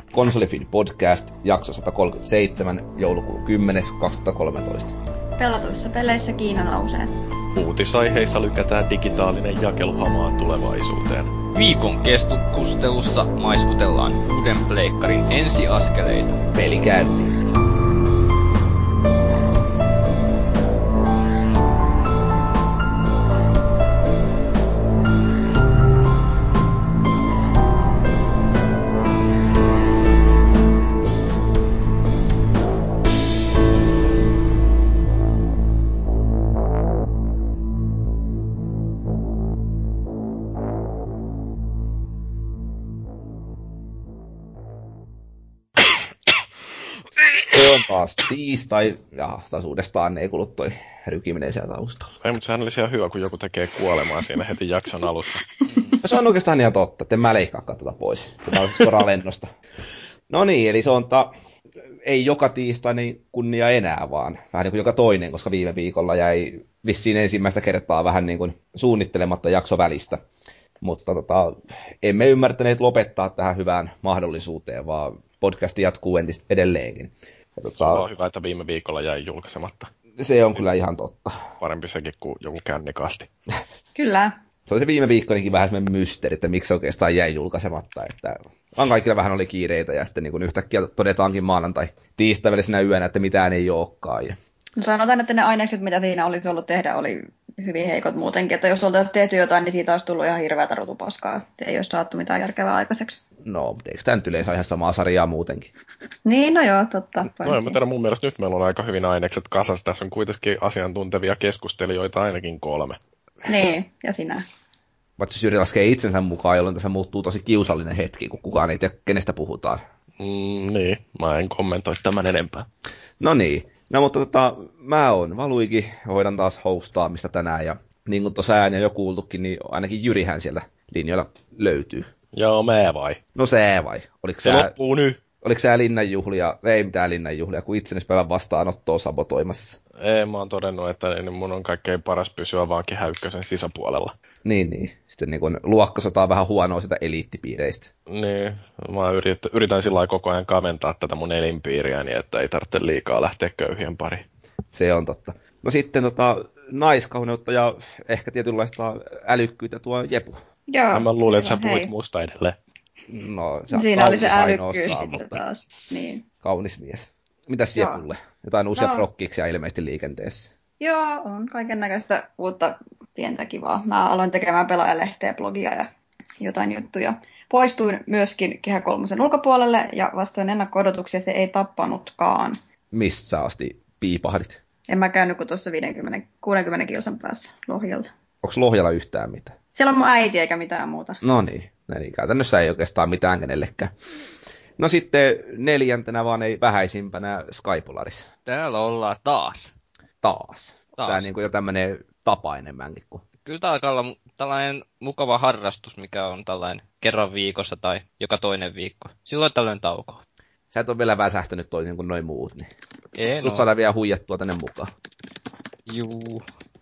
Konsolifin podcast, jakso 137, joulukuun 10. 2013. Pelatuissa peleissä Kiina nousee. Uutisaiheissa lykätään digitaalinen jakelu hamaan tulevaisuuteen. Viikon keskustelussa maiskutellaan uuden pleikkarin ensiaskeleita. Peli käyntiin. Se on taas tiistai, ja taas uudestaan ei kuulu toi rykiminen siellä taustalla. Ei, mutta sehän olisi ihan hyvä, kun joku tekee kuolemaa siinä heti jakson alussa. Se on oikeastaan ihan totta, että en mä leikkaakaan tuota pois. Tämä on suoraan lennosta. No niin, eli se on ei joka tiistai niin kunnia enää, vaan vähän niin kuin joka toinen, koska viime viikolla jäi vissiin ensimmäistä kertaa vähän niin kuin suunnittelematta jakso välistä. Mutta emme ymmärtäneet lopettaa tähän hyvään mahdollisuuteen, vaan podcasti jatkuu entistä edelleenkin. Se on hyvä, että viime viikolla jäi julkaisematta. Se on kyllä ihan totta. Parempi sekin kuin joku kännikasti. Kyllä. Se oli se viime viikkoinenkin vähän semmoinen mysteeri, että miksi oikeastaan jäi julkaisematta. Että vaan kaikilla vähän oli kiireitä ja sitten niin kun yhtäkkiä todetaankin maanantai tiistai välisenä yönä, että mitään ei olekaan. No sanotaan, että ne ainekset, mitä siinä olisi ollut tehdä, oli hyvin heikot muutenkin. Että jos oltaisiin tehty jotain, niin siitä olisi tullut ihan hirveätä rutupaskaa. Että ei olisi saatu mitään järkevää aikaiseksi. No, mutta eikö tämä nyt yleensä ihan samaa sarjaa muutenkin? Niin, no joo, totta. No en mä tiedä, mun mielestä nyt meillä on aika hyvin ainekset kasassa. Tässä on kuitenkin asiantuntevia keskustelijoita ainakin 3. Niin, ja sinä. Vaikka Jyri laskee itsensä mukaan, jolloin tässä muuttuu tosi kiusallinen hetki, kun kukaan ei tiedä, kenestä puhutaan. Niin, mä en kommentoi tämän enempää. No niin. No mutta mä oon Valuigi, hoidan taas hostaamista tänään, ja niin kuin tuossa ääniä jo kuultukin, niin ainakin Jyrihän sieltä linjoilla löytyy. Joo, mä vai? No se vai? Se loppuu nyt. Oliko sä linnanjuhlia, ei mitään linnanjuhlia, kun itsenäispäivän vastaanottoa sabotoimassa? Ei, mä oon todennut, että mun on kaikkein paras pysyä vaan Kehäykkösen sisäpuolella. Niin. Sitten niin kun luokkasotaa vähän huonoa sitä eliittipiireistä. Niin, mä yritän sillä lailla koko ajan kaventaa tätä mun elinpiiriäni, että ei tarvitse liikaa lähteä köyhien pariin. Se on totta. No sitten naiskauneutta ja ehkä tietynlaista älykkyyttä tuo Jepu. Joo. Mä luulin, että sä puhuit musta edelleen. No, se siinä oli se älykkyys sitten mutta taas. Niin. Kaunis mies. Mitäs Jepulle? Jotain uusia prokkiksia ilmeisesti liikenteessä. Joo, on kaiken näköistä uutta pientä kivaa. Mä aloin tekemään Pelaajalehteä, blogia ja jotain juttuja. Poistuin myöskin Kehä kolmosen ulkopuolelle ja vastoin ennakko-odotuksia se ei tappanutkaan. Missä asti piipahdit? En mä käynyt kuin tuossa 60 kilsan päässä Lohjalla. Onko Lohjalla yhtään mitään? Siellä on mun äiti eikä mitään muuta. No niin, käytännössä ei oikeastaan mitään kenellekään. No sitten 4. vaan ei vähäisimpänä Skypolaris. Täällä ollaan taas. Taas. Tämä niin kuin jo tämmöinen tapa enemmänkin kuin. Kyllä tämä alkaa olla tällainen mukava harrastus, mikä on tällainen kerran viikossa tai joka toinen viikko. Silloin tällöin tauko. Sä et ole vielä väsähtänyt toisin kuin noin muut, niin sut No. saadaan vielä huijattua tänne mukaan. Juu.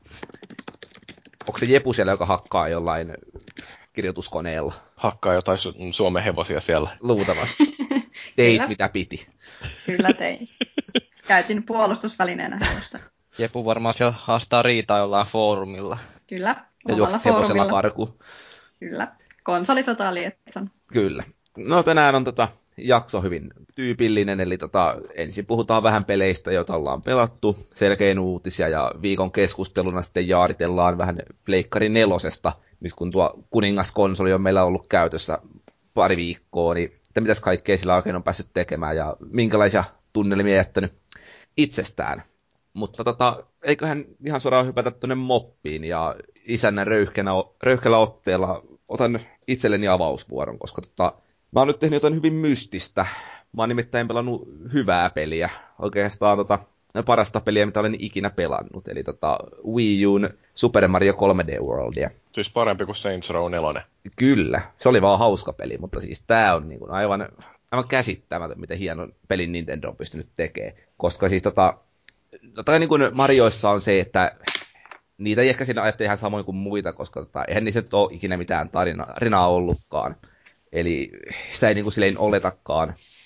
Onko se Jepu siellä, joka hakkaa jollain kirjoituskoneella? Hakkaa jotain Suomen hevosia siellä. Luultavasti. Teit Kyllä. mitä piti. Kyllä tein. Käytin puolustusvälineenä hevosta. Jepu varmaan siellä haastaa riitaa jollain foorumilla. Kyllä. Ja omalla juokset hevosella foorumilla. karkuun. Kyllä. Konsolisota Lietson. Kyllä. No tänään on jakso hyvin tyypillinen, eli ensin puhutaan vähän peleistä, joita ollaan pelattu, selkein uutisia, ja viikon keskusteluna sitten jaaritellaan vähän Pleikkari 4:sta, nyt kun tuo kuningaskonsoli on meillä ollut käytössä pari viikkoa, niin että mitäs kaikkea sillä oikein on päässyt tekemään, ja minkälaisia tunnelmia jättänyt itsestään. Mutta eiköhän ihan suoraan hypätä tuonne moppiin, ja isännän röyhkeällä otteella otan itselleni avausvuoron, koska mä oon nyt tehnyt jotain hyvin mystistä. Mä oon nimittäin pelannut hyvää peliä. Oikeastaan parasta peliä, mitä olen ikinä pelannut. Eli Wii U:n Super Mario 3D Worldia. Siis parempi kuin Saints Row 4. Kyllä, se oli vaan hauska peli, mutta siis tää on niin kuin aivan käsittämätön, miten hienon pelin Nintendo on pystynyt tekemään. Koska siis niin kuin Marioissa on se, että niitä ei ehkä siinä ajattele ihan samoin kuin muita, koska eihän niissä nyt ole ikinä mitään tarinaa ollutkaan. Eli sitä ei niin kuin silleen oletakaan.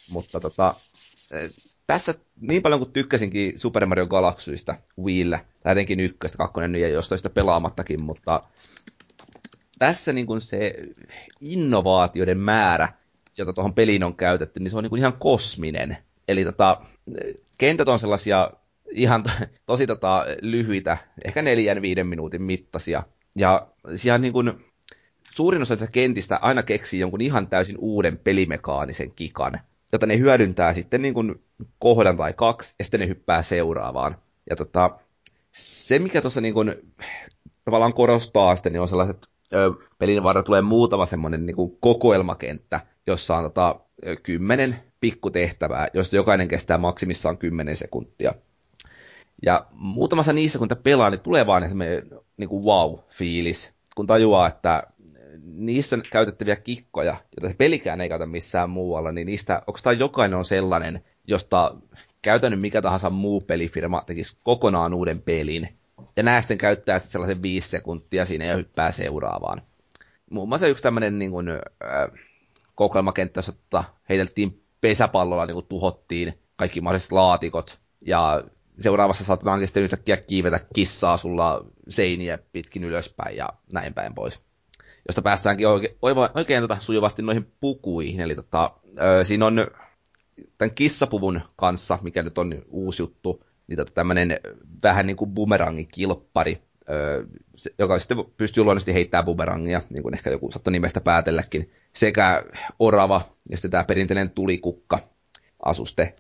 Mutta tässä niin paljon kuin tykkäsinkin Super Mario Galaxysta Wiillä, tai jotenkin 1, 2 ja jostain sitä pelaamattakin, mutta tässä niin kuin se innovaatioiden määrä, jota tuohon peliin on käytetty, niin se on niin kuin ihan kosminen. Eli kentät on sellaisia ihan tosi lyhyitä, ehkä 4-5 minuutin mittaisia. Ja siellä niin kuin suurin osa kentistä aina keksii jonkun ihan täysin uuden pelimekaanisen kikan, jota ne hyödyntää sitten niin kuin kohdan tai 2, ja sitten ne hyppää seuraavaan. Ja se, mikä tuossa niin kuin tavallaan korostaa sitten, niin on sellaiset, pelin varrella tulee muutama semmoinen niin kuin kokoelmakenttä, jossa on 10 pikkutehtävää, joista jokainen kestää maksimissaan 10 sekuntia. Ja muutamassa niissä, kun pelaa, niin tulee vaan semmoinen niin kuin wow-fiilis, kun tajuaa, että niissä käytettäviä kikkoja, joita se pelikään ei käytä missään muualla, niin niistä oikeastaan jokainen on sellainen, josta käytännön mikä tahansa muu pelifirma tekisi kokonaan uuden pelin. Ja nää sitten käyttää sellaisen 5 sekuntia siinä ja hyppää seuraavaan. Muun muassa yksi tämmöinen niin kuin, kokoelmakenttä, jossa heiteltiin pesäpallolla, niin kuin tuhottiin kaikki mahdolliset laatikot. Ja seuraavassa saatetaankin sitten yhtäkkiä kiivetä kissaa sulla seiniä pitkin ylöspäin ja näin päin pois. Josta päästäänkin oikein sujuvasti noihin pukuihin. Eli siinä on tämän kissapuvun kanssa, mikä nyt on uusi juttu, niin tämmöinen vähän niin kuin bumerangin kilppari, joka sitten pystyy luonnollisesti heittämään bumerangia, niin kuin ehkä joku saattoi nimestä päätelläkin, sekä orava ja sitten tämä perinteinen tulikukka-asuste.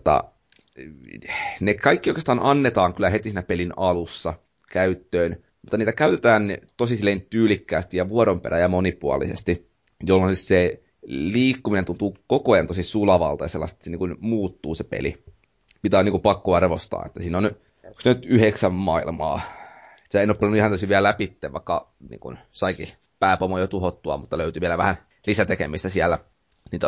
Ne kaikki oikeastaan annetaan kyllä heti siinä pelin alussa käyttöön, mutta niitä käytetään tosi silleen tyylikkäästi ja vuoronperä ja monipuolisesti, jolloin siis se liikkuminen tuntuu koko ajan tosi sulavalta ja sellaista, että se niin kuin muuttuu se peli. Pitää niin kuin pakko arvostaa, että siinä on nyt 9 maailmaa. Se en ole pelannut ihan tosi vielä läpi, vaikka niin kuin saikin pääpomo jo tuhottua, mutta löytyi vielä vähän lisätekemistä siellä. Niin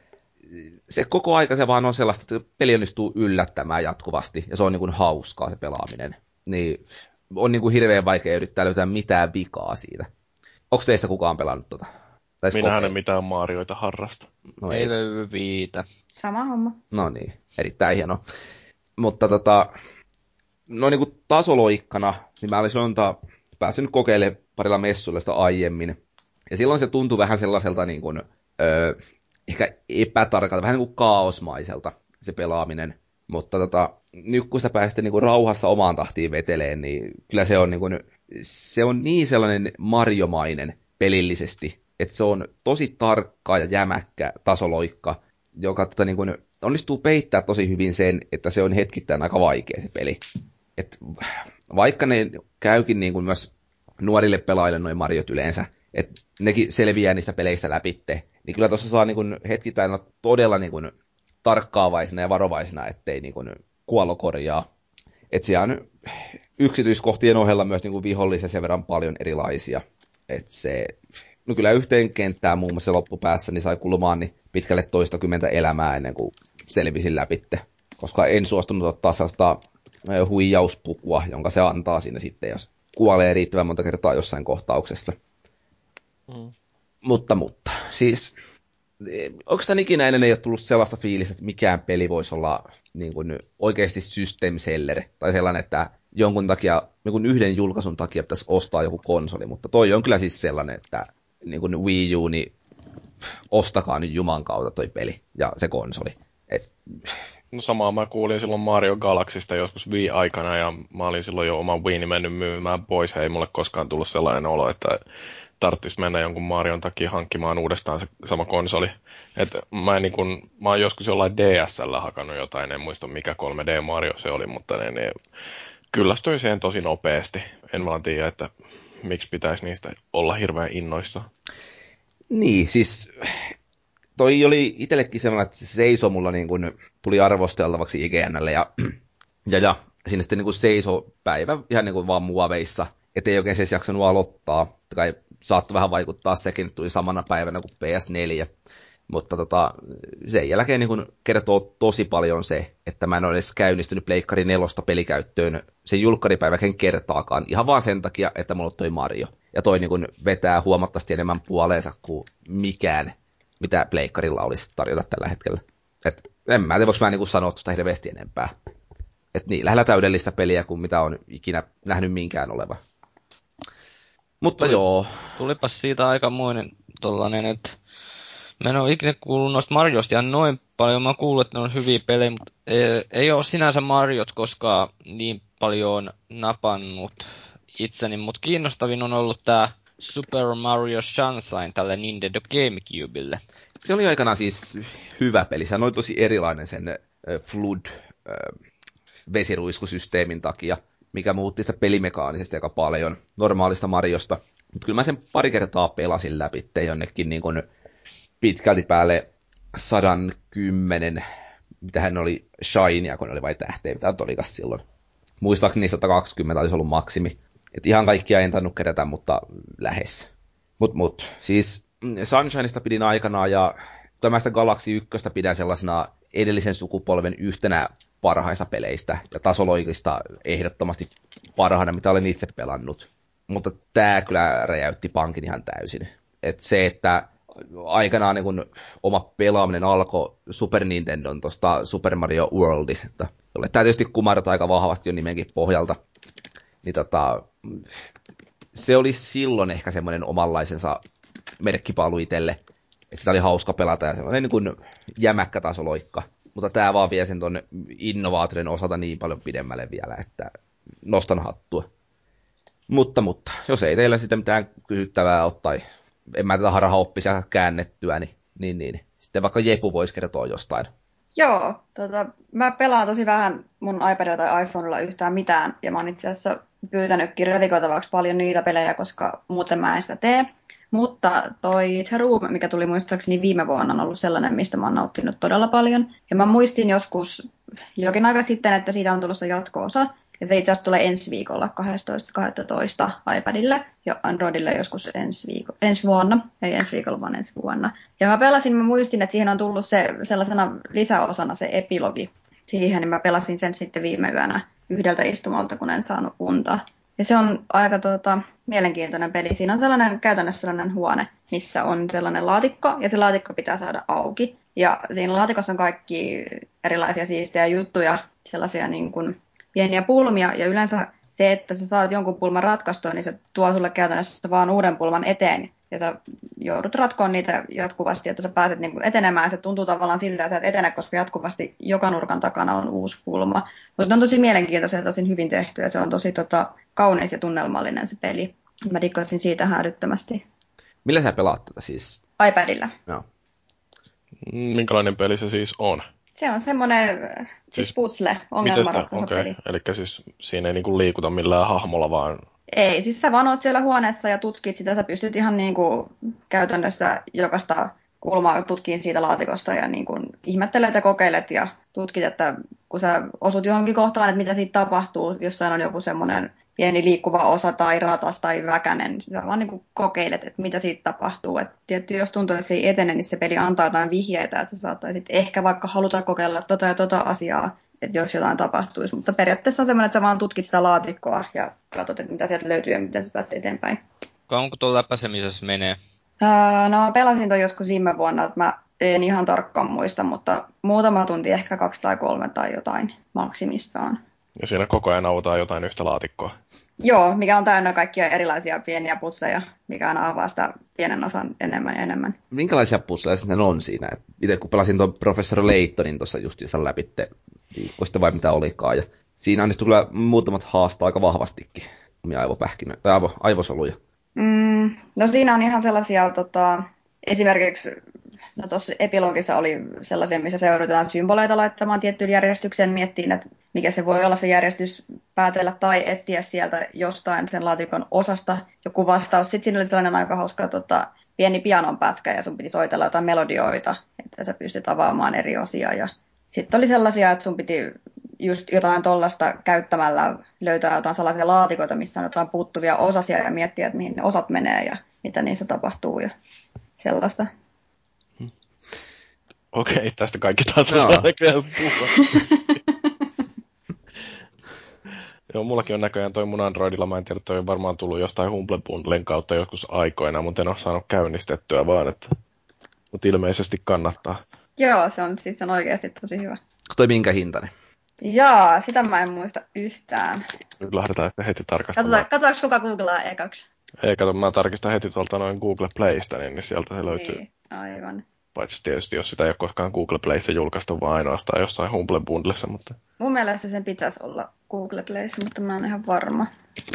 se koko aika se vaan on sellaista, että peli onnistuu yllättämään jatkuvasti, ja se on niin kuin hauskaa se pelaaminen. Niin on niin kuin hirveän vaikea yrittää löytää mitään vikaa siitä. Onko teistä kukaan pelannut tota? Minä en mitään Marioita harrasta. No ei löydy viitä. Sama homma. No niin, erittäin hieno. Mutta no niin kuin tasoloikkana, niin mä olisin päässyt kokeilemaan parilla messuilla sitä aiemmin. Ja silloin se tuntui vähän sellaiselta niin kuin, ehkä epätarkalta, vähän niin kuin kaosmaiselta se pelaaminen. Mutta nyt kun sitä pääsee niin kuin rauhassa omaan tahtiin veteleen, niin kyllä se on niin sellainen Mario-mainen pelillisesti, että se on tosi tarkka ja jämäkkä tasoloikka, joka niin kuin onnistuu peittämään tosi hyvin sen, että se on hetkittäin aika vaikea se peli. Et vaikka ne käykin niin kuin myös nuorille pelaajille noin Mariot yleensä, että nekin selviää niistä peleistä läpitte, niin kyllä tuossa saa niin kuin hetkittäin olla todella niin kuin tarkkaavaisena ja varovaisena, ettei niin kuin kuollo korjaa. Että siellä on yksityiskohtien ohella myös niin kuin vihollisia sen verran paljon erilaisia. Että se, no kyllä yhteen kenttään muun muassa loppupäässä niin sai kulumaan niin pitkälle 20 elämää ennen kuin selvisin läpitte. Koska en suostunut ottaa sellaista huijauspukua, jonka se antaa siinä sitten, jos kuolee riittävän monta kertaa jossain kohtauksessa. Mutta, siis oikeastaan ikinä ennen ei ole tullut sellaista fiilistä, että mikään peli voisi olla niin kuin oikeasti system seller, tai sellainen, että jonkun yhden julkaisun takia pitäisi ostaa joku konsoli, mutta toi on kyllä siis sellainen, että niin kuin Wii U, niin ostakaa nyt Juman kautta toi peli ja se konsoli. No samaa mä kuulin silloin Mario Galaxysta joskus Wii-aikana, ja mä olin silloin jo oman Wiini mennyt myymään pois. Ei mulle koskaan tullut sellainen olo, että tarvitsisi mennä jonkun Marion takia hankkimaan uudestaan se sama konsoli. Mä oon joskus jollain DS:llä hakannut jotain, en muista mikä 3D Mario se oli, mutta kyllästyin siihen tosi nopeasti. En vaan tiedä, että miksi pitäisi niistä olla hirveän innoissaan. Niin, siis toi oli itsellekin sellainen, että se seisoi mulla niin kuin tuli arvosteltavaksi IGN:lle ja siinä sitten niin kuin seisoi päivä ihan niin kuin vaan muoveissa, ettei oikein se jaksanut aloittaa. Kai saattoi vähän vaikuttaa sekin, että tuli samana päivänä kuin PS4. Mutta sen jälkeen niin kun kertoo tosi paljon se, että mä en ole edes käynnistynyt Pleikkari 4 pelikäyttöön sen julkkaripäiväkin kertaakaan. Ihan vaan sen takia, että mulla on toi Mario. Ja toi niin kun vetää huomattavasti enemmän puoleensa kuin mikään, mitä Pleikkarilla olisi tarjota tällä hetkellä. En mä tiedä, voiko mä niinku sanoa tuosta hirveästi enempää. Et niin lähellä täydellistä peliä kuin mitä on ikinä nähnyt minkään olevan. Mutta joo. Tulipas siitä aikamoinen tollanen, että mä en ole ikinä kuullut noista Marioista ihan noin paljon. Mä oon kuullut, että ne on hyviä pelejä, mutta ei ole sinänsä Mariot koskaan niin paljon napannut itseni. Mutta kiinnostavin on ollut tää Super Mario Sunshine tälle Nintendo GameCubelle. Se oli aikanaan siis hyvä peli. Se oli tosi erilainen sen Flood vesiruiskusysteemin takia, mikä muutti sitä pelimekaanisesti aika paljon normaalista Mariosta. Mutta kyllä mä sen pari kertaa pelasin läpi jonnekin niin kun pitkälti päälle 110, mitähän oli Shinea, kun oli vai tähteä, mitä olikas silloin. Muistaakseni 120 olisi ollut maksimi. Et ihan kaikkia en tainnut kerätä, mutta lähes. Siis Sunshineista pidin aikanaan ja tämästä Galaxy 1 pidän sellaisena edellisen sukupolven yhtenä parhaista peleistä ja tasoloikista ehdottomasti parhaana, mitä olen itse pelannut. Mutta tää kyllä räjäytti pankin ihan täysin. Et se, että aikanaan niin kun oma pelaaminen alkoi Super Nintendon tuosta Super Mario Worldista, jolle tämä tietysti kumartaa aika vahvasti jo nimenkin pohjalta, niin se oli silloin ehkä semmoinen omanlaisensa merkkipaalu itselle, että sitä oli hauska pelata ja semmoinen niin kuin jämäkkä tasoloikka. Mutta tämä vaan vie sen ton innovaatioiden osalta niin paljon pidemmälle vielä, että nostan hattua. Mutta, jos ei teillä sitten mitään kysyttävää ole, tai en mä tätä harhaoppisia käännettyä, niin sitten vaikka Jepu voisi kertoa jostain. Joo, mä pelaan tosi vähän mun iPadilla tai iPhonella yhtään mitään, ja mä oon itse asiassa pyytänytkin revigoitavaksi paljon niitä pelejä, koska muuten mä en sitä tee. Mutta toi The Room, mikä tuli muistaakseni viime vuonna, on ollut sellainen, mistä mä oon nauttinut todella paljon. Ja mä muistin joskus jokin aika sitten, että siitä on tulossa jatko-osa. Ja se itse asiassa tulee ensi viikolla 12.12. iPadille ja Androidille joskus ensi vuonna. Ei ensi viikolla, vaan ensi vuonna. Ja mä muistin, että siihen on tullut se sellaisena lisäosana se epilogi siihen. Niin mä pelasin sen sitten viime yönä yhdeltä istumalta, kun en saanut unta. Ja se on aika mielenkiintoinen peli. Siinä on käytännössä sellainen huone, missä on sellainen laatikko, ja se laatikko pitää saada auki. Ja siinä laatikossa on kaikki erilaisia siistejä juttuja, sellaisia niin kuin pieniä pulmia, ja yleensä se, että sä saat jonkun pulman ratkaistua, niin se tuo sulle käytännössä vaan uuden pulman eteen, ja sä joudut ratkoon niitä jatkuvasti, että sä pääset niin kuin etenemään. Se tuntuu tavallaan siltä, että sä et etene, koska jatkuvasti joka nurkan takana on uusi pulma. Mutta on tosi mielenkiintoisia ja tosi hyvin tehty, ja se on tosi kauneis ja tunnelmallinen se peli. Mä dikkasin siitä älyttömästi. Millä sä pelaat tätä siis? iPadilla. Joo. Minkälainen peli se siis on? Se on semmoinen puzzle, ongelmanratkaisupeli. Okei. Eli siis siinä ei niinku liikuta millään hahmolla, vaan... Ei, siis sä vaan oot siellä huoneessa ja tutkit sitä. Sä pystyt ihan niin kuin käytännössä jokaista kulmaa tutkiin siitä laatikosta ja niin kuin ihmettelet ja kokeilet ja tutkit, että kun sä osut johonkin kohtaan, että mitä siitä tapahtuu, jossain on joku semmoinen pieni liikkuva osa tai ratas tai väkänen, sä vaan niin kuin kokeilet, että mitä siitä tapahtuu. Et tietysti jos tuntuu, että se ei etene, niin se peli antaa jotain vihjeitä, että sä saattaisit ehkä vaikka haluta kokeilla ja asiaa, että jos jotain tapahtuisi. Mutta periaatteessa on semmoinen, että sä vaan tutkit sitä laatikkoa ja katsot, että mitä sieltä löytyy ja miten sä pääset eteenpäin. Kauanko tuo läpäisemisessä menee? No mä pelasin ton joskus viime vuonna, että mä en ihan tarkkaan muista, mutta muutama tunti, ehkä 2 tai 3 tai jotain maksimissaan. Ja siinä koko ajan autaan jotain yhtä laatikkoa. Joo, mikä on täynnä kaikkia erilaisia pieniä pusseja, mikä aina avaa sitä pienen osan enemmän ja enemmän. Minkälaisia puzzleja sitten on siinä? Itse kun pelasin tuon Professor Laytonin tuossa justiinsa läpitte viikko sitten vai mitä olikaan. Ja siinä onnistui kyllä muutamat haastaa aika vahvastikin omia aivosoluja. No siinä on ihan sellaisia, esimerkiksi no tuossa epilogissa oli sellaisia, missä seurataan symboleita laittamaan tiettyyn järjestykseen, miettiin, että mikä se voi olla se järjestys, päätellä tai etsiä sieltä jostain sen laatikon osasta joku vastaus. Sitten siinä oli sellainen aika hauska pieni pianon pätkä ja sun piti soitella jotain melodioita, että sä pystyt avaamaan eri osia. Ja sitten oli sellaisia, että sun piti just jotain tollasta käyttämällä löytää jotain sellaisia laatikoita, missä on jotain puuttuvia osasia ja miettiä, että mihin ne osat menee ja mitä niissä tapahtuu ja sellaista. Okei, tästä kaikki taas osaa näköjään puhua. Joo, mullakin on näköjään toi mun Androidilla, mä en tiedä, toi on varmaan tullut jostain Humble Bundlen kautta joskus aikoina, mutta en ole saanut käynnistettyä vaan, että... Mutta ilmeisesti kannattaa. Joo, se on oikeasti tosi hyvä. Onko toi minkä hintainen? Jaa, sitä mä en muista yhtään. Nyt lähdetään heti tarkastamaan. Katsotaanko kuka googlaa ekaksi? Ei, kato, mä tarkistan heti tuolta noin Google Playsta, niin sieltä se löytyy. Niin, aivan. Paitsi tietysti, jos sitä ei ole koskaan Google Playssa julkaistu, vaan ainoastaan jossain Humble Bundlessa, mutta... Mun mielestä sen pitäisi olla Google Playssa, mutta mä en ihan varma.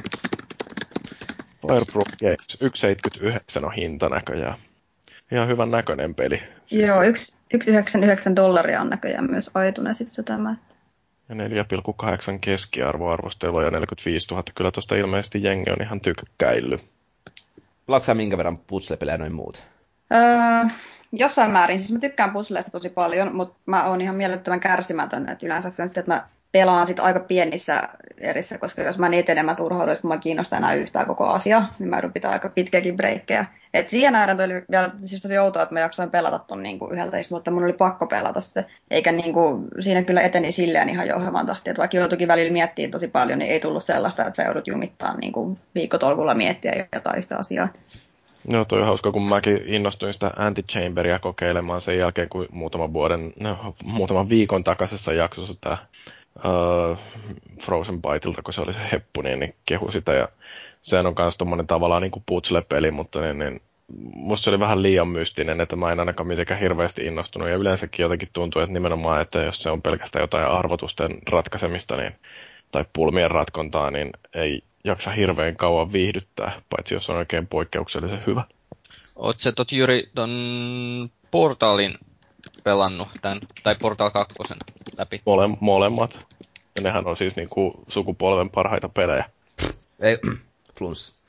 Fireproof Games, 1,79 on hinta näköjään. Ihan hyvän näköinen peli. Siis joo, $1,99 on näköjään myös Aitunesissa tämä. Ja 4,8 keskiarvoarvostelua ja 45 000. Kyllä tuosta ilmeisesti jengi on ihan tykkäillyt. Pelaatko sä minkä verran puzzle-pelejä noin muut? Jossain määrin. Siis mä tykkään puzzleista tosi paljon, mutta mä oon ihan mielettömän kärsimätön. Että yleensä se on sitä, että mä pelaan sit aika pienissä erissä, koska jos mä niin enemmän turhaudun, jos mä kiinnostaa enää yhtään koko asiaa, niin mä joudun pitää aika pitkiäkin breikkejä. Et siihen nähdään oli vielä siis tosi outoa, että mä jaksoin pelata ton niinku yhdeltä, mutta mun oli pakko pelata se. Eikä niinku, siinä kyllä eteni silleen ihan jouhevan tahtiin, että vaikka joutuikin välillä miettimään tosi paljon, niin ei tullut sellaista, että sä joudut jumittaa niinku viikkotolkulla miettiä jotain yhtä asiaa. Joo, toi on hauska, kun mäkin innostuin sitä Antichamberia kokeilemaan sen jälkeen, kun muutaman viikon takaisessa jaksossa tämä Frozen Byteilta, kun se oli se heppu, niin kehu sitä. Ja sehän on myös tommonen tavallaan niin kuin puzzle-peli, mutta niin, musta se oli vähän liian mystinen, että mä en ainakaan mitenkään hirveästi innostunut. Ja yleensäkin jotenkin tuntuu, että nimenomaan, että jos se on pelkästään jotain arvotusten ratkaisemista niin, tai pulmien ratkontaa, niin ei jaksa hirveän kauan viihdyttää, paitsi jos on oikein poikkeuksellisen hyvä. Oot sä Jyri ton Portalin pelannut tän, tai Portal 2 läpi? Molemmat. Ja nehän on siis niinku sukupolven parhaita pelejä. Ei, flunss.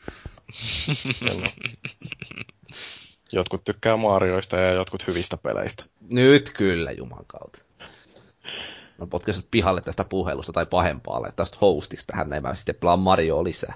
Jotkut tykkää Marioista ja jotkut hyvistä peleistä. Nyt kyllä, juman kautta. No potkaisut pihalle tästä puhelusta tai pahempaalle, tästä hostista tähän näin mä sitten pelaan Marioa lisää.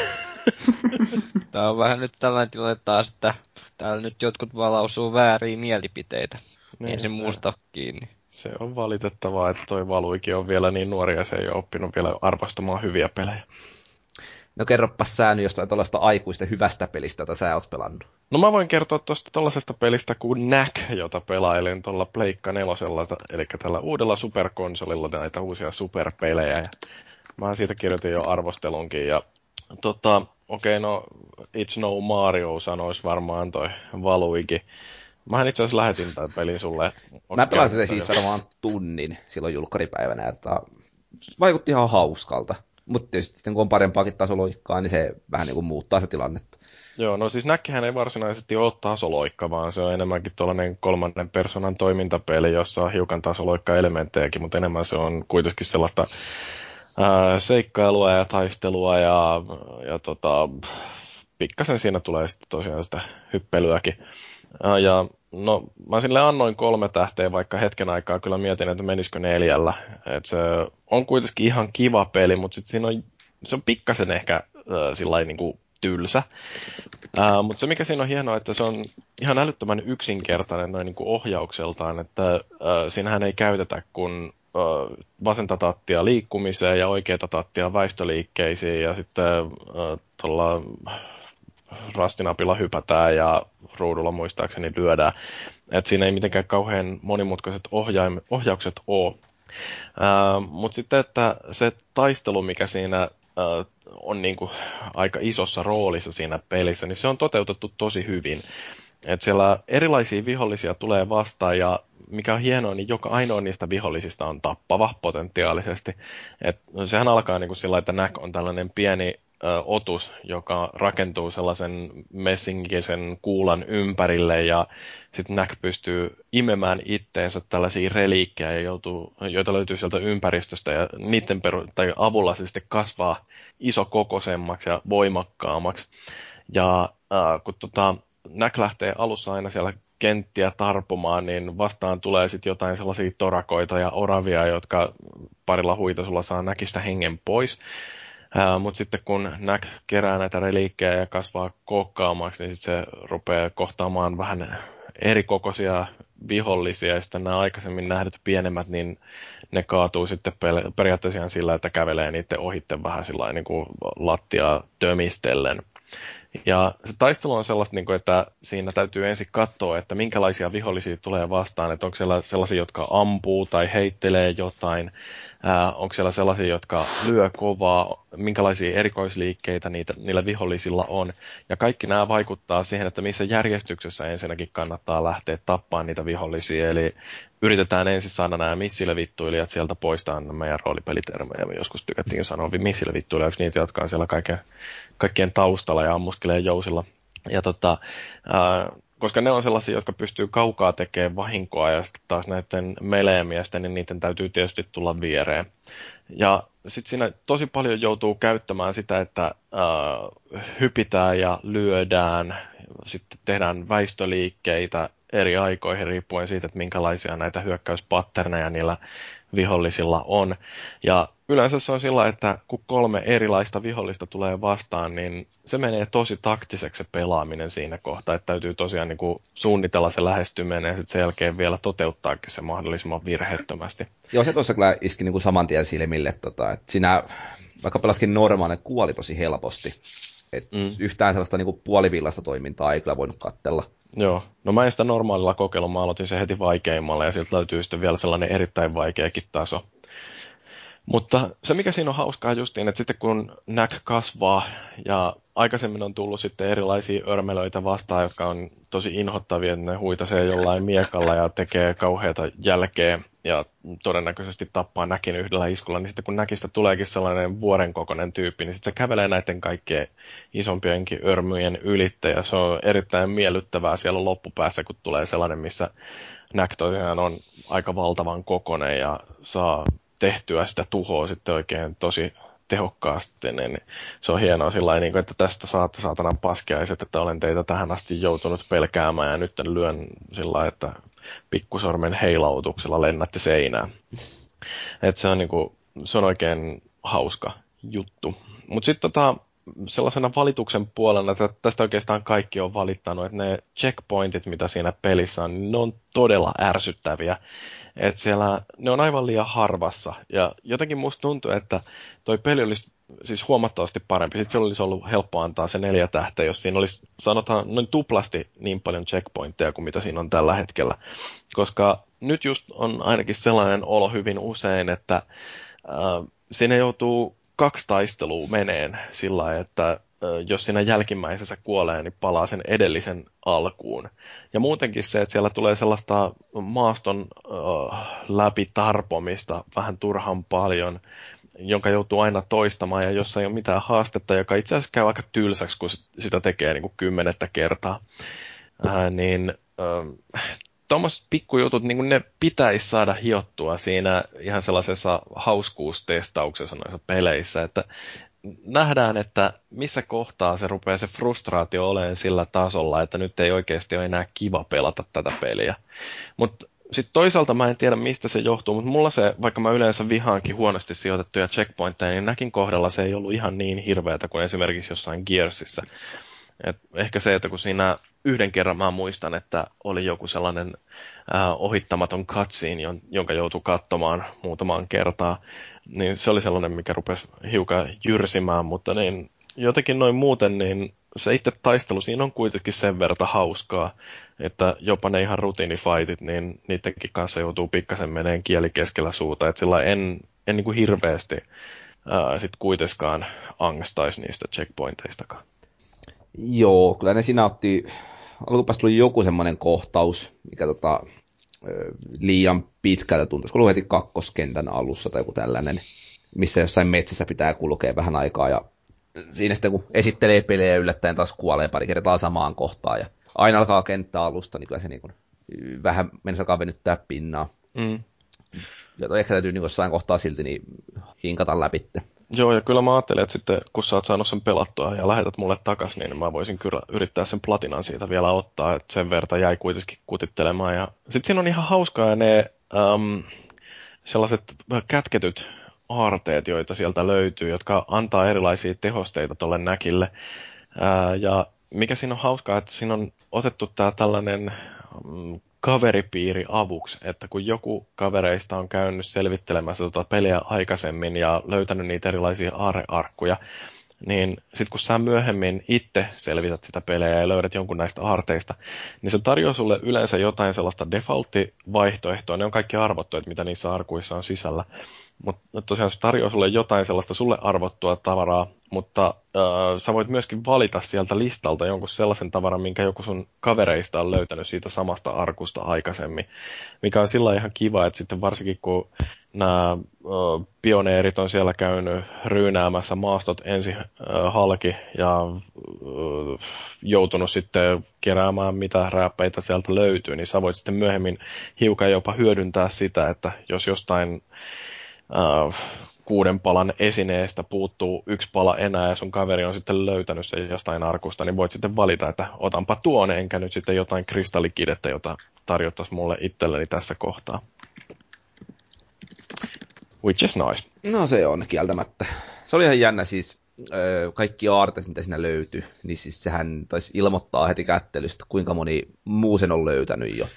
Tää on vähän nyt tällainen tilanne taas, että täällä nyt jotkut vaan lausuu vääriä mielipiteitä. Niin ei se muusta kiinni. Se on valitettavaa, että toi Valuikin on vielä niin nuori ja se ei ole oppinut vielä arvostamaan hyviä pelejä. No kerropas sä nyt jostain tuollaista aikuisten hyvästä pelistä, jota sä oot pelannut. No mä voin kertoa tuosta tollasesta pelistä kuin Knack, jota pelailin tuolla Pleikka 4, eli tällä uudella superkonsolilla näitä uusia superpelejä. Ja mä siitä kirjoitin jo arvostelunkin ja okei, no It's No Mario sanois varmaan toi Valuikin. Mähän itse asiassa lähetin tämän pelin sulle. Mä pelasin sitä siis varmaan tunnin silloin julkkaripäivänä, ja vaikutti ihan hauskalta. Mutta tietysti sitten kun on parempaakin tasoloikkaa, niin se vähän niin kuin muuttaa se tilannetta. Joo, no siis Knackhän ei varsinaisesti ole tasoloikka, vaan se on enemmänkin tuollainen kolmannen persoonan toimintapeli, jossa on hiukan tasoloikka-elementtejäkin, mutta enemmän se on kuitenkin sellaista seikkailua ja taistelua ja pikkasen siinä tulee sitten tosiaan sitä hyppelyäkin. Ja no mä sille annoin 3 tähteä, vaikka hetken aikaa kyllä mietin, että menisikö 4. Et se on kuitenkin ihan kiva peli, mutta sitten se on pikkasen ehkä sillain niinku tylsä. Mutta se mikä siinä on hienoa, että se on ihan älyttömän yksinkertainen noin niinku ohjaukseltaan, että siinähän ei käytetä kun vasenta tattia liikkumiseen ja oikeata tattia väistöliikkeisiin ja sitten tuolla rastinapilla hypätään ja ruudulla muistaakseni lyödään. Et siinä ei mitenkään kauhean monimutkaiset ohjaukset ole. Mutta sitten, että se taistelu, mikä siinä on niinku aika isossa roolissa siinä pelissä, niin se on toteutettu tosi hyvin. Et siellä erilaisia vihollisia tulee vastaan ja mikä on hienoa, niin joka ainoa niistä vihollisista on tappava potentiaalisesti. Et sehän alkaa niinku sillä, että Knack on tällainen pieni otus, joka rakentuu sellaisen messingisen kuulan ympärille ja sitten Knack pystyy imemään itteensä tällaisia reliikkejä, joita löytyy sieltä ympäristöstä ja niiden avulla se sitten kasvaa isokokoisemmaksi ja voimakkaammaksi. Ja kun Knack lähtee alussa aina siellä kenttiä tarpomaan, niin vastaan tulee sitten jotain sellaisia torakoita ja oravia, jotka parilla huitasulla saa Knackista hengen pois. Mutta sitten kun Knack kerää näitä reliikkejä ja kasvaa kookkaamaksi, niin sitten se rupeaa kohtaamaan vähän erikokoisia vihollisia, ja sitten nämä aikaisemmin nähdyt pienemmät, niin ne kaatuu sitten periaatteessa ihan sillä, että kävelee niiden ohitte vähän sillain niin kuin lattiaa tömistellen. Ja se taistelu on sellaista, niin kuin, että siinä täytyy ensin katsoa, että minkälaisia vihollisia tulee vastaan, että onko siellä sellaisia, jotka ampuu tai heittelee jotain, onko siellä sellaisia, jotka lyö kovaa, minkälaisia erikoisliikkeitä niillä vihollisilla on. Ja kaikki nämä vaikuttaa siihen, että missä järjestyksessä ensinnäkin kannattaa lähteä tappaan niitä vihollisia. Eli yritetään ensin saada nämä missilevittuilijat sieltä poistaa meidän roolipelitermejä. Me joskus tykättiin sanoa missilevittuilijaksi niitä, jotka on siellä kaikkien taustalla ja ammuskelee jousilla. Ja koska ne on sellaisia, jotka pystyy kaukaa tekemään vahinkoa, ja sitten taas näiden meleemiesten, niin niiden täytyy tietysti tulla viereen. Ja sitten siinä tosi paljon joutuu käyttämään sitä, että hypitään ja lyödään, sitten tehdään väistöliikkeitä eri aikoihin riippuen siitä, että minkälaisia näitä hyökkäyspatterneja niillä vihollisilla on. Ja yleensä se on sillä, että kun 3 erilaista vihollista tulee vastaan, niin se menee tosi taktiseksi se pelaaminen siinä kohtaa, että täytyy tosiaan niin kuin suunnitella se lähestyminen ja sitten sen jälkeen vielä toteuttaakin se mahdollisimman virheettömästi. Joo, se tuossa kyllä iski niin kuin saman tien silmille, että sinä vaikka pelaskin normaalinen kuoli tosi helposti. Yhtään sellaista niin kuin puolivillaista toimintaa ei kyllä voinut katsella. Joo, no mä en sitä normaalilla kokeilla, mä aloitin sen heti vaikeimmalla ja sieltä löytyy sitten vielä sellainen erittäin vaikeakin taso. Mutta se mikä siinä on hauskaa justiin, että sitten kun NAC kasvaa ja aikaisemmin on tullut sitten erilaisia örmelöitä vastaan, jotka on tosi inhottavia, että ne huitasee jollain miekalla ja tekee kauheata jälkeä ja todennäköisesti tappaa NACin yhdellä iskulla, niin sitten kun NACista tuleekin sellainen vuoren kokoinen tyyppi, niin sitten se kävelee näiden kaikkien isompienkin örmyjen ylitse ja se on erittäin miellyttävää siellä loppupäässä, kun tulee sellainen, missä NAC tosiaan on aika valtavan kokoinen ja saa tehtyä sitä tuhoa sitten oikein tosi tehokkaasti, niin se on hienoa sillä tavalla, että tästä saatte saatanan paskiaiset, että olen teitä tähän asti joutunut pelkäämään ja nyt lyön sillä tavalla, että pikkusormen heilautuksella lennätte seinään. Että se on oikein hauska juttu. Mutta sitten sellaisena valituksen puolella, että tästä oikeastaan kaikki on valittanut, että ne checkpointit, mitä siinä pelissä on, niin ne on todella ärsyttäviä. Että siellä ne on aivan liian harvassa. Ja jotenkin musta tuntuu, että toi peli olisi siis huomattavasti parempi. Sitten se olisi ollut helppo antaa se 4 tähteä, jos siinä olisi sanotaan noin tuplasti niin paljon checkpointteja kuin mitä siinä on tällä hetkellä. Koska nyt just on ainakin sellainen olo hyvin usein, että siinä joutuu 2 taistelua meneen sillä lailla, että jos siinä jälkimmäisessä kuolee, niin palaa sen edellisen alkuun. Ja muutenkin se, että siellä tulee sellaista maaston läpi tarpomista vähän turhan paljon, jonka joutuu aina toistamaan, ja jossa ei ole mitään haastetta, joka itse asiassa käy aika tylsäksi, kun sitä tekee niin kuin 10 kertaa. Tuommoiset pikkujutut, niin ne pitäisi saada hiottua siinä ihan sellaisessa hauskuustestauksessa noissa peleissä, että nähdään, että missä kohtaa se rupeaa se frustraatio olemaan sillä tasolla, että nyt ei oikeasti ole enää kiva pelata tätä peliä. Mutta sitten toisaalta mä en tiedä, mistä se johtuu, mutta mulla se, vaikka mä yleensä vihaankin huonosti sijoitettuja checkpointteja, niin näkin kohdalla se ei ollut ihan niin hirveätä kuin esimerkiksi jossain Gearsissa. Et ehkä se, että kun siinä yhden kerran mä muistan, että oli joku sellainen ohittamaton cutscene, jonka joutui katsomaan muutamaan kertaa, niin se oli sellainen, mikä rupesi hiukan jyrsimään, mutta niin, jotenkin noin muuten, niin se itse taistelu siinä on kuitenkin sen verran hauskaa, että jopa ne ihan rutiinifightit, niin niidenkin kanssa joutuu pikkasen meneen kieli keskellä suuta, että sillä en niin kuin hirveästi sit kuitenkaan angstaisi niistä checkpointeistakaan. Joo, kyllä ne siinä otti, alkupäästä tuli joku semmoinen kohtaus, mikä liian pitkältä tuntuisi, kun heti kakkoskentän alussa tai joku tällainen, missä jossain metsissä pitää kulkea vähän aikaa, ja siinä sitten kun esittelee pelejä yllättäen taas kuolee pari kertaa samaan kohtaan, ja aina alkaa kenttää alusta, niin kyllä se niin kuin vähän mennessä alkaa venyttää pinnaa. Ja ehkä täytyy niin jossain kohtaa silti niin hinkata läpitte. Joo, ja kyllä mä ajattelin, että sitten kun sä oot saanut sen pelattua ja lähetät mulle takaisin, niin mä voisin kyllä yrittää sen platinan siitä vielä ottaa, että sen verran jäi kuitenkin kutittelemaan. Ja sitten siinä on ihan hauskaa ne sellaiset kätketyt aarteet, joita sieltä löytyy, jotka antaa erilaisia tehosteita tuolle näkille. Ja mikä siinä on hauskaa, että siinä on otettu tää tällainen kaveripiiri avuksi, että kun joku kavereista on käynyt selvittelemässä peliä aikaisemmin ja löytänyt niitä erilaisia aarearkkuja, niin sit kun sä myöhemmin itse selvität sitä pelejä ja löydät jonkun näistä aarteista, niin se tarjoaa sulle yleensä jotain sellaista defaultti-vaihtoehtoa. Ne on kaikki arvottu, että mitä niissä arkuissa on sisällä. Mutta tosiaan se tarjoaa sulle jotain sellaista sulle arvottua tavaraa, mutta sä voit myöskin valita sieltä listalta jonkun sellaisen tavaran, minkä joku sun kavereista on löytänyt siitä samasta arkusta aikaisemmin. Mikä on sillä ihan kiva, että sitten varsinkin kun nämä pioneerit on siellä käynyt ryynäämässä maastot ensin halki ja joutunut sitten keräämään mitä rääppeitä sieltä löytyy, niin sä voit sitten myöhemmin hiukan jopa hyödyntää sitä, että jos jostain 6 palan esineestä puuttuu 1 pala enää ja sun kaveri on sitten löytänyt sen jostain arkusta, niin voit sitten valita, että otanpa tuon enkä nyt sitten jotain kristallikidettä, jota tarjottaisiin mulle itselleni tässä kohtaa. Which is nice. No se on kieltämättä. Se oli ihan jännä siis, kaikki aarteet, mitä siinä löytyi, niin siis sehän taisi ilmoittaa heti kättelystä, kuinka moni muu sen on löytänyt jo.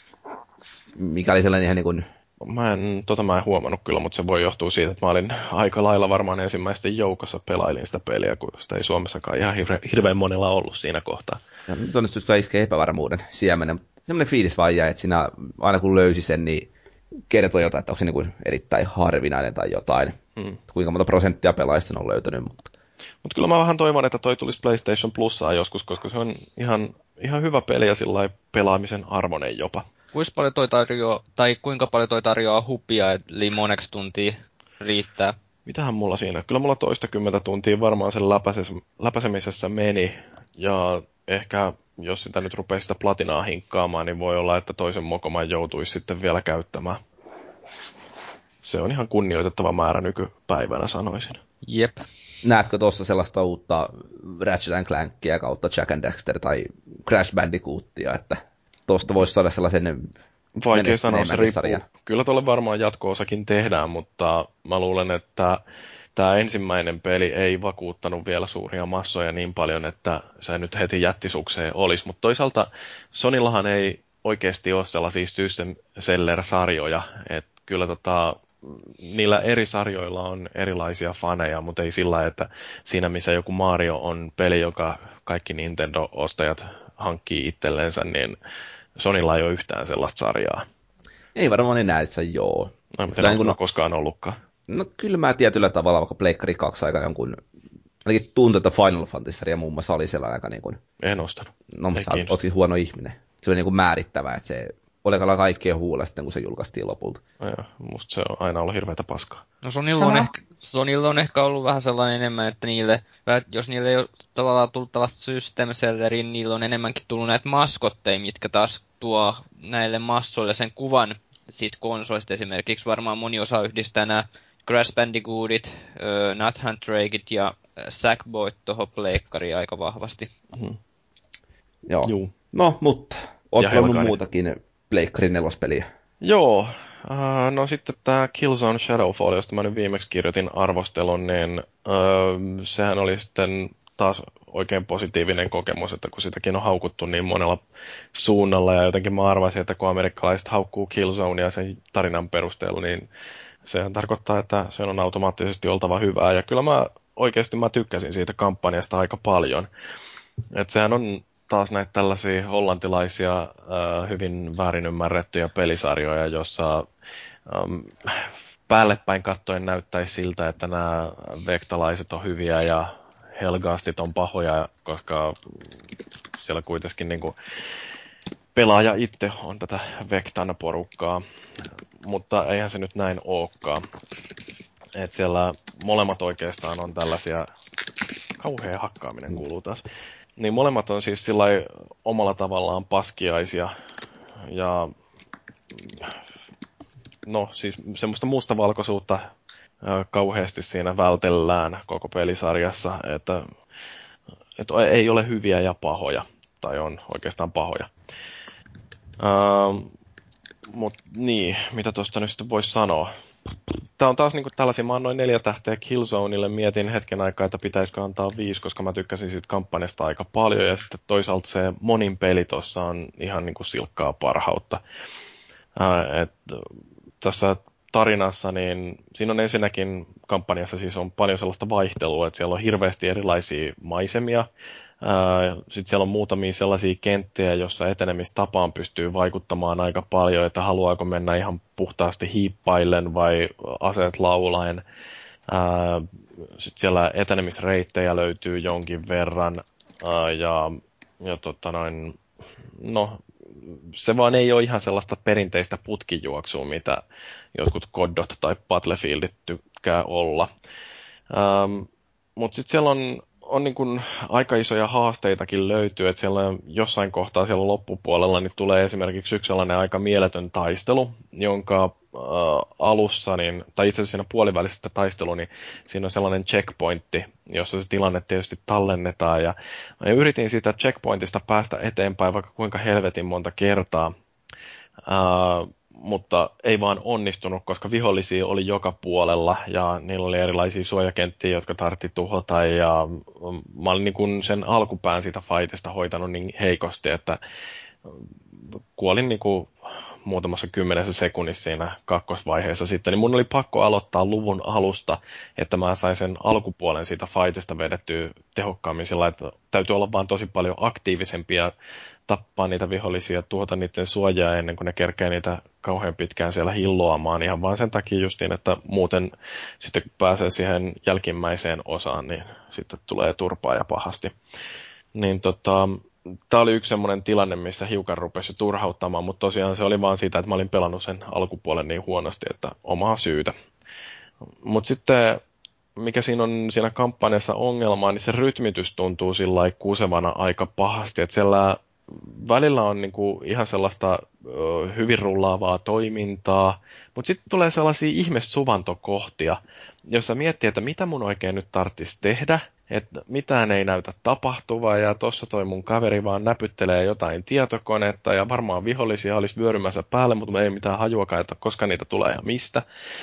Mikä oli sellainen ihan niin kuin... Mä en huomannut kyllä, mutta se voi johtua siitä, että mä olin aika lailla varmaan ensimmäisten joukossa pelailin sitä peliä, kun sitä ei Suomessakaan ihan hirveän monella ollut siinä kohtaa. Ja nyt onnistus kyllä iskee epävarmuuden siemenen. Semmoinen fiilis vaan jäi, että siinä aina kun löysi sen, niin kertoi jotain, että onko se niin kuin erittäin harvinainen tai jotain. Kuinka monta prosenttia pelaajista sen on löytänyt. Mutta kyllä mä vähän toivon, että toi tulisi PlayStation Plusaa joskus, koska se on ihan hyvä peli ja sillä pelaamisen arvoinen jopa. Kuinka paljon toi tarjoaa hupia, eli moneksi tuntia riittää? Mitähän mulla siinä? Kyllä mulla 20 tuntia varmaan sen läpäisemisessä meni. Ja ehkä jos sitä nyt rupeaa sitä platinaa hinkkaamaan, niin voi olla, että toisen mokoman joutuisi sitten vielä käyttämään. Se on ihan kunnioitettava määrä nykypäivänä, sanoisin. Jep. Näetkö tuossa sellaista uutta Ratchet & Clankia kautta Jack and Daxter tai Crash Bandicootia, että tuosta voisi saada sellaisen vaikea sanoa, se riippuu. Kyllä tuolle varmaan jatko-osakin tehdään, mutta mä luulen, että tämä ensimmäinen peli ei vakuuttanut vielä suuria massoja niin paljon, että se nyt heti jättisukseen olisi. Mutta toisaalta Sonyllahan ei oikeasti ole sellaisia system seller-sarjoja, että kyllä niillä eri sarjoilla on erilaisia faneja, mutta ei sillä, että siinä missä joku Mario on peli, joka kaikki Nintendo-ostajat hankkii itsellensä, niin Sonylla ei ole yhtään sellaista sarjaa. Ei varmaan enää, että joo. No, mutta ei ole koskaan ollutkaan. No kyllä mä tietyllä tavalla, vaikka Pleikkari 2 aika jonkun, ainakin tuntuu, että Final Fantasy-sarja muun muassa oli sellainen aika niin kuin... En ostanut. No, sä ootkin huono ihminen. Se oli niin kuin määrittävää, että se oli kaikkien huulla sitten, kun se julkaistiin lopulta. No joo, musta se on aina ollut hirveätä paskaa. No Sonylla on ehkä ollut vähän sellainen enemmän, että jos niille ei ole tavallaan tullut tällaista system selleria, niin niillä on enemmänkin tullut näitä maskotteja, mitkä taas tuo näille massoille sen kuvan siitä konsolista. Esimerkiksi varmaan moni osaa yhdistää nämä Crash Bandicootit, Nut Hunt Drakeit ja Sackboyt tuohon pleikkariin aika vahvasti. Joo. Juu. No, mutta oot pelannut muutakin Pleikkarin 4-peliä. Joo. No sitten tämä Killzone Shadowfall, josta mä nyt viimeksi kirjoitin arvostelun, niin sehän oli sitten taas oikein positiivinen kokemus, että kun sitäkin on haukuttu niin monella suunnalla ja jotenkin mä arvasin, että kun amerikkalaiset haukkuu Killzonea sen tarinan perusteella, niin sehän tarkoittaa, että se on automaattisesti oltava hyvää. Ja kyllä mä tykkäsin siitä kampanjasta aika paljon. Että sehän on taas näitä tällaisia hollantilaisia hyvin väärin ymmärrettyjä pelisarjoja, jossa päällepäin kattoen näyttäisi siltä, että nämä vektalaiset on hyviä ja helgaastit on pahoja, koska siellä kuitenkin niin kuin pelaaja itse on tätä Vektan porukkaa, mutta eihän se nyt näin olekaan. Että siellä molemmat oikeastaan on tällaisia, kauhea hakkaaminen kuuluu taas, niin molemmat on siis sillai omalla tavallaan paskiaisia ja no siis semmoista mustavalkoisuutta kauheasti siinä vältellään koko pelisarjassa, että ei ole hyviä ja pahoja, tai on oikeastaan pahoja. Mutta niin, mitä tuosta nyt sitten voisi sanoa? Tämä on taas niinku tällaisia, mä annoin 4 tähteä Killzoneille, mietin hetken aikaa, että pitäisikö antaa 5, koska mä tykkäsin siitä kampanjasta aika paljon, ja sitten toisaalta se monin peli tuossa on ihan niinku silkkaa parhautta. Tässä tarinassa, niin siinä on ensinnäkin kampanjassa siis on paljon sellaista vaihtelua, että siellä on hirveästi erilaisia maisemia. Sitten siellä on muutamia sellaisia kenttiä, joissa etenemistapaan pystyy vaikuttamaan aika paljon, että haluaako mennä ihan puhtaasti hiippaillen vai aseet laulaen. Sitten siellä etenemisreittejä löytyy jonkin verran ja se vaan ei ole ihan sellaista perinteistä putkijuoksua, mitä jotkut Godot tai Battlefieldit tykkää olla. Mutta sitten siellä on niin kuin aika isoja haasteitakin löytyy, että siellä jossain kohtaa siellä loppupuolella niin tulee esimerkiksi yksi sellainen aika mieletön taistelu, jonka alussa, tai itse asiassa siinä puolivälisestä taistelu, niin siinä on sellainen checkpointti, jossa se tilanne tietysti tallennetaan. Ja yritin siitä checkpointista päästä eteenpäin vaikka kuinka helvetin monta kertaa, mutta ei vaan onnistunut, koska vihollisia oli joka puolella ja niillä oli erilaisia suojakenttiä, jotka tarvitsi tuhota ja mä olin niin kuin sen alkupään siitä fightista hoitanut niin heikosti, että kuolin niin kuin muutamassa 10 sekunnissa siinä kakkosvaiheessa sitten, niin mun oli pakko aloittaa luvun alusta, että mä sain sen alkupuolen siitä fightista vedettyä tehokkaammin sillä, että täytyy olla vaan tosi paljon aktiivisempia, tappaa niitä vihollisia, tuhota niiden suojaa ennen kuin ne kerkee niitä kauhean pitkään siellä hilloamaan, ihan vaan sen takia justiin, että muuten sitten kun pääsee siihen jälkimmäiseen osaan, niin sitten tulee turpaa ja pahasti. Niin tämä oli yksi semmoinen tilanne, missä hiukan rupesi turhauttamaan, mutta tosiaan se oli vaan siitä, että mä olin pelannut sen alkupuolen niin huonosti, että omaa syytä. Mutta sitten, mikä siinä on siinä kampanjassa ongelmaa, niin se rytmitys tuntuu sillä kusevana aika pahasti, että siellä välillä on niinku ihan sellaista hyvin rullaavaa toimintaa, mutta sitten tulee sellaisia ihmesuvantokohtia, jossa miettii, että mitä mun oikein nyt tarvitsisi tehdä, että mitään ei näytä tapahtuvaa ja tuossa toi mun kaveri vaan näpyttelee jotain tietokonetta ja varmaan vihollisia olisi vyörymässä päälle, mutta ei mitään hajuakaan, että koska niitä tulee ja mistä.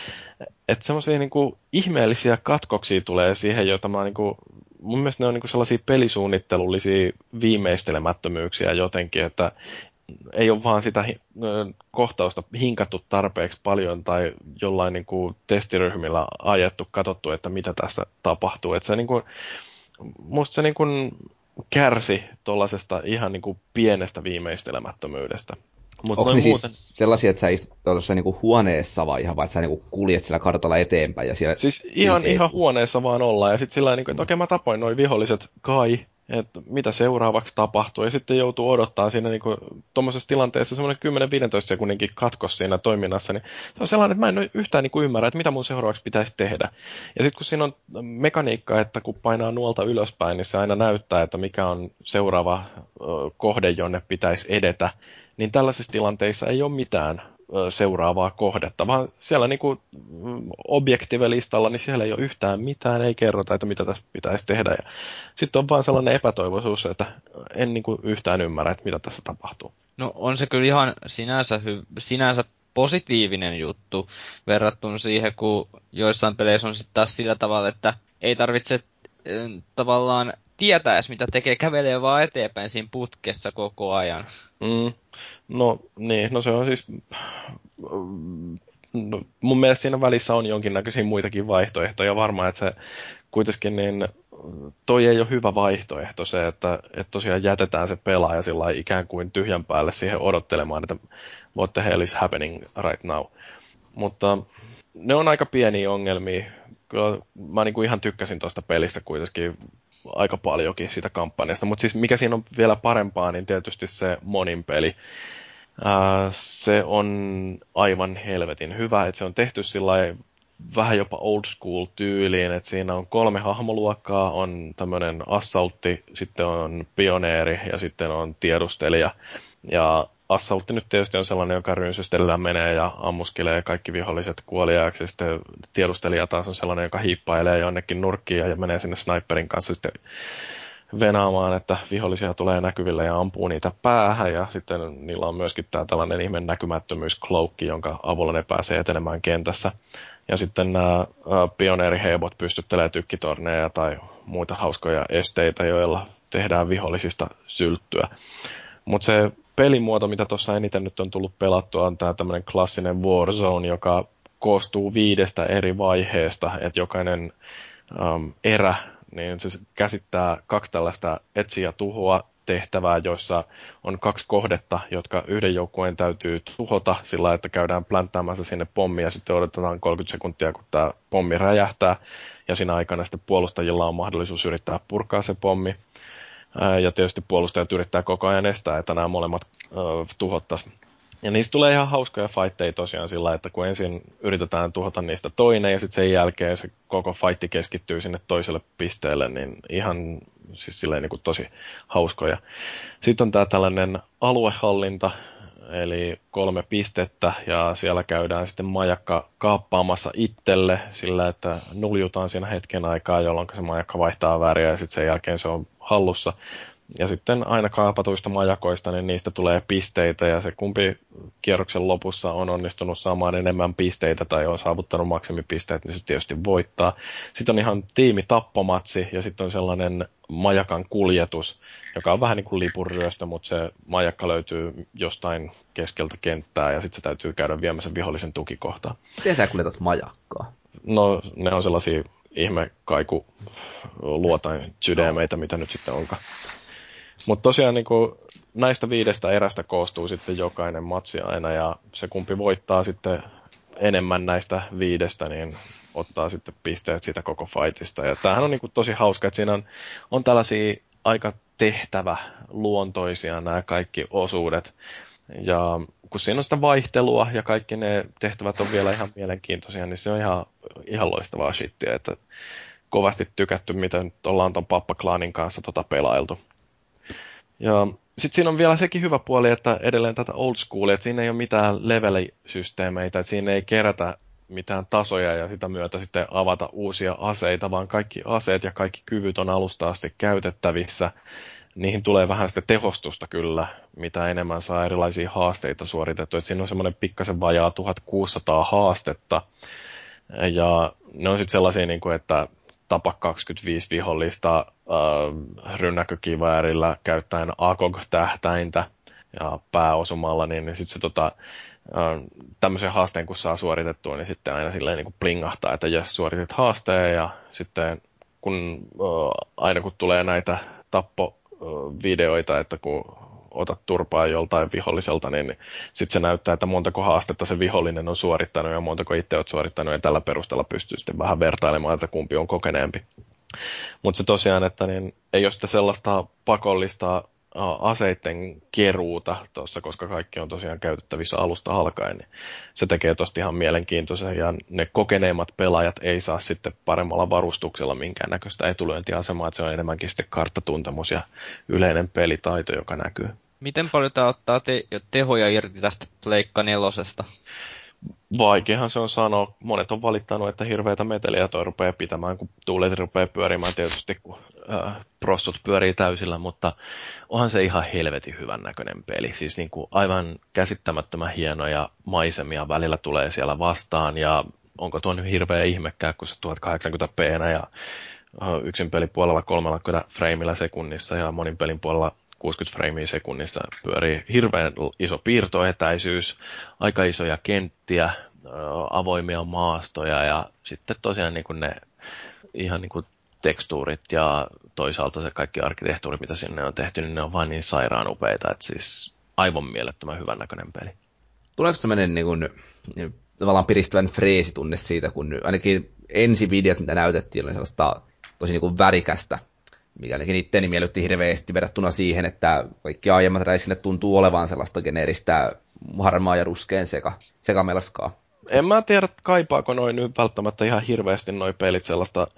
Että semmoisia niinku ihmeellisiä katkoksia tulee siihen, joita mä niinku, mun mielestä ne on niinku sellaisia pelisuunnittelullisia viimeistelemättömyyksiä jotenkin, että ei ole vaan sitä kohtausta hinkattu tarpeeksi paljon tai jollain niin kuin testiryhmillä ajettu, katsottu, että mitä tässä tapahtuu. Että se, niin kuin, musta se niin kuin kärsi tuollaisesta ihan niin kuin pienestä viimeistelemättömyydestä. Onko ne siis sellaisia, että sä istut tuossa niinku huoneessa vai ihan vai että sä niinku kuljet sillä kartalla eteenpäin? Ja siellä, siis ihan huoneessa vaan ollaan ja sitten sillä tavalla, että okei mä tapoin noi viholliset kai, että mitä seuraavaksi tapahtuu, ja sitten joutuu odottaa siinä niin tuommoisessa tilanteessa semmoinen 10-15 sekunninkin katkos siinä toiminnassa, niin se on sellainen, että mä en yhtään niin ymmärrä, että mitä mun seuraavaksi pitäisi tehdä. Ja sitten kun siinä on mekaniikka, että kun painaa nuolta ylöspäin, niin se aina näyttää, että mikä on seuraava kohde, jonne pitäisi edetä, niin tällaisissa tilanteissa ei ole mitään seuraavaa kohdetta, vaan siellä niinku objektivelistalla, niin siellä ei ole yhtään mitään, ei kerrota, että mitä tässä pitäisi tehdä. Ja sitten on vaan sellainen epätoivoisuus, että en niinku yhtään ymmärrä, että mitä tässä tapahtuu. No on se kyllä ihan sinänsä positiivinen juttu verrattuna siihen, kun joissain peleissä on sitten taas sillä tavalla, että ei tarvitse tavallaan tietää edes mitä tekee, kävelee vaan eteenpäin siinä putkessa koko ajan. No niin, no se on siis, no, mun mielestä siinä välissä on jonkinnäköisiä muitakin vaihtoehtoja varmaan, että se kuitenkin niin, toi ei ole hyvä vaihtoehto se, että tosiaan jätetään se pelaaja sillä ikään kuin tyhjän päälle siihen odottelemaan, että what the hell is happening right now. Mutta ne on aika pieniä ongelmia. Mä niin kuin ihan tykkäsin tuosta pelistä kuitenkin aika paljonkin siitä kampanjasta, mutta siis mikä siinä on vielä parempaa, niin tietysti se monin peli. Se on aivan helvetin hyvä, että se on tehty sillai vähän jopa old school tyyliin, että siinä on 3 hahmoluokkaa, on tämmöinen assaultti, sitten on pioneeri ja sitten on tiedustelija. Ja assaultti nyt tietysti on sellainen, joka rynsystellään menee ja ammuskelee kaikki viholliset kuoliaaksi. Ja sitten tiedustelija taas on sellainen, joka hiippailee jonnekin nurkkiin ja menee sinne sniperin kanssa sitten venaamaan, että vihollisia tulee näkyville ja ampuu niitä päähän. Ja sitten niillä on myöskin tämä tällainen ihme näkymättömyyskloukki, jonka avulla ne pääsee etenemään kentässä. Ja sitten nämä pioneeriheibot pystyttelee tykkitorneja tai muita hauskoja esteitä, joilla tehdään vihollisista sylttyä. Mutta se pelimuoto, mitä tuossa eniten nyt on tullut pelattua, on tämä tämmöinen klassinen Warzone, joka koostuu 5 eri vaiheesta, että jokainen erä, niin se käsittää 2 tällaista etsiä tuhoa tehtävää, joissa on 2 kohdetta, jotka yhden joukkueen täytyy tuhota sillä, että käydään plänttäämässä sinne pommi ja sitten odotetaan 30 sekuntia, kun tämä pommi räjähtää. Ja siinä aikana sitten puolustajilla on mahdollisuus yrittää purkaa se pommi. Ja tietysti puolustajat yrittää koko ajan estää, että nämä molemmat tuhottaisiin. Ja niistä tulee ihan hauskoja fightteja tosiaan sillä, että kun ensin yritetään tuhota niistä toinen ja sitten sen jälkeen se koko fightti keskittyy sinne toiselle pisteelle, niin ihan siis silleen niin kuin tosi hauskoja. Sitten on tämä tällainen aluehallinta, eli 3 pistettä ja siellä käydään sitten majakka kaappaamassa itselle sillä, että nuljutaan siinä hetken aikaa, jolloin se majakka vaihtaa väriä ja sitten sen jälkeen se on hallussa. Ja sitten aina kaapatuista majakoista, niin niistä tulee pisteitä, ja se kumpi kierroksen lopussa on onnistunut saamaan enemmän pisteitä tai on saavuttanut maksimipisteet, niin se tietysti voittaa. Sitten on ihan tiimitappomatsi, ja sitten on sellainen majakan kuljetus, joka on vähän niin kuin lipunryöstö, mutta se majakka löytyy jostain keskeltä kenttää, ja sitten se täytyy käydä viemässä vihollisen tukikohtaan. Miten sä kuljetat majakkaa? No, ne on sellaisia ihmekaiku luotain sydämeitä, mitä nyt sitten onkaan. Mutta tosiaan niin näistä 5 erästä koostuu sitten jokainen matsi aina, ja se kumpi voittaa sitten enemmän näistä 5, niin ottaa sitten pisteet siitä koko fightista. Ja tämähän on niin tosi hauska, että siinä on tällaisia aika tehtäväluontoisia nämä kaikki osuudet. Ja kun siinä on sitä vaihtelua ja kaikki ne tehtävät on vielä ihan mielenkiintoisia, niin se on ihan loistavaa shittiä, että kovasti tykätty, miten ollaan ton Pappa-klaanin kanssa pelailtu. Ja sitten siinä on vielä sekin hyvä puoli, että edelleen tätä old schoolia, että siinä ei ole mitään level-systeemeitä, että siinä ei kerätä mitään tasoja ja sitä myötä sitten avata uusia aseita, vaan kaikki aseet ja kaikki kyvyt on alusta asti käytettävissä. Niihin tulee vähän sitä tehostusta kyllä, mitä enemmän saa erilaisia haasteita suoritettua. Että siinä on semmoinen pikkasen vajaa 1600 haastetta. Ja ne on sitten sellaisia, että tapa 25 vihollista rynnäkkökiväärillä käyttäen ACOG-tähtäintä ja pääosumalla, niin sitten se tämmöisen haasteen kun saa suoritettua, niin sitten aina silleen niin kuin plingahtaa, että jos suoritit haasteen ja sitten aina kun tulee näitä tappovideoita, että kun otat turpaa joltain viholliselta, niin sitten se näyttää, että montako haastetta se vihollinen on suorittanut ja montako itse olet suorittanut, ja tällä perusteella pystyy sitten vähän vertailemaan, että kumpi on kokeneempi. Mutta se tosiaan, että niin ei ole sitä sellaista pakollista aseiden keruuta tuossa, koska kaikki on tosiaan käytettävissä alusta alkaen, niin se tekee tosta ihan mielenkiintoisen, ja ne kokeneimmat pelaajat ei saa sitten paremmalla varustuksella minkäännäköistä etulyöntiasemaa, että se on enemmänkin sitten karttatuntemus ja yleinen pelitaito, joka näkyy. Miten paljon tämä ottaa tehoja irti tästä Pleikka 4:sta? Vaikeahan se on sanoa. Monet on valittanut, että hirveätä meteliä toi rupeaa pitämään, kun tuulet rupeaa pyörimään tietysti, kun prossut pyörii täysillä, mutta onhan se ihan helvetin hyvän näköinen peli. Siis niin kuin aivan käsittämättömän hienoja maisemia välillä tulee siellä vastaan, ja onko tuo nyt hirveä ihmekään, kun se 1080p ja yksin pelin puolella 30 freimillä sekunnissa ja monin pelin puolella 60 freimiä sekunnissa pyörii hirveän iso piirtoetäisyys, aika isoja kenttiä, avoimia maastoja ja sitten tosiaan niin kuin ne ihan niin kuin tekstuurit ja toisaalta se kaikki arkkitehtuuri, mitä sinne on tehty, niin ne on vain niin sairaan upeita, että siis aivan mielettömän hyvän näköinen peli. Tuleeko sellainen niin kuin, tavallaan piristävän freesitunne siitä, kun ainakin ensivideot, mitä näytettiin, oli sellaista tosi niin kuin värikästä, mikä ainakin itseäni miellytti hirveästi verrattuna siihen, että kaikki aiemmat räiskinnät tuntuu olevan sellaista geneeristä harmaa ja ruskeen sekamelskaa. En mä tiedä, kaipaako noin nyt välttämättä ihan hirveästi noi pelit sellaista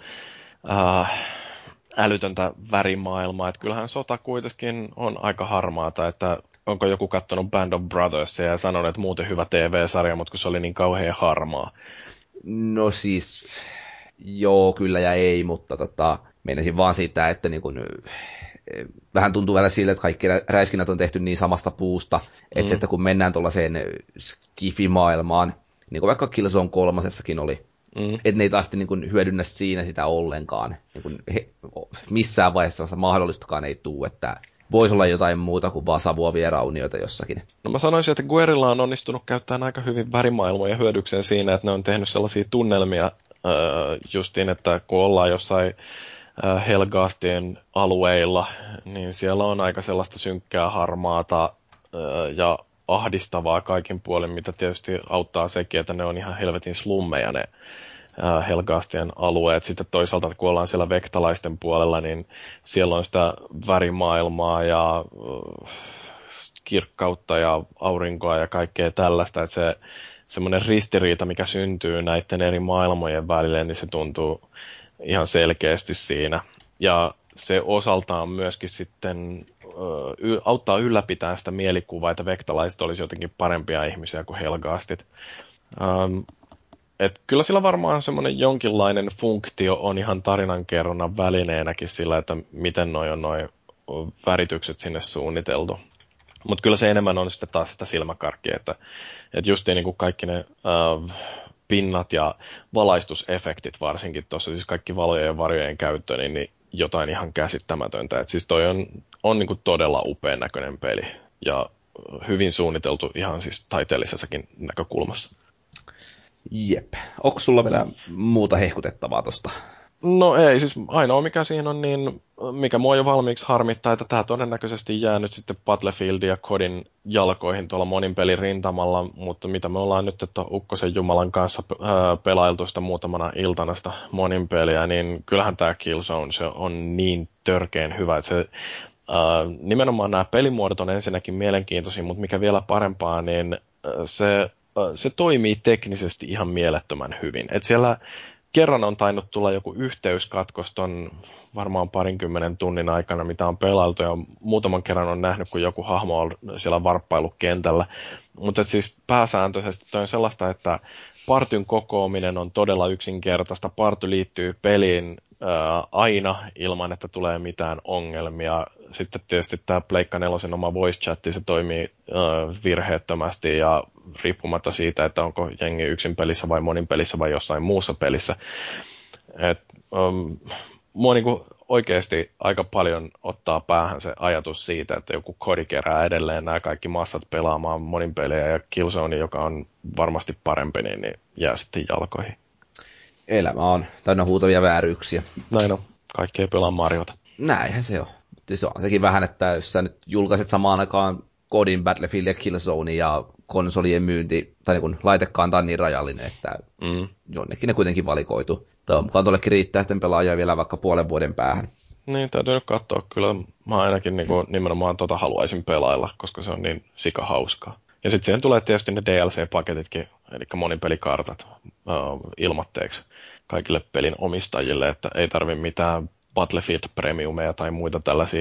älytöntä värimaailmaa. Että kyllähän sota kuitenkin on aika harmaata, että onko joku katsonut Band of Brothers ja sanonut, että muuten hyvä TV-sarja, mutta kun se oli niin kauhean harmaa. No siis, joo, kyllä ja ei, mutta meinasin vaan siitä, että niin kun, vähän tuntuu vielä siltä, että kaikki räiskinnät on tehty niin samasta puusta, että, että kun mennään tuollaiseen skifi-maailmaan, niin kuin vaikka Killzone 3:ssakin oli, että ne ei taas niin kuin hyödynnä siinä sitä ollenkaan. Niin kuin missään vaiheessa mahdollistakaan ei tule, että voisi olla jotain muuta kuin vaan savuavia raunioita jossakin. No mä sanoisin, että Guerrilla on onnistunut käyttämään aika hyvin värimaailmoja hyödykseen siinä, että ne on tehnyt sellaisia tunnelmia justiin, että kun ollaan jossain Helgastien alueilla, niin siellä on aika sellaista synkkää, harmaata ja ahdistavaa kaikin puolin, mitä tietysti auttaa sekin, että ne on ihan helvetin slummeja ne Helgastien alueet. Sitten toisaalta, kun ollaan siellä vektalaisten puolella, niin siellä on sitä värimaailmaa ja kirkkautta ja aurinkoa ja kaikkea tällaista, että se semmoinen ristiriita, mikä syntyy näiden eri maailmojen välille, niin se tuntuu ihan selkeästi siinä. Ja se osaltaan myöskin sitten auttaa ylläpitämään sitä mielikuvaa, että vektalaiset olisi jotenkin parempia ihmisiä kuin Helgastit. Et kyllä sillä varmaan semmoinen jonkinlainen funktio on ihan tarinankerronnan välineenäkin sillä, että miten noi on noi väritykset sinne suunniteltu. Mutta kyllä se enemmän on sitten taas sitä silmäkarkkia, että justiin niin kuin kaikki ne pinnat ja valaistusefektit varsinkin tuossa, siis kaikki valojen ja varjojen käyttö, niin jotain ihan käsittämätöntä. Et siis toi on niin kuin todella upean näköinen peli ja hyvin suunniteltu ihan siis taiteellisessakin näkökulmassa. Jep. Onko sulla vielä muuta hehkutettavaa tosta? No ei, siis ainoa mikä siinä on, niin mikä mua jo valmiiksi harmittaa, että tämä todennäköisesti jää nyt sitten Battlefieldin ja Codin jalkoihin tuolla monin pelin rintamalla, mutta mitä me ollaan nyt että Ukkosen Jumalan kanssa pelailtu sitä muutamana iltana sitä monin peliä, niin kyllähän tämä Killzone se on niin törkeen hyvä, että se nimenomaan nämä pelimuodot on ensinnäkin mielenkiintoisia, mutta mikä vielä parempaa, niin se toimii teknisesti ihan mielettömän hyvin. Et siellä kerran on tainnut tulla joku yhteyskatkos ton varmaan 20 tunnin aikana, mitä on pelailtu, ja muutaman kerran on nähnyt, kun joku hahmo on siellä varppailu kentällä. Mutta siis pääsääntöisesti toi on sellaista, että partyn kokoaminen on todella yksinkertaista. Party liittyy peliin aina ilman, että tulee mitään ongelmia. Sitten tietysti tämä Pleikka 4 oma voice chatti, se toimii virheettömästi ja riippumatta siitä, että onko jengi yksin pelissä vai monin pelissä vai jossain muussa pelissä. Mua niinku oikeasti aika paljon ottaa päähän se ajatus siitä, että joku kodi kerää edelleen nämä kaikki massat pelaamaan monin pelejä ja Killzone, joka on varmasti parempi, niin jää sitten jalkoihin. Elämä on täynnä huutavia vääryyksiä. Näin on. Kaikki ei pelaa Mariota. Näinhän se on. Se on sekin vähän, että jos sä nyt julkaiset samaan aikaan Kodin, Battlefield ja Killzone ja konsolien myynti, tai niin kun laitekanta on niin rajallinen, että jonnekin ne kuitenkin valikoitu. Toivon mukaan tuollekin riittää sitten pelaajia vielä vaikka puolen vuoden päähän. Niin, täytyy nyt katsoa. Kyllä mä ainakin nimenomaan haluaisin pelailla, koska se on niin sikahauskaa. Ja sitten siihen tulee tietysti ne DLC-paketitkin, eli monipelikartat ilmatteeksi kaikille pelin omistajille, että ei tarvitse mitään Battlefield Premiumeja tai muita tällaisia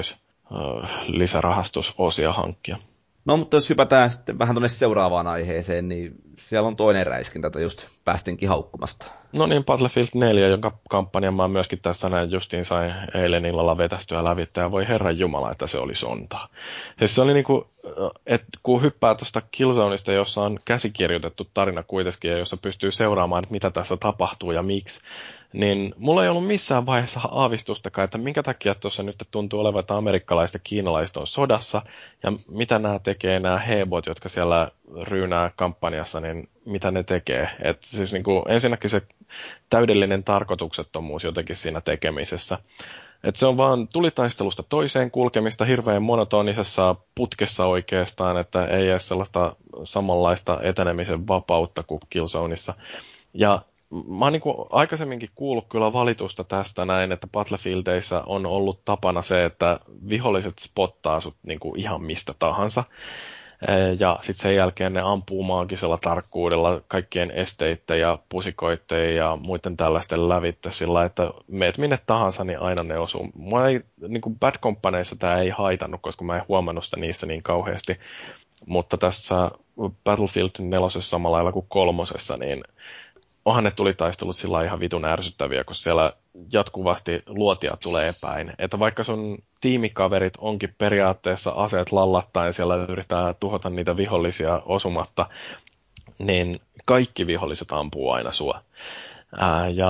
lisärahastusosia hankkia. No, mutta jos hypätään sitten vähän tuonne seuraavaan aiheeseen, niin siellä on toinen räiskintä, jota just päästinkin haukkumasta. No niin, Battlefield 4, jonka kampanjan mä myöskin tässä näin justiin sain eilen illalla vetästyä lävittä, ja voi herran jumala, että se oli sontaa. Siis se oli niinku, että kun hyppää tuosta Killzoneista, jossa on käsikirjoitettu tarina kuitenkin, ja jossa pystyy seuraamaan, että mitä tässä tapahtuu ja miksi, niin mulla ei ollut missään vaiheessa aavistustakaan, että minkä takia tuossa nyt tuntuu olevan, että amerikkalaiset ja kiinalaiset on sodassa, ja mitä nämä tekee, nämä hebot, jotka siellä ryynää kampanjassa, niin mitä ne tekee. Että siis niin kuin, ensinnäkin se täydellinen tarkoituksettomuus jotenkin siinä tekemisessä. Että se on vaan tulitaistelusta toiseen kulkemista hirveän monotonisessa putkessa oikeastaan, että ei edes sellaista samanlaista etenemisen vapautta kuin Killzoneissa. Ja mä oon niin kuin aikaisemminkin kuullut kyllä valitusta tästä näin, että Battlefieldeissa on ollut tapana se, että viholliset spottaa sut niin kuin ihan mistä tahansa. Ja sitten sen jälkeen ne ampuu maagisella tarkkuudella kaikkien esteiden ja pusikoitteen ja muiden tällaisten lävittä sillä, että meet minne tahansa, niin aina ne osuu. Mua ei, niin kuin Bad Companyissa tämä ei haitannut, koska mä en huomannut sitä niissä niin kauheasti. Mutta tässä Battlefield 4 samalla lailla kuin 3, niin onhan ne tulitaistelut sillä ihan vitun ärsyttäviä, kun siellä jatkuvasti luotia tulee päin. Että vaikka sun tiimikaverit onkin periaatteessa aseet lallattaen, siellä yrittää tuhota niitä vihollisia osumatta, niin kaikki viholliset ampuu aina sua. Ja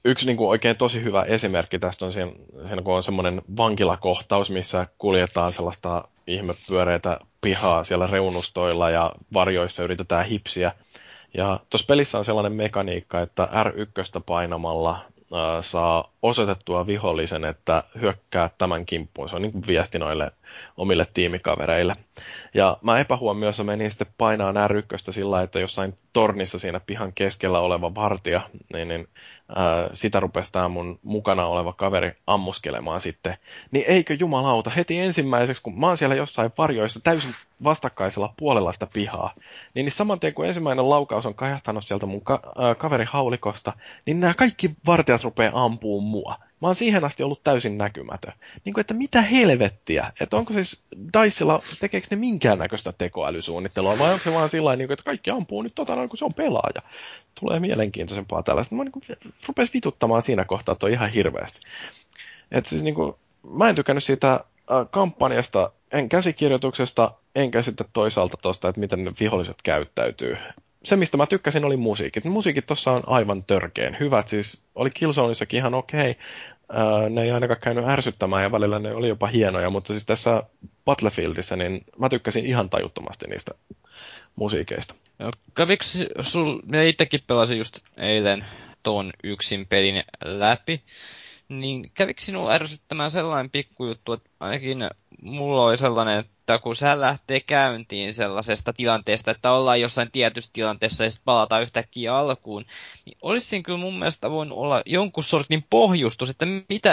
yksi niin kuin oikein tosi hyvä esimerkki tästä on siinä kun on semmoinen vankilakohtaus, missä kuljetaan sellaista ihmepyöreitä pihaa siellä reunustoilla ja varjoissa yritetään hipsiä. Ja tuossa pelissä on sellainen mekaniikka, että R1 painamalla saa osoitettua vihollisen, että hyökkää tämän kimppuun. Se on niin kuin viesti noille omille tiimikavereille. Ja mä epähuomioissa menin sitten painaan R1 sillä, että jossain tornissa siinä pihan keskellä oleva vartija, niin sitä rupesi tämä mun mukana oleva kaveri ammuskelemaan sitten. Niin eikö jumalauta, heti ensimmäiseksi, kun mä oon siellä jossain varjoissa täysin vastakkaisella puolella sitä pihaa, niin saman tien kun ensimmäinen laukaus on kajahtanut sieltä mun kaverin haulikosta, niin nämä kaikki vartijat rupeaa ampuun mua. Mä oon siihen asti ollut täysin näkymätön. Niin kuin, että mitä helvettiä? Että onko siis Dicella, tekeekö ne minkäännäköistä tekoälysuunnittelua, vai onko se vaan sillä tavalla, että kaikki ampuu nyt noin, kun se on pelaaja? Tulee mielenkiintoisempaa tällaista. Mä niin rupesi vituttamaan siinä kohtaa toi ihan hirveästi. Että siis niin kuin, mä en tykännyt siitä kampanjasta, en käsikirjoituksesta, enkä sitten toisaalta tosta, että miten ne viholliset käyttäytyy. Se, mistä mä tykkäsin, oli musiikit. Musiikit tossa on aivan törkeen hyvät. Siis oli Killzoneissakin ihan okei. Ne ei ainakaan käynyt ärsyttämään ja välillä ne oli jopa hienoja, mutta siis tässä Battlefieldissä niin mä tykkäsin ihan tajuttomasti niistä musiikeista. Käviks minä itsekin pelasin just eilen ton yksin pelin läpi, niin kävikö sinua ärsyttämään sellainen pikkujuttu, että ainakin mulla oli sellainen, että kun sä lähtee käyntiin sellaisesta tilanteesta, että ollaan jossain tietyssä tilanteessa ja sitten palataan yhtäkkiä alkuun, niin olisi siinä kyllä mun mielestä voinut olla jonkun sortin pohjustus, että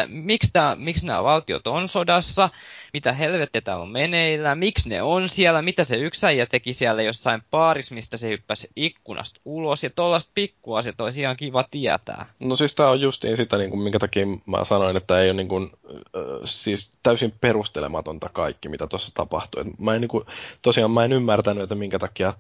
miksi nämä valtiot on sodassa, mitä helvettiä täällä on meneillään, miksi ne on siellä, mitä se yksi äijä teki siellä jossain baarissa, mistä se hyppäsi ikkunasta ulos, ja tollaista pikkuasiat olisi ihan kiva tietää. No siis tää on justiin sitä, niin kuin, minkä takia mä sanoin, että ei ole niin kuin, siis täysin perustelematonta kaikki, mitä tuossa tapahtuu. Mä en, niin kuin, tosiaan mä en ymmärtänyt, että minkä takia,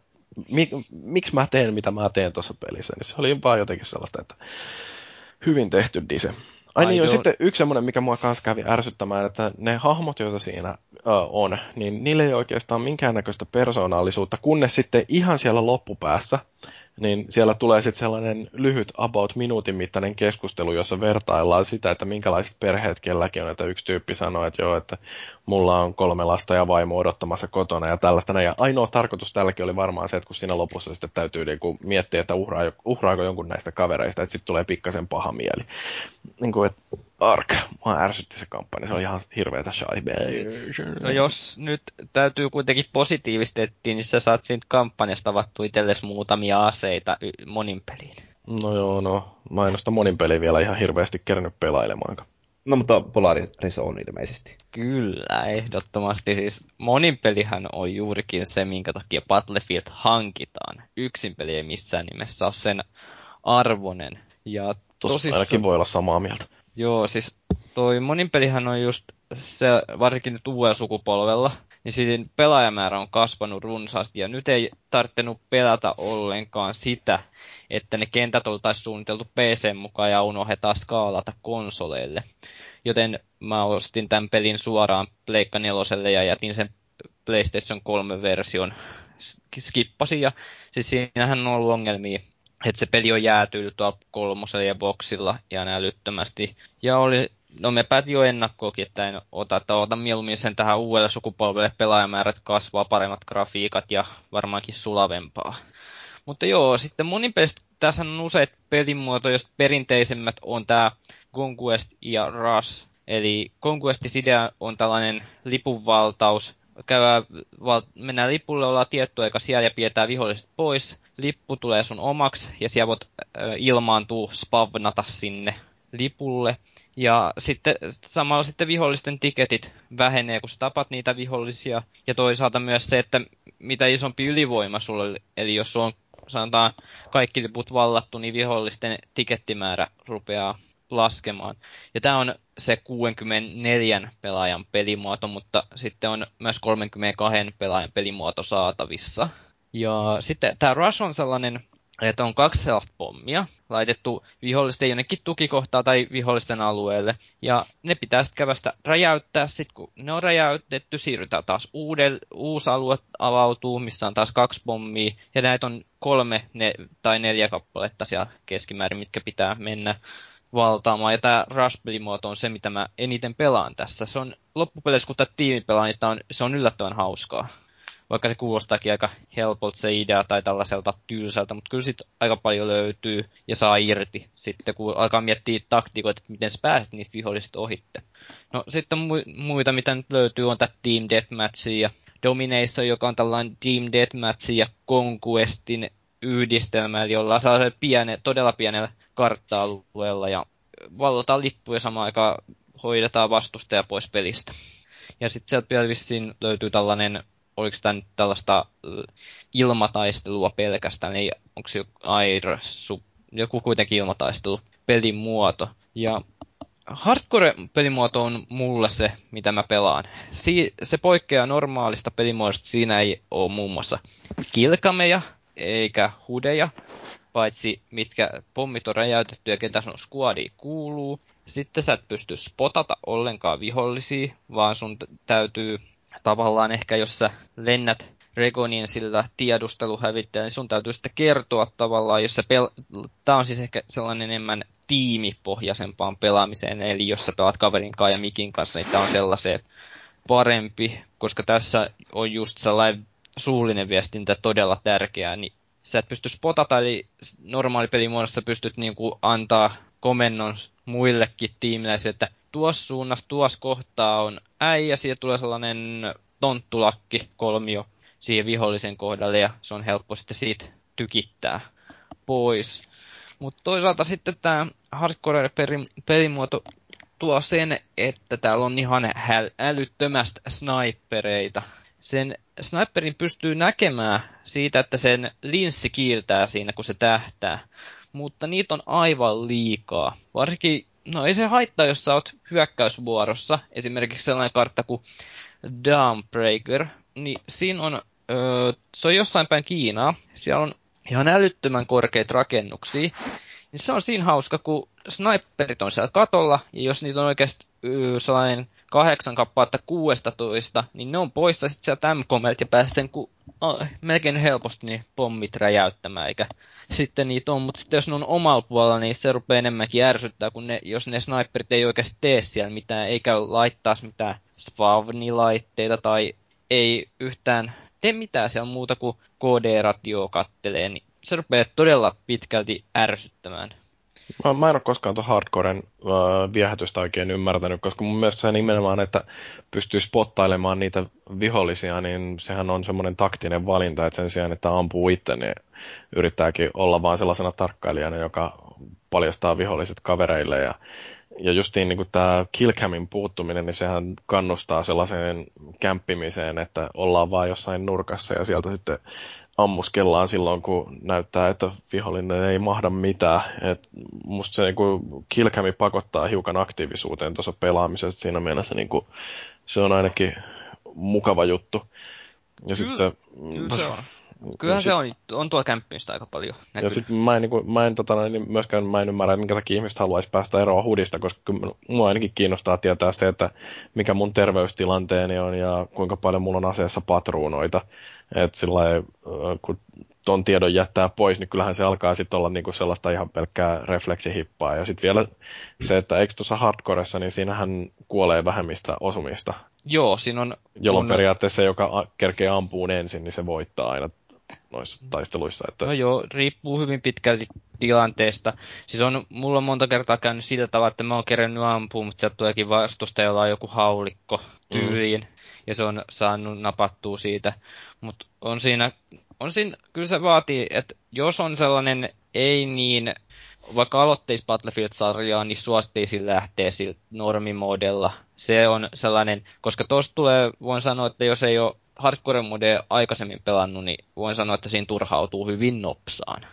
miksi mä teen, mitä mä teen tuossa pelissä. Niin se oli vaan jotenkin sellaista, että hyvin tehty dise. Ai niin, sitten yksi semmoinen, mikä mua kanssa kävi ärsyttämään, että ne hahmot, joita siinä on, niin niillä ei oikeastaan minkäännäköistä persoonallisuutta, kunnes sitten ihan siellä loppupäässä, niin siellä tulee sitten sellainen lyhyt about minuutin mittainen keskustelu, jossa vertaillaan sitä, että minkälaiset perheet kelläkin on, että yksi tyyppi sanoo, että joo, että mulla on 3 lasta ja vaimo odottamassa kotona ja tällaista. Ja ainoa tarkoitus tälläkin oli varmaan se, että kun siinä lopussa sitten täytyy niinku miettiä, että uhraako jonkun näistä kavereista, että sitten tulee pikkasen paha mieli. Niin kuin, että ark, mua ärsytti se kampanja, se on ihan hirveätä shaibea. No jos nyt täytyy kuitenkin positiivisesti etsiä, niin sä saat siitä kampanjasta vattua itsellesi muutamia aseita monin peliin. No joo, no mä en ole sitä monin peliä vielä ihan hirveästi kerännyt pelailemaankaan. No mutta Polaris on ilmeisesti. Kyllä, ehdottomasti. Siis monin pelihän on juurikin se, minkä takia Battlefield hankitaan. Yksin peli ei missään nimessä ole sen arvoinen. Ja tuossa ainakin voi olla samaa mieltä. Joo, siis toi monin pelihän on just se, varsinkin nyt uudella sukupolvella, niin siinä pelaajamäärä on kasvanut runsaasti, ja nyt ei tarvinnut pelata ollenkaan sitä, että ne kentät oltaisiin suunniteltu PC:n mukaan ja unohdetaan skaalata konsoleille. Joten mä ostin tämän pelin suoraan Pleikka 4:lle ja jätin sen PlayStation 3-version skippasin, ja siis siinähän on ollut ongelmia, että se peli on jäätynyt tuolla 3 ja boksilla ihan älyttömästi. Ja me päätin jo ennakkoakin, että en ota mieluummin sen tähän uudelle sukupolvelle, pelaajamäärät kasvaa, paremmat grafiikat ja varmaankin sulavempaa. Mutta joo, sitten monin pelistä tässä on useat pelimuotoja, joista perinteisemmät on tämä Conquest ja Rush. Eli Conquestin idea on tällainen lipunvaltaus. Mennään lipulle, ollaan tietty aika siellä ja pidetään viholliset pois. Lippu tulee sun omaksi ja siellä voit ilmaantua, spavnata sinne lipulle. Ja sitten samalla sitten vihollisten tiketit vähenee, kun sä tapat niitä vihollisia. Ja toisaalta myös se, että mitä isompi ylivoima sulla, eli jos on sanotaan kaikki liput vallattu, niin vihollisten tikettimäärä rupeaa laskemaan. Ja tämä on se 64 pelaajan pelimuoto, mutta sitten on myös 32 pelaajan pelimuoto saatavissa. Ja sitten tämä Rush on sellainen, että on 2 sellaista pommia laitettu vihollisten jonnekin tukikohtaa tai vihollisten alueelle. Ja ne pitää sitten kävästä räjäyttää. Sitten kun ne on räjäytetty, siirrytään taas uusi alue avautuu, missä on taas 2 pommia. Ja näitä on 3 tai 4 kappaletta siellä keskimäärin, mitkä pitää mennä. valtaamaan. Ja tämä Rush-pelimuoto on se, mitä mä eniten pelaan tässä. Se on loppupeleissä, kun tämä tiimi pelaa, niin se on yllättävän hauskaa. Vaikka se kuulostaakin aika helpolta se idea tai tällaiselta tylsältä, mutta kyllä sit aika paljon löytyy ja saa irti sitten, kun alkaa miettiä taktikoita, että miten sä pääset niistä vihollisista ohitte. No sitten muita, mitä nyt löytyy, on tämä Team Deathmatch ja Domination, joka on tällainen Team Deathmatch ja Conquestin yhdistelmä, eli ollaan sellaisella todella pienellä kartta-alueella ja vallotaan lippuja samaan aikaan hoidetaan vastustaja pois pelistä. Ja sitten sieltä vielä vissiin löytyy tällainen, oliko tämä nyt tällaista ilmataistelua pelkästään, ei onko se joku kuitenkin ilmataistelu pelin muoto. Ja Hardcore-pelimuoto on mulle se, mitä mä pelaan. Se poikkeaa normaalista pelimuodosta, siinä ei ole muun muassa kilkameja eikä hudeja, paitsi mitkä pommit on räjäytetty ja ketä sun squadiin kuuluu. Sitten sä et pysty spotata ollenkaan vihollisia, vaan sun täytyy tavallaan ehkä, jos sä lennät Regonin sillä tiedusteluhävittäjällä, niin sun täytyy sitten kertoa tavallaan, jos tää on siis ehkä sellainen enemmän tiimipohjaisempaan pelaamiseen, eli jos sä pelaat kaverin kanssa ja mikin kanssa, niin tää on sellaiseen parempi, koska tässä on just sellainen suullinen viestintä todella tärkeää, niin sä et pysty spotata, eli normaalipelimuodossa pystyt niinku antaa komennon muillekin tiimiläisille, että tuossa suunnassa, tuossa kohtaa on äijä, siitä tulee sellainen tonttulakki kolmio siihen vihollisen kohdalle, ja se on helppo sitten siitä tykittää pois. Mutta toisaalta sitten tämä hardcore-pelimuoto tuo sen, että täällä on ihan älyttömästä snipereita. Sen sniperin pystyy näkemään siitä, että sen linssi kiiltää siinä, kun se tähtää. Mutta niitä on aivan liikaa. Varsinkin, no ei se haittaa, jos sä oot hyökkäysvuorossa. Esimerkiksi sellainen kartta kuin Dawnbreaker. Niin siinä on, se on jossain päin Kiinaa. Siellä on ihan älyttömän korkeita rakennuksia. Niin se on siinä hauska, kun sniperit on siellä katolla. Ja jos niitä on oikeasti sellainen 8 kappaletta 16, niin ne on poissa sitten sieltä M-komelta ja päästään melkein helposti niin pommit räjäyttämään, eikä sitten niitä on. Mutta sitten jos ne on omalla puolella, niin se rupeaa enemmänkin ärsyttää, kun jos ne sniperit ei oikeasti tee siellä mitään, eikä laittaa mitään spavnilaitteita tai ei yhtään tee mitään siellä muuta kuin KD-ratioa kattelee, niin se rupeaa todella pitkälti ärsyttämään. Mä en ole koskaan tuon hardcoren viehätystä oikein ymmärtänyt, koska mun mielestä se nimenomaan, että pystyy spottailemaan niitä vihollisia, niin sehän on semmoinen taktinen valinta, että sen sijaan, että ampuu itse, niin yrittääkin olla vaan sellaisena tarkkailijana, joka paljastaa viholliset kavereille. Ja justiin niin kuin tämä killcamin puuttuminen, niin sehän kannustaa sellaiseen kämppimiseen, että ollaan vaan jossain nurkassa ja sieltä sitten ammuskellaan silloin, kun näyttää, että vihollinen ei mahda mitään. Et musta se niinku killcami pakottaa hiukan aktiivisuuteen tuossa pelaamisessa. Siinä mielessä niinku, se on ainakin mukava juttu. Ja sitten, kyllä se on. Kyllähän se on tuolla kämppimistä aika paljon näkyy. Ja sitten mä en ymmärrä, että minkä takia ihmiset haluaisi päästä eroon hudista, koska mua ainakin kiinnostaa tietää se, että mikä mun terveystilanteeni on ja kuinka paljon mulla on aseessa patruunoita. Että sillai, kun ton tiedon jättää pois, niin kyllähän se alkaa sitten olla niinku sellaista ihan pelkkää refleksihippaa. Ja sitten vielä se, että eikö tuossa hardcoressa, niin siinähän kuolee vähemmistä osumista. Joo, siinä on... Jolloin periaatteessa joka kerkee ampuun ensin, niin se voittaa aina noissa taisteluissa. Että... No joo, riippuu hyvin pitkälti tilanteesta. Siis mulla on monta kertaa käynyt sillä tavalla, että mä oon kerennyt ampua, mutta sieltä tuleekin vastustajalla on joku haulikko tyyliin. Ja se on saanut napattua siitä. Mutta on siinä, kyllä se vaatii, että jos on sellainen ei niin, vaikka aloitteisi Battlefield-sarjaa, niin suosittaisin lähteä sillä normimodella. Se on sellainen, koska tosta tulee, voin sanoa, että jos ei ole hardcore-modea aikaisemmin pelannut, niin voin sanoa, että siinä turhautuu hyvin nopsaan.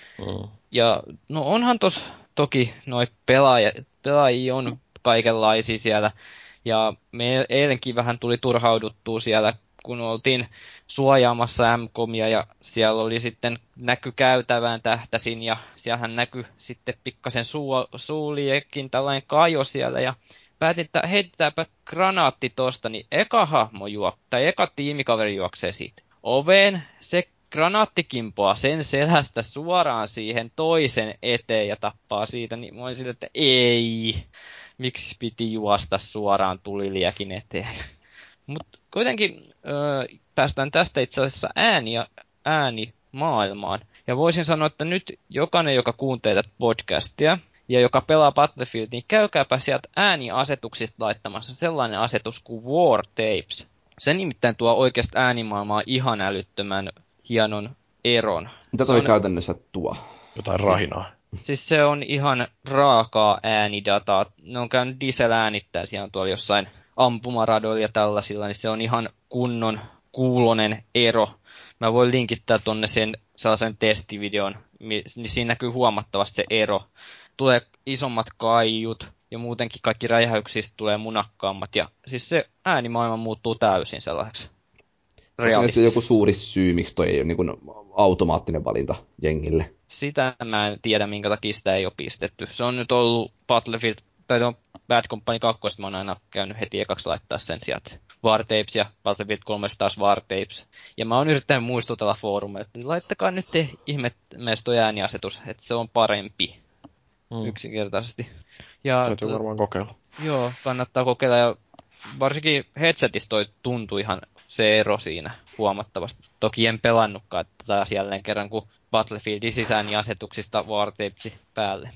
Ja no onhan tos toki noi pelaajia on kaikenlaisia siellä. Ja me eilenkin vähän tuli turhauduttua siellä, kun oltiin suojaamassa M-komia ja siellä oli sitten käytävään tähtäsin ja siellähän näkyi sitten pikkasen suuliekin tällainen kajo siellä ja päätin, että heitetäänpä granaatti tosta, niin eka tiimikaveri juoksee siitä oveen, se granaattikimpoa sen selästä suoraan siihen toisen eteen ja tappaa siitä, niin mä olin sillä, että ei, miksi piti juosta suoraan tuliliäkin eteen. Mutta kuitenkin päästään tästä itse asiassa äänimaailmaan. Ja voisin sanoa, että nyt jokainen, joka kuuntelee tätä podcastia ja joka pelaa Battlefield, niin käykääpä sieltä ääniasetuksista laittamassa sellainen asetus kuin War Tapes. Se nimittäin tuo oikeasti äänimaailmaa ihan älyttömän hienon eron. Mitä toi käytännössä tuo? Jotain rahinaa. Siis se on ihan raakaa äänidataa. Ne on käynyt diesel-äänittää, siellä on tuolla jossain ampumaradoilla ja tällaisilla, niin se on ihan kunnon kuulonen ero. Mä voin linkittää tonne sen sellaisen testivideon, niin siinä näkyy huomattavasti se ero. Tulee isommat kaiut ja muutenkin kaikki räjähyksistä tulee munakkaammat. Ja siis se äänimaailma muuttuu täysin sellaiseksi. Onko se joku suuri syy, miksi toi ei ole niin kuin automaattinen valinta jengille? Sitä mä en tiedä, minkä takia sitä ei ole pistetty. Se on nyt ollut Battlefield, tai Bad Company 2, mä oon aina käynyt heti ekaksi laittaa sen sieltä. War Tapes ja Battlefield 3 taas War Tapes. Ja mä oon yrittänyt muistutella foorumille, että laittakaa nyt ihmeessä toi ääniasetus, että se on parempi. Yksinkertaisesti. Ja täytyy varmaan kokeilla. Joo, kannattaa kokeilla. Ja varsinkin headsetissä toi tuntui ihan se ero siinä huomattavasti. Toki en pelannutkaan taas jälleen kerran, kun Battlefieldin sisääniasetuksista War Tapesi päälle.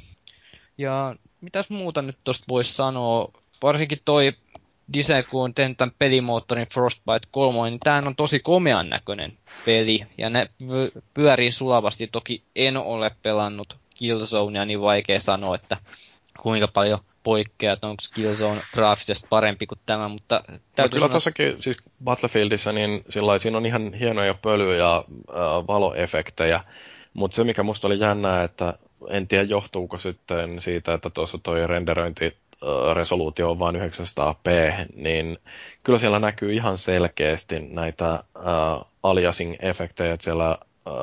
Ja mitäs muuta nyt tosta voisi sanoa? Varsinkin toi Dise, kun on tehnyt tämän pelimoottorin Frostbite 3, niin tämähän on tosi komean näköinen peli. Ja ne pyörii sulavasti. Toki en ole pelannut Killzonea, niin vaikea sanoa, että kuinka paljon poikkeaa, että onko Killzone graafisesti parempi kuin tämä, mutta täytyy kyllä tossakin, siis Battlefieldissä, niin siinä on ihan hienoja pölyjä ja valoefektejä, mutta se mikä musta oli jännää, että en tiedä johtuuko sitten siitä, että tuossa toi renderöintiresoluutio on vain 900p, niin kyllä siellä näkyy ihan selkeästi näitä aliasing-efektejä, että siellä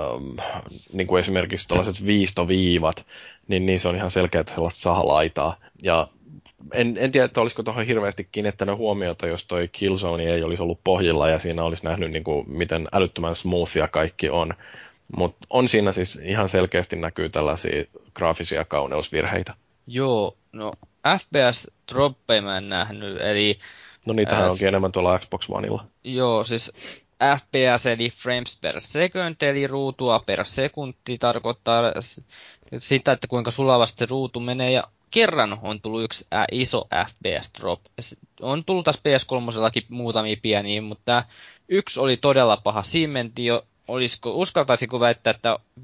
niin kuin esimerkiksi tuollaiset viistoviivat, niin niissä on ihan selkeät sellaista sahalaitaa. Ja en tiedä, että olisiko tuohon hirveästi kiinnittänyt huomiota, jos toi Killzone ei olisi ollut pohjilla ja siinä olisi nähnyt, niin kuin, miten älyttömän smoothia kaikki on. Mutta on siinä siis ihan selkeästi näkyy tällaisia graafisia kauneusvirheitä. Joo, no FPS-droppeja mä en nähnyt, eli... No niitähän onkin enemmän tuolla Xbox Oneilla. Joo, siis FPS eli frames per second, eli ruutua per sekunti, tarkoittaa sitä, että kuinka sulavasti se ruutu menee, ja kerran on tullut yksi iso FPS-drop. On tullut taas PS3-sellakin muutamia pieniä, mutta tämä yksi oli todella paha. Siinä mentiin jo, uskaltaisinko väittää, että 5-10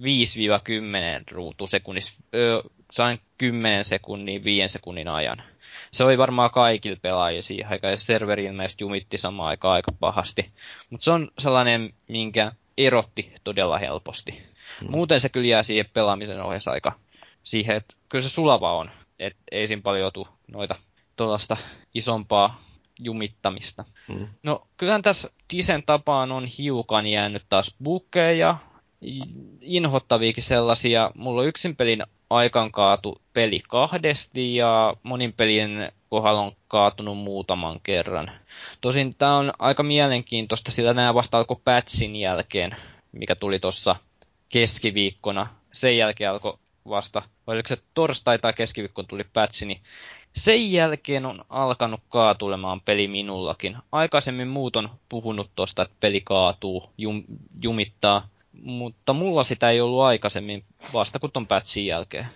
ruutu sekunnissa, sain 10 sekunnin, 5 sekunnin ajan. Se oli varmaan kaikilla pelaajilla siihen aikaan, ja serveri ilmeisesti jumitti samaan aikaan aika pahasti. Mutta se on sellainen, minkä erotti todella helposti. Muuten se kyllä jää siihen pelaamisen ohjeessa aika siihen, että kyllä se sulava on. Että ei siinä paljon tule noita tuollaista isompaa jumittamista. No kyllähän tässä Disen tapaan on hiukan jäänyt taas buggeja, inhottaviakin sellaisia. Mulla on yksin pelin aikaan kaatu peli kahdesti ja monin pelien kohdalla on kaatunut muutaman kerran. Tosin tää on aika mielenkiintoista, sillä nämä vasta alkoi patchin jälkeen, mikä tuli tuossa keskiviikkona. Sen jälkeen alkoi vasta, oliko se torstai tai keskiviikkona tuli patchi, niin sen jälkeen on alkanut kaatulemaan peli minullakin. Aikaisemmin muut on puhunut tosta, että peli kaatuu, jumittaa. Mutta mulla sitä ei ollut aikaisemmin vasta kuin ton patchin jälkeen.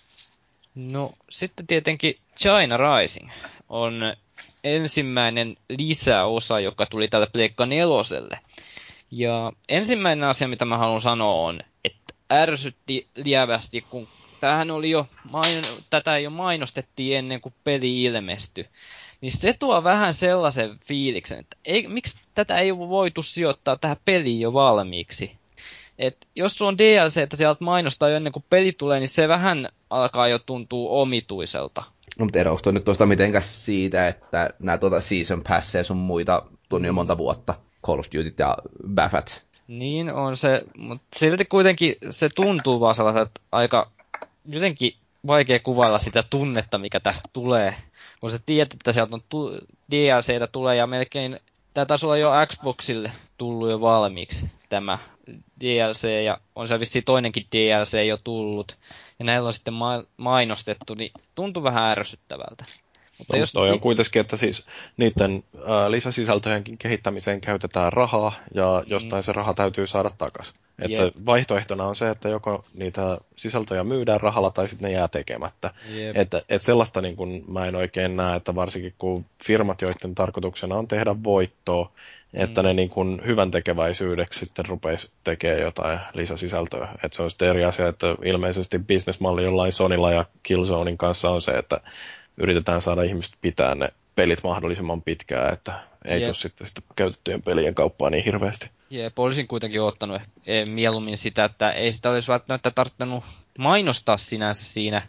No sitten tietenkin China Rising on ensimmäinen lisäosa, joka tuli tälle Pleikka 4:lle. Ja ensimmäinen asia, mitä mä haluan sanoa on, että ärsytti lievästi, kun tämähän oli jo tätä jo mainostettiin ennen kuin peli ilmestyi. Niin se tuo vähän sellaisen fiiliksen, että miksi tätä ei ole voitu sijoittaa tähän peliin jo valmiiksi. Et jos sulla on DLC, että sieltä mainostaa jo ennen kuin peli tulee, niin se vähän alkaa jo tuntua omituiselta. No mutta eroako toi nyt tuosta mitenkäs siitä, että nämä season passeja sun muita on jo monta vuotta, Call of Duty ja Baffat. Niin on se, mutta silti kuitenkin se tuntuu vaan sellaiselta aika jotenkin vaikea kuvailla sitä tunnetta, mikä tästä tulee. Kun sä tiedät, että sieltä on DLCtä tulee ja melkein tää taisi olla jo Xboxille tullut jo valmiiksi tämä DLC, ja on se vissiin toinenkin DLC jo tullut, ja näillä on sitten mainostettu, niin tuntuu vähän ärsyttävältä. Mutta jos toi on kuitenkin, että siis niiden lisäsisältöjenkin kehittämiseen käytetään rahaa, ja jostain se raha täytyy saada takaisin. Että vaihtoehtona on se, että joko niitä sisältöjä myydään rahalla, tai sitten ne jää tekemättä. Että sellaista niin kun mä en oikein näe, että varsinkin kun firmat, joiden tarkoituksena on tehdä voittoa, että ne niin kun hyvän tekeväisyydeksi sitten rupeisi tekemään jotain lisäsisältöä. Että se on sitten eri asia, että ilmeisesti businessmalli jollain Sonylla ja Killzonein kanssa on se, että yritetään saada ihmiset pitää ne pelit mahdollisimman pitkään, että ei tule sitten sitä käytettyjen pelien kauppaa niin hirveästi. Olisin kuitenkin ottanut mieluummin sitä, että ei sitä olisi välttämättä tarvinnut mainostaa sinänsä siinä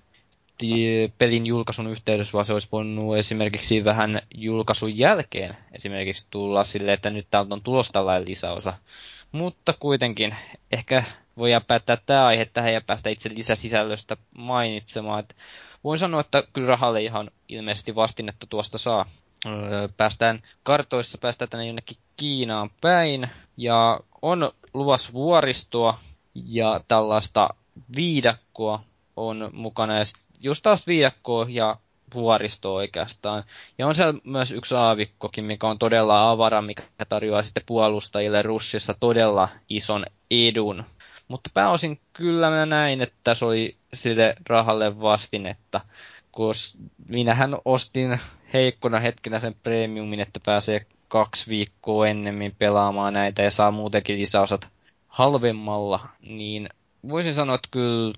pelin julkaisun yhteydessä, vaan se olisi voinut esimerkiksi vähän julkaisun jälkeen esimerkiksi tulla silleen, että nyt täältä on tulossa tällainen lisäosa. Mutta kuitenkin ehkä voidaan päättää tämä aihe tähän ja päästä itse lisäsisällöstä mainitsemaan. Että voin sanoa, että kyllä rahalle ihan ilmeisesti vastinetta tuosta saa. Päästään tänne jonnekin Kiinaan päin, ja on luvassa vuoristoa, ja tällaista viidakkoa on mukana, ja just taas viidakkoa ja vuoristoa oikeastaan. Ja on siellä myös yksi aavikkokin, mikä on todella avara, mikä tarjoaa sitten puolustajille Russissa todella ison edun. Mutta pääosin kyllä mä näin, että se oli sille rahalle vastinetta, koska minähän ostin heikkona hetkenä sen premiumin, että pääsee 2 viikkoa ennemmin pelaamaan näitä ja saa muutenkin lisäosat halvemmalla, niin voisin sanoa, että kyllä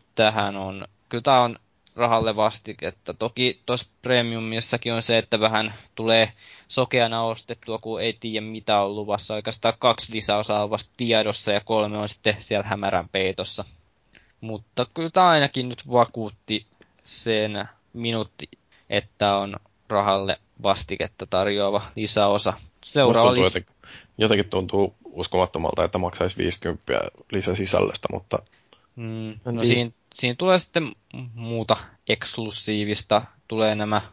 tää on rahalle vastiketta. Toki tuossa premiumissakin on se, että vähän tulee sokeana ostettua, kun ei tiedä mitä on luvassa. Oikeastaan 2 lisäosaa on vasta tiedossa ja 3 on sitten siellä hämärän peitossa. Mutta kyllä tämä ainakin nyt vakuutti sen minuutti, että on rahalle vastiketta tarjoava lisäosa. Jotenkin tuntuu uskomattomalta, että maksaisi 50 lisäsisällöstä, mutta no siinä tulee sitten muuta eksklusiivista. Tulee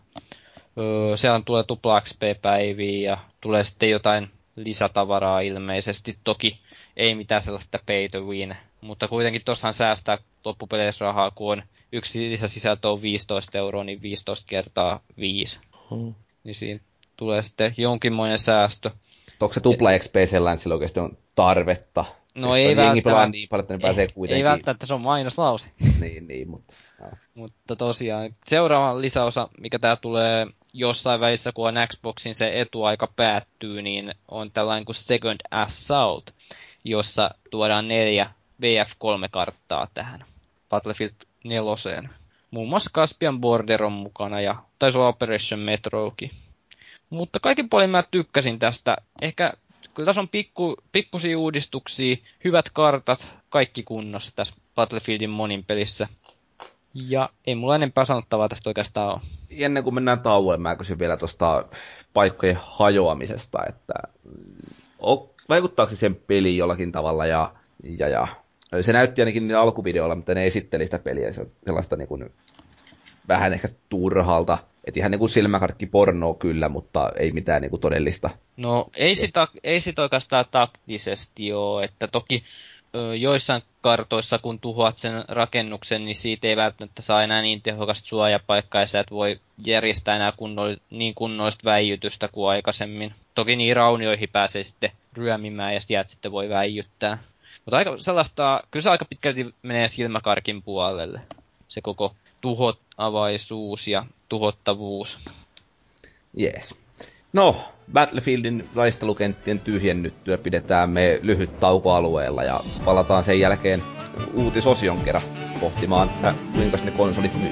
siellä tulee tupla XP-päiviä ja tulee sitten jotain lisätavaraa ilmeisesti. Toki ei mitään sellaista pay to win, mutta kuitenkin tossahan säästää loppupeleissä rahaa, kun on yksi lisäsisältö on 15 €, niin 15 kertaa 5. Niin siinä tulee sitten jonkinmoinen säästö. Onko se tupla XP sellainen, että sillä oikeasti on tarvetta? No ei välttämättä. Niin paljon, että ne pääsee kuitenkin. Ei välttämättä, se on mainoslause. niin, mutta... No. Mutta tosiaan, seuraava lisäosa, mikä tää tulee jossain välissä, kun on Xboxin se etuaika päättyy, niin on tällainen kuin Second Assault, jossa tuodaan 4 VF3-karttaa tähän Battlefield 4. Muun muassa Caspian Border on mukana ja taisi olla Operation Metrokin. Mutta kaikin puolin mä tykkäsin tästä. Ehkä kyllä tässä on pikkusia uudistuksia, hyvät kartat, kaikki kunnossa tässä Battlefieldin monin pelissä. Ja ei mulla enempää sanottavaa tästä oikeastaan ole. Ennen kuin mennään tauolle, mä kysyn vielä tuosta paikkojen hajoamisesta, että vaikuttaako se sen peliin jollakin tavalla ja se näytti ainakin niin alkuvideolla, mutta ne esitteli sitä peliä, se on sellaista niin kuin vähän ehkä turhalta. Että ihan niin kuin silmäkarkki pornoa kyllä, mutta ei mitään niin kuin todellista. No ei sit oikeastaan taktisesti ole, että toki joissain kartoissa kun tuhoat sen rakennuksen, niin siitä ei välttämättä saa enää niin tehokasta suojapaikkaa ja sä et voi järjestää enää niin kunnollista väijytystä kuin aikaisemmin. Toki niin raunioihin pääsee sitten ryömimään ja sieltä sitten voi väijyttää. Mutta kyllä se aika pitkälti menee silmäkarkin puolelle, se koko tuhoavaisuus ja tuhottavuus. Jees. No, Battlefieldin taistelukenttien tyhjennyttyä pidetään me lyhyt taukoalueella ja palataan sen jälkeen uutisosion kerran pohtimaan, että kuinka ne konsolit myy.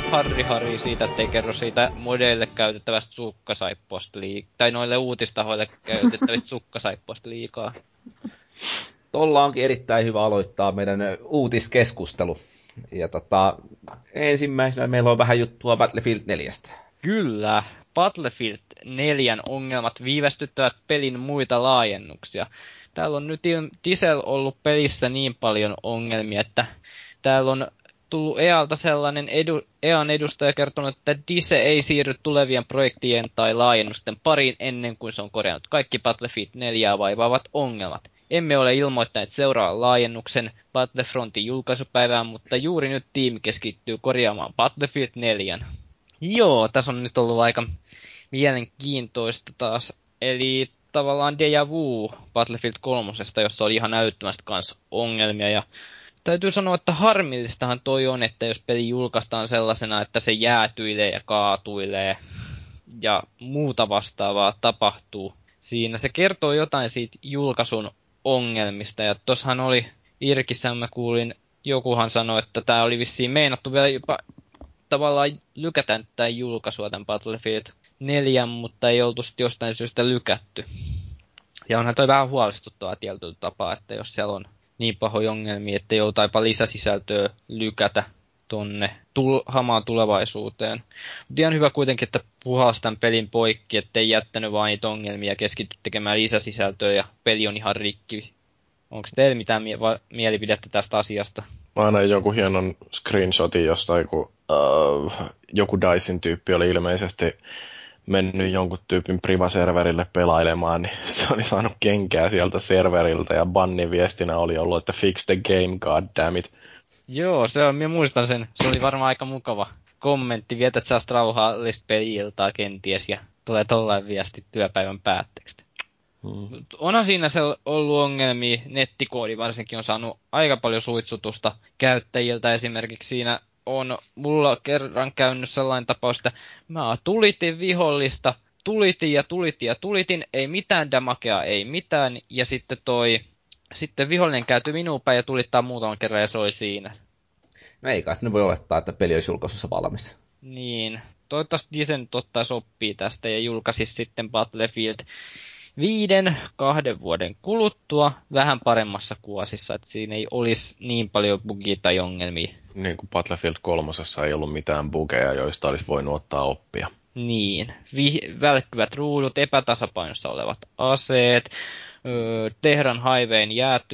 Harri siitä, ettei kerro siitä modeille käytettävästä sukkasaippuasta tai noille uutistahoille käytettävistä sukkasaippuasta liikaa. Tolla onkin erittäin hyvä aloittaa meidän uutiskeskustelu. Ja ensimmäisenä meillä on vähän juttua Battlefield 4. Kyllä. Battlefield 4 ongelmat viivästyttävät pelin muita laajennuksia. Täällä on nyt Diesel ollut pelissä niin paljon ongelmia, että täällä on tullut EAlta sellainen EAn edustaja kertonut, että Dise ei siirry tulevien projektien tai laajennusten pariin ennen kuin se on korjannut kaikki Battlefield 4 vaivaavat ongelmat. Emme ole ilmoittaneet seuraavan laajennuksen Battlefrontin julkaisupäivään, mutta juuri nyt tiimi keskittyy korjaamaan Battlefield 4. Joo, tässä on nyt ollut aika mielenkiintoista taas. Eli tavallaan déjà vu Battlefield 3, jossa oli ihan älyttömästi kanssa ongelmia. Ja täytyy sanoa, että harmillistahan toi on, että jos peli julkaistaan sellaisena, että se jäätyilee ja kaatuilee ja muuta vastaavaa tapahtuu siinä. Se kertoo jotain siitä julkaisun ongelmista. Ja tossahan oli Irkissä, mä kuulin, jokuhan sanoi, että tää oli vissiin meinattu vielä jopa tavallaan lykätä tämän julkaisua tämän Battlefield 4, mutta ei oltu sitten jostain syystä lykätty. Ja onhan toi vähän huolestuttavaa tietyllä tapaa, että jos siellä on niin pahoja ongelmia, että joutaipa lisäsisältöä lykätä tonne hamaan tulevaisuuteen. Mutta ihan hyvä kuitenkin, että puhalsi tämän pelin poikki, ettei jättänyt vaan niitä ongelmia ja keskity tekemään lisäsisältöä ja peli on ihan rikki. Onko teillä mitään mielipidettä tästä asiasta? Mä näin jonkun hienon screenshotin jostain, kun joku Dicen tyyppi oli ilmeisesti mennyt jonkun tyypin privaserverille pelailemaan, niin se oli saanut kenkää sieltä serveriltä ja banniviestinä oli ollut, että fix the game, goddammit. Joo, minä muistan sen. Se oli varmaan aika mukava kommentti. Vietät sä rauhallista peli-iltaa kenties ja tulee tollain viesti työpäivän päätteeksi. Onhan siinä se ollut ongelmia. Nettikoodi varsinkin on saanut aika paljon suitsutusta käyttäjiltä. Esimerkiksi siinä on mulla kerran käynyt sellainen tapaus, että mä tulitin vihollista, tulitin, ei mitään damakea, ei mitään, ja sitten vihollinen käytyi minuun päin ja tulittaa muutaman kerran ja se oli siinä. No ei kai ne voi olettaa, että peli olisi julkaisussa valmis. Niin, toivottavasti Disen ottaisi oppii tästä ja julkaisisi sitten Battlefield 2 vuoden kuluttua vähän paremmassa kuosissa, että siinä ei olisi niin paljon bugia tai ongelmia. Niin kuin Battlefield 3 ei ollut mitään bugeja, joista olisi voinut ottaa oppia. Niin, välkkyvät ruudut, epätasapainossa olevat aseet, Tehran Highwayn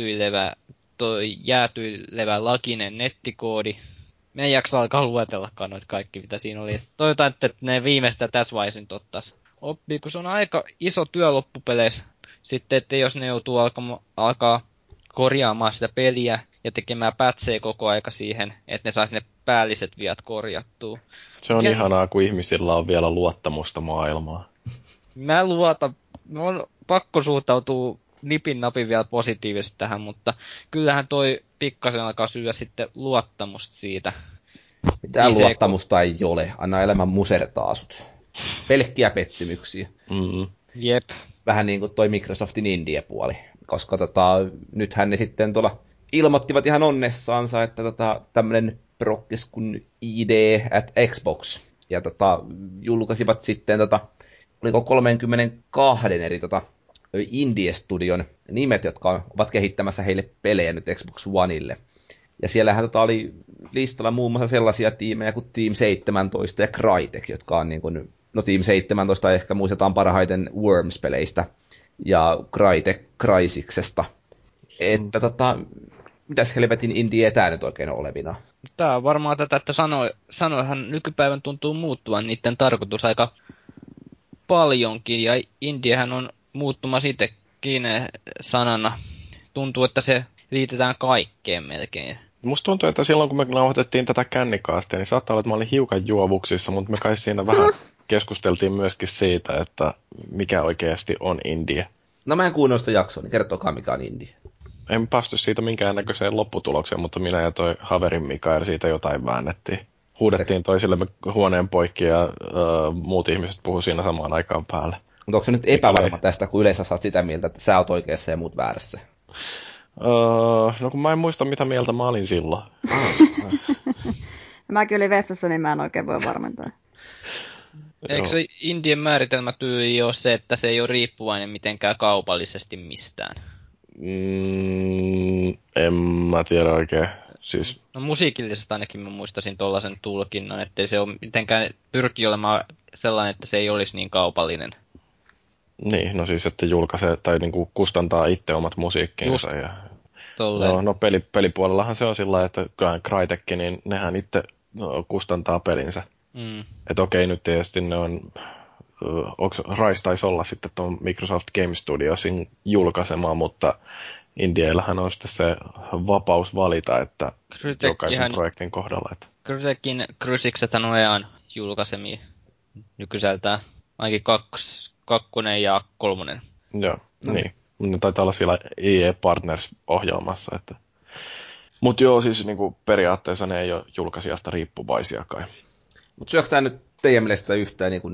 jäätyilevä lakinen nettikoodi. Me ei jaksa alkaa luetellakaan noita kaikki, mitä siinä oli. Toivotaan, että ne viimeistä tässä vaiheessa nyt ottaisi oppii, kun se on aika iso työ loppupeleissä. Sitten, että jos ne joutuu alkaa korjaamaan sitä peliä ja tekemään pätsejä koko aika siihen, että ne saisi ne päälliset viat korjattua. Se on ihanaa, kun ihmisillä on vielä luottamusta maailmaan. Mä luotan. On pakko suhtautua nipin napin vielä positiivisesti tähän, mutta kyllähän toi pikkasen alkaa syödä sitten luottamusta siitä. Mitään luottamusta ei ole. Anna elämän musertaa sut. Pelkkiä pettymyksiä. Mm-hmm. Jep. Vähän niin kuin toi Microsoftin Indie-puoli. Koska nythän ne sitten tuolla ilmoittivat ihan onnessaansa, että tämmönen prokkis kuin ID at Xbox. Ja julkaisivat sitten oliko 32 eri Indie-studion nimet, jotka ovat kehittämässä heille pelejä nyt Xbox Oneille. Ja siellähän oli listalla muun muassa sellaisia tiimejä kuin Team 17 ja Crytek, jotka on niin kuin, no Team 17 ehkä muistetaan parhaiten Worms-peleistä ja Crytek Crysiksesta. Että mitäs helvetin indie tää nyt oikein on olevina? Tää on varmaan tätä, että sanoihan nykypäivän tuntuu muuttuvan niiden tarkoitus aika paljonkin, ja indiehän on muuttumassa itsekin sanana. Tuntuu, että se liitetään kaikkeen melkein. Musta tuntuu, että silloin kun me nauhoitettiin tätä kännikaastia, niin saattaa olla, että mä olin hiukan juovuksissa, mutta me kai siinä vähän keskusteltiin myöskin siitä, että mikä oikeasti on indie. No mä en kuunnella sitä jaksoa, niin kertokaa mikä on indie. En päästy siitä minkäännäköiseen lopputulokseen, mutta minä ja toi Haverin Mikael siitä jotain väännettiin. Huudettiin toisillemme huoneen poikki ja muut ihmiset puhui siinä samaan aikaan päälle. Mutta onko se nyt epävarma tästä, kun yleensä sä oot sitä mieltä, että sä oot oikeassa ja muut väärässä? No kun mä en muista, mitä mieltä mä olin silloin. Mäkin olin vessassa, niin mä en oikein voi varmentaa. Eikö se indien määritelmä tyyli ole se, että se ei ole riippuvainen mitenkään kaupallisesti mistään? En mä tiedä oikein. Siis... No musiikillisesti ainakin mä muistasin tollasen tulkinnan, ettei se ole mitenkään pyrki olemaan sellainen, että se ei olisi niin kaupallinen. Niin, no siis, että julkaisee tai niinku kustantaa itse omat musiikkinsa. No pelipuolellahan se on sillä lailla, että kyllähän Crytek, niin nehän itse kustantaa pelinsä. Että okei, nyt tietysti ne on... Rise taisi olla sitten tuon Microsoft Game Studiosin julkaisema, mutta Indieillähän on sitten se vapaus valita, että jokaisen projektin kohdalla. Että... Crytekin Crysiksethän on EAN julkaisemia nykyiseltään. Ainakin 2 ja 3. Joo, niin. Ne taitaa olla siellä EA Partners-ohjelmassa. Että... Mutta joo, siis niinku periaatteessa ne ei ole julkaisijasta riippuvaisia kai. Mutta syöks tää nyt teidän mielestä yhtään niinku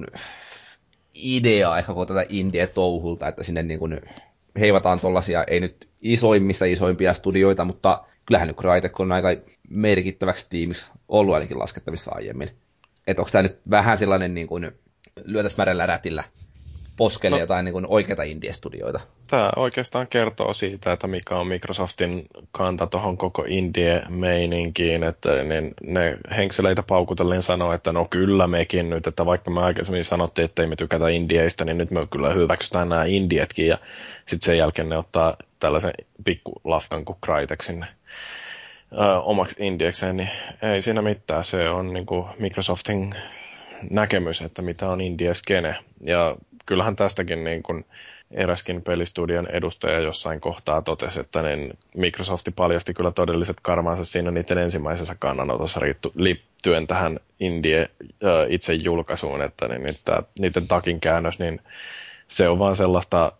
ideaa ehkä koko tätä indie-touhulta, että sinne niinku heivataan tollasia, ei nyt isoimpia studioita, mutta kyllähän nyt Crytek on aika merkittäväksi tiimiksi ollut ainakin laskettavissa aiemmin. Että onko tämä nyt vähän sellainen niin kuin lyötäsmärällä rätillä poskelle jotain niin kuin oikeita indie-studioita? Tämä oikeastaan kertoo siitä, että mikä on Microsoftin kanta tuohon koko indie-meininkiin, että niin ne henkseleitä paukutellen sanoo, että no kyllä mekin nyt, että vaikka me aikaisemmin sanottiin, että ei me tykätä indieistä, niin nyt me kyllä hyväksytään nämä indietkin, ja sitten sen jälkeen ne ottaa tällaisen pikkulafkan kuin Crytek sinne omaksi indiekseen, niin ei siinä mitään. Se on niin kuin Microsoftin näkemys, että mitä on indie-skene, ja kyllähän tästäkin niin kuin eräskin pelistudion edustaja jossain kohtaa totesi, että niin Microsoft paljasti kyllä todelliset karmansa siinä niiden ensimmäisessä kannanotossa liittyen tähän indie itse julkaisuun, että niin niiden takin käännös, niin se on vaan sellaista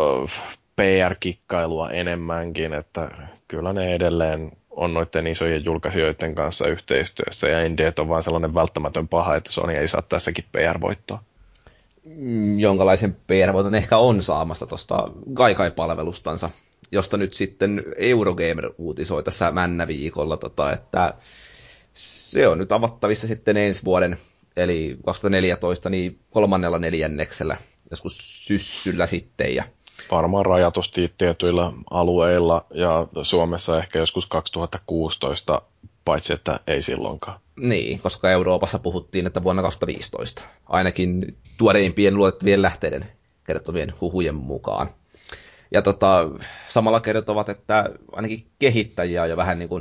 PR-kikkailua enemmänkin, että kyllä ne edelleen on noiden isojen julkaisijoiden kanssa yhteistyössä, ja indiet on vaan sellainen välttämätön paha, että Sony ei saa tässäkin PR-voittoa. Jonkalaisen PR-voiton ehkä on saamasta tuosta Gaikai-palvelustansa, josta nyt sitten Eurogamer uutisoi tässä männäviikolla, että se on nyt avattavissa sitten ensi vuoden, eli 2014, niin 3. neljänneksellä, joskus syssyllä sitten. Ja varmaan rajatusti tietyillä alueilla, ja Suomessa ehkä joskus 2016, paitsi että ei silloinkaan. Niin, koska Euroopassa puhuttiin, että vuonna 2015, ainakin tuoreimpien luotettavien lähteiden kertovien huhujen mukaan. Ja samalla kertovat, että ainakin kehittäjiä on jo vähän niin kuin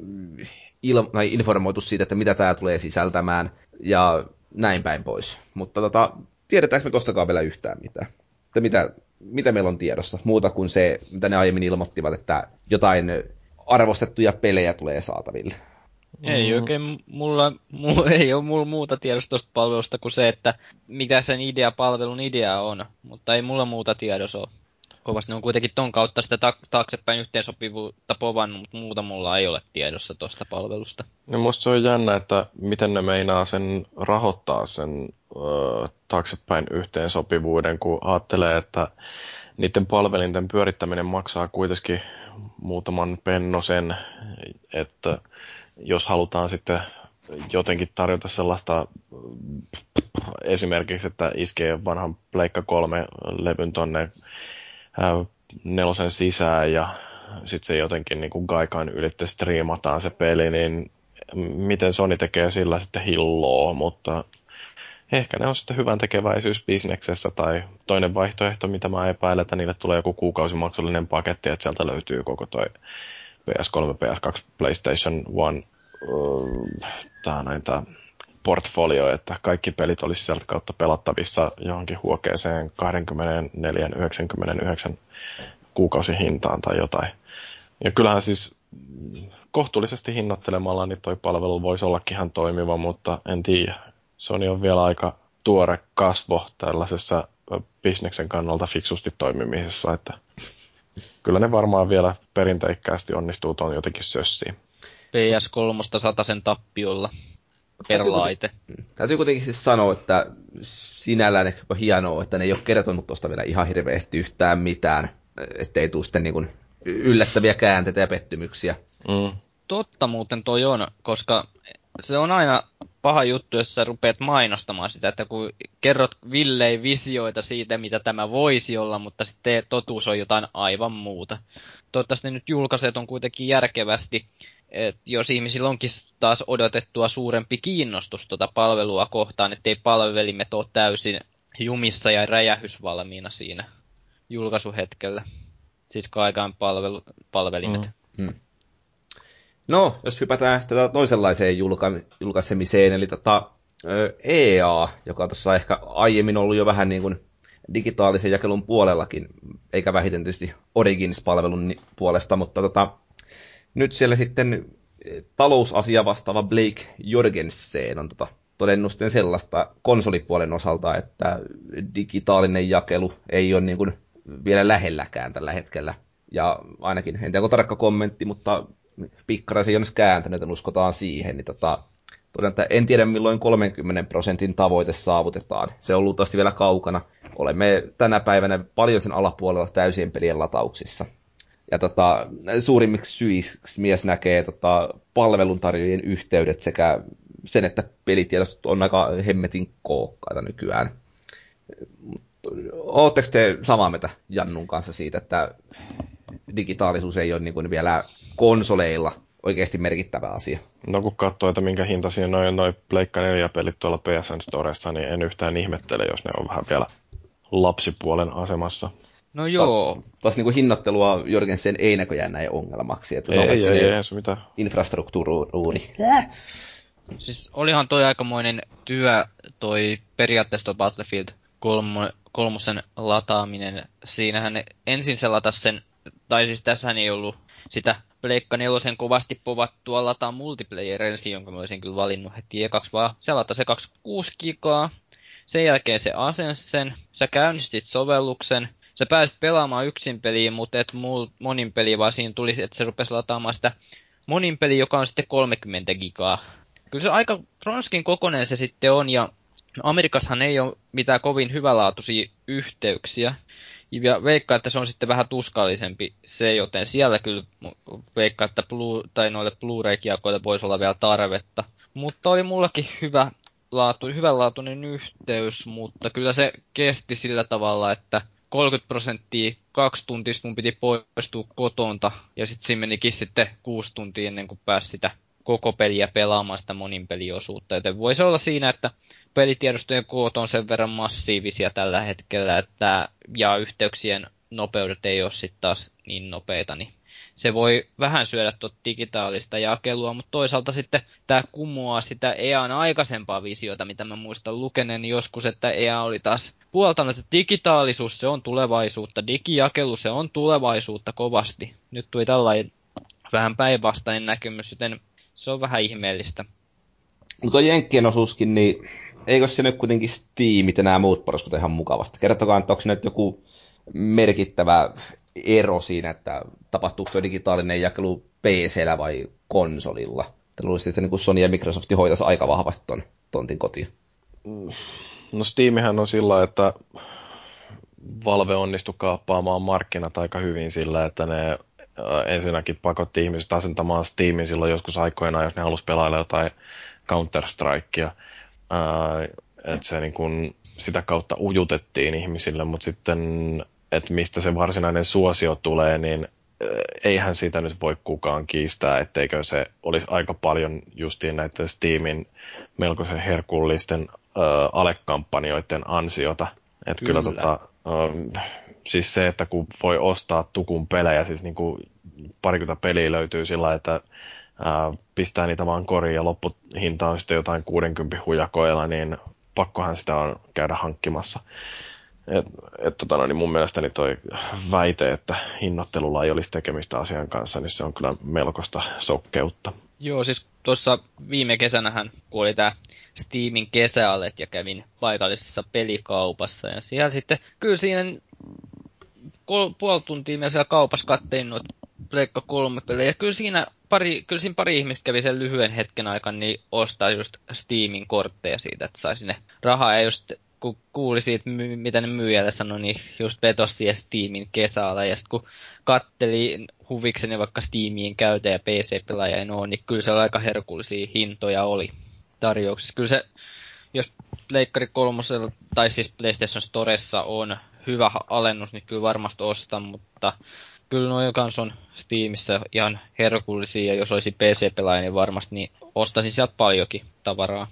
informoitu siitä, että mitä tämä tulee sisältämään, ja näin päin pois. Mutta tiedetäänkö me tostakaan vielä yhtään mitään? Että mitä meillä on tiedossa, muuta kuin se, mitä ne aiemmin ilmoittivat, että jotain arvostettuja pelejä tulee saataville. Ei oikein, mulla ei ole muuta tiedosta tuosta palvelusta kuin se, että mikä sen palvelun idea on, mutta ei mulla muuta tiedossa ole. Kovasti ne on kuitenkin ton kautta sitä taaksepäin yhteensopivuutta povannut, mutta muuta mulla ei ole tiedossa tuosta palvelusta. No musta se on jännä, että miten ne meinaa sen rahoittaa sen taaksepäin yhteensopivuuden, kun ajattelee, että niiden palvelinten pyörittäminen maksaa kuitenkin muutaman pennosen, että jos halutaan sitten jotenkin tarjota sellaista esimerkiksi, että iskee vanhan Pleikka 3-levyn tonne 4 sisään ja sitten se jotenkin niin kuin Gaikan ylitse striimataan se peli, niin miten Sony tekee sillä sitten hilloa, mutta ehkä ne on sitten hyvän tekeväisyysbisneksessä tai toinen vaihtoehto, mitä mä epäilen, että niille tulee joku kuukausimaksullinen paketti, että sieltä löytyy koko toi PS3, PS2, PlayStation 1 tämä portfolio, että kaikki pelit olisi sieltä kautta pelattavissa johonkin huokeeseen 24,99 kuukausihintaan tai jotain. Ja kyllähän siis kohtuullisesti hinnoittelemalla niin toi palvelu voisi ollakin ihan toimiva, mutta en tiedä. Sony on vielä aika tuore kasvo tällaisessa bisneksen kannalta fiksusti toimimisessa, että kyllä ne varmaan vielä perinteikkäästi onnistuu tuon jotenkin sössiin. PS3 100 tappiolla per laite. Täytyy kuitenkin siis sanoa, että sinällään ehkä hienoa, että ne ei ole kertonut tuosta vielä ihan hirveästi yhtään mitään, ettei tule sitten niin kuin yllättäviä käänteitä ja pettymyksiä. Totta muuten toi on, koska se on aina paha juttu, jos sä rupeat mainostamaan sitä, että kun kerrot villei visioita siitä, mitä tämä voisi olla, mutta sitten totuus on jotain aivan muuta. Toivottavasti nyt julkaiset on kuitenkin järkevästi, että jos ihmisillä onkin taas odotettua suurempi kiinnostus tuota palvelua kohtaan, ettei palvelimet ole täysin jumissa ja räjähysvalmiina siinä julkaisuhetkellä. Siis kaikaan palvelimet. No, jos hypätään tätä toisenlaiseen julkaisemiseen, eli EA, joka on tuossa ehkä aiemmin ollut jo vähän niin kuin digitaalisen jakelun puolellakin, eikä vähiten tietysti Origins-palvelun puolesta, mutta nyt siellä sitten talousasia vastaava Blake Jorgensen on todennut sitten sellaista konsolipuolen osalta, että digitaalinen jakelu ei ole niin kuin vielä lähelläkään tällä hetkellä. Ja ainakin, en tiedä onko tarkka kommentti, mutta Pikkaraisen ei ole kääntänyt, että uskotaan siihen. Niin todella, että en tiedä milloin 30% tavoite saavutetaan. Se on luultavasti vielä kaukana. Olemme tänä päivänä paljon sen alapuolella täysien pelien latauksissa. Ja suurimmiksi syiksi mies näkee palveluntarjoajien yhteydet sekä sen, että pelitiedostot on aika hemmetin kookkaita nykyään. Oletteko te samaa mieltä Jannun kanssa siitä, että digitaalisuus ei ole niin kuin vielä konsoleilla oikeasti merkittävä asia? No kun katsoo, että minkä hintaisia noi Pleikka 4-pelit tuolla PSN Storessa, niin en yhtään ihmettele, jos ne on vähän vielä lapsipuolen asemassa. No joo. Taas niin kuin hinnoittelua Jorgensen ei näköjään näin ongelmaksi. Että ei se mitään. Infrastruktuuri. Siis olihan toi aikamoinen työ, periaatteessa toi Battlefield 3 lataaminen. Siinähän ensin se latasi sen, tai siis tässähän ei ollut sitä Pleikka 4 kovasti povattua lataa multiplayer ensin, jonka mä olisin kyllä valinnut heti ekaksi, vaan se latasi se 26 gigaa. Sen jälkeen se asensi sen, sä käynnistit sovelluksen, sä pääsit pelaamaan yksin peliä, mutta et monin peliä, vaan siinä tuli, että se rupesi lataamaan sitä monin peliä, joka on sitten 30 gigaa. Kyllä se aika ronskin kokoinen se sitten on, ja Amerikassahan ei ole mitään kovin hyvälaatuisia yhteyksiä. Ja veikkaan, että se on sitten vähän tuskallisempi se, joten siellä kyllä veikkaan, että noille Blu-ray-kiekoille voisi olla vielä tarvetta. Mutta oli mullakin hyvänlaatuinen yhteys, mutta kyllä se kesti sillä tavalla, että 30% 2 tuntia mun piti poistua kotonta, ja sitten siinä menikin sitten 6 tuntia ennen kuin pääsi sitä koko peliä pelaamaan sitä monin peliosuutta. Joten voisi olla siinä, että pelitiedostojen koot on sen verran massiivisia tällä hetkellä, ja yhteyksien nopeudet ei ole sitten taas niin nopeita, niin se voi vähän syödä tuota digitaalista jakelua, mutta toisaalta sitten tämä kumoaa sitä EAN aikaisempaa visiota, mitä mä muistan lukeneeni joskus, että EA oli taas puoltanut, että digitaalisuus se on tulevaisuutta, digijakelu se on tulevaisuutta kovasti. Nyt tuli tällainen vähän päinvastainen näkemys, joten se on vähän ihmeellistä. Mutta Jenkkien osuuskin, niin eikö se nyt kuitenkin Steamit ja nämä muut porskut ihan mukavasti? Kertokaa, että onko se nyt joku merkittävä ero siinä, että tapahtuuko tuo digitaalinen jakelu PC:llä vai konsolilla? Luulisin, että niin Sony ja Microsoft hoitaisi aika vahvasti ton tontin kotiin. No Steamihän on sillä, että Valve onnistui kaappaamaan markkinat aika hyvin sillä, että ne ensinnäkin pakotti ihmiset asentamaan Steamin silloin joskus aikoinaan, jos ne halusi pelailla jotain Counter-Strikea. Että se niin kun sitä kautta ujutettiin ihmisille, mutta sitten, että mistä se varsinainen suosio tulee, niin eihän siitä nyt voi kukaan kiistää, etteikö se olisi aika paljon justiin näiden Steamin melkoisen herkullisten alekampanjoiden ansiota. Että kyllä siis se, että kun voi ostaa tukun pelejä, siis niin kuin parikymmentä peliä löytyy sillä, että pistää niitä vaan koriin ja loppuhinta on sitten jotain 60 hujakoilla, niin pakkohan sitä on käydä hankkimassa. Niin mun mielestäni toi väite, että hinnoittelulla ei olisi tekemistä asian kanssa, niin se on kyllä melkoista sokkeutta. Joo, siis tuossa viime kesänähän, kun oli tää Steamin kesäalet ja kävin paikallisessa pelikaupassa, ja siellä sitten, kyllä siinä puoli tuntia mä siellä kaupassa kattein noita Pleikka 3 pelejä, kyllä siinä pari ihmistä kävi sen lyhyen hetken aikana, niin ostaa just Steamin kortteja siitä, että sai sinne rahaa, ja just kun kuuli siitä, mitä ne myyjälle sanoi, niin just vetosi siihen Steamin kesällä. Ja sitten kun katteli huvikseni vaikka Steamien käytä ja PC-pelaajia on, niin kyllä se aika herkullisia hintoja oli tarjouksessa. Kyllä se, jos Pleikkari 3 tai siis PlayStation Storessa on hyvä alennus, niin kyllä varmasti ostan, mutta kyllä nuo kans on Steamissa ihan herkullisia, ja jos olisi PC-pelaaja, niin varmasti niin ostaisin sieltä paljonkin tavaraa.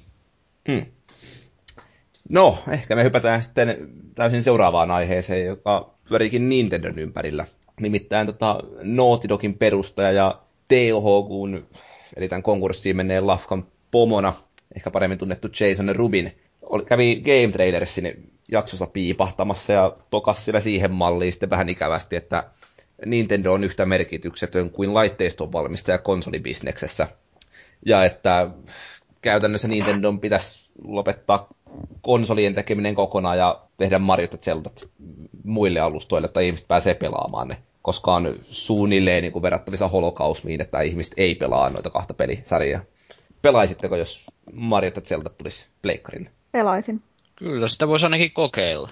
No, ehkä me hypätään sitten täysin seuraavaan aiheeseen, joka pyöriikin Nintendon ympärillä. Nimittäin Naughty Dogin perustaja ja THQ:n, eli tämän konkurssiin menneen lafkan pomona, ehkä paremmin tunnettu Jason Rubin, kävi Game Trailersin jaksossa piipahtamassa ja tokas sillä siihen malliin sitten vähän ikävästi, että Nintendo on yhtä merkityksetön kuin laitteiston valmistaja konsolibisneksessä. Ja että käytännössä Nintendon pitäisi lopettaa konsolien tekeminen kokonaan ja tehdä Mariot ja Zeldat muille alustoille, että ihmiset pääsee pelaamaan ne. Koska on suunnilleen niin kuin verrattavissa holokausmiin, että ihmiset ei pelaa noita kahta pelisarjaa. Pelaisitteko, jos Mariot ja Zeldat tulisi pleikkarille? Pelaisin. Kyllä, sitä voisi ainakin kokeilla.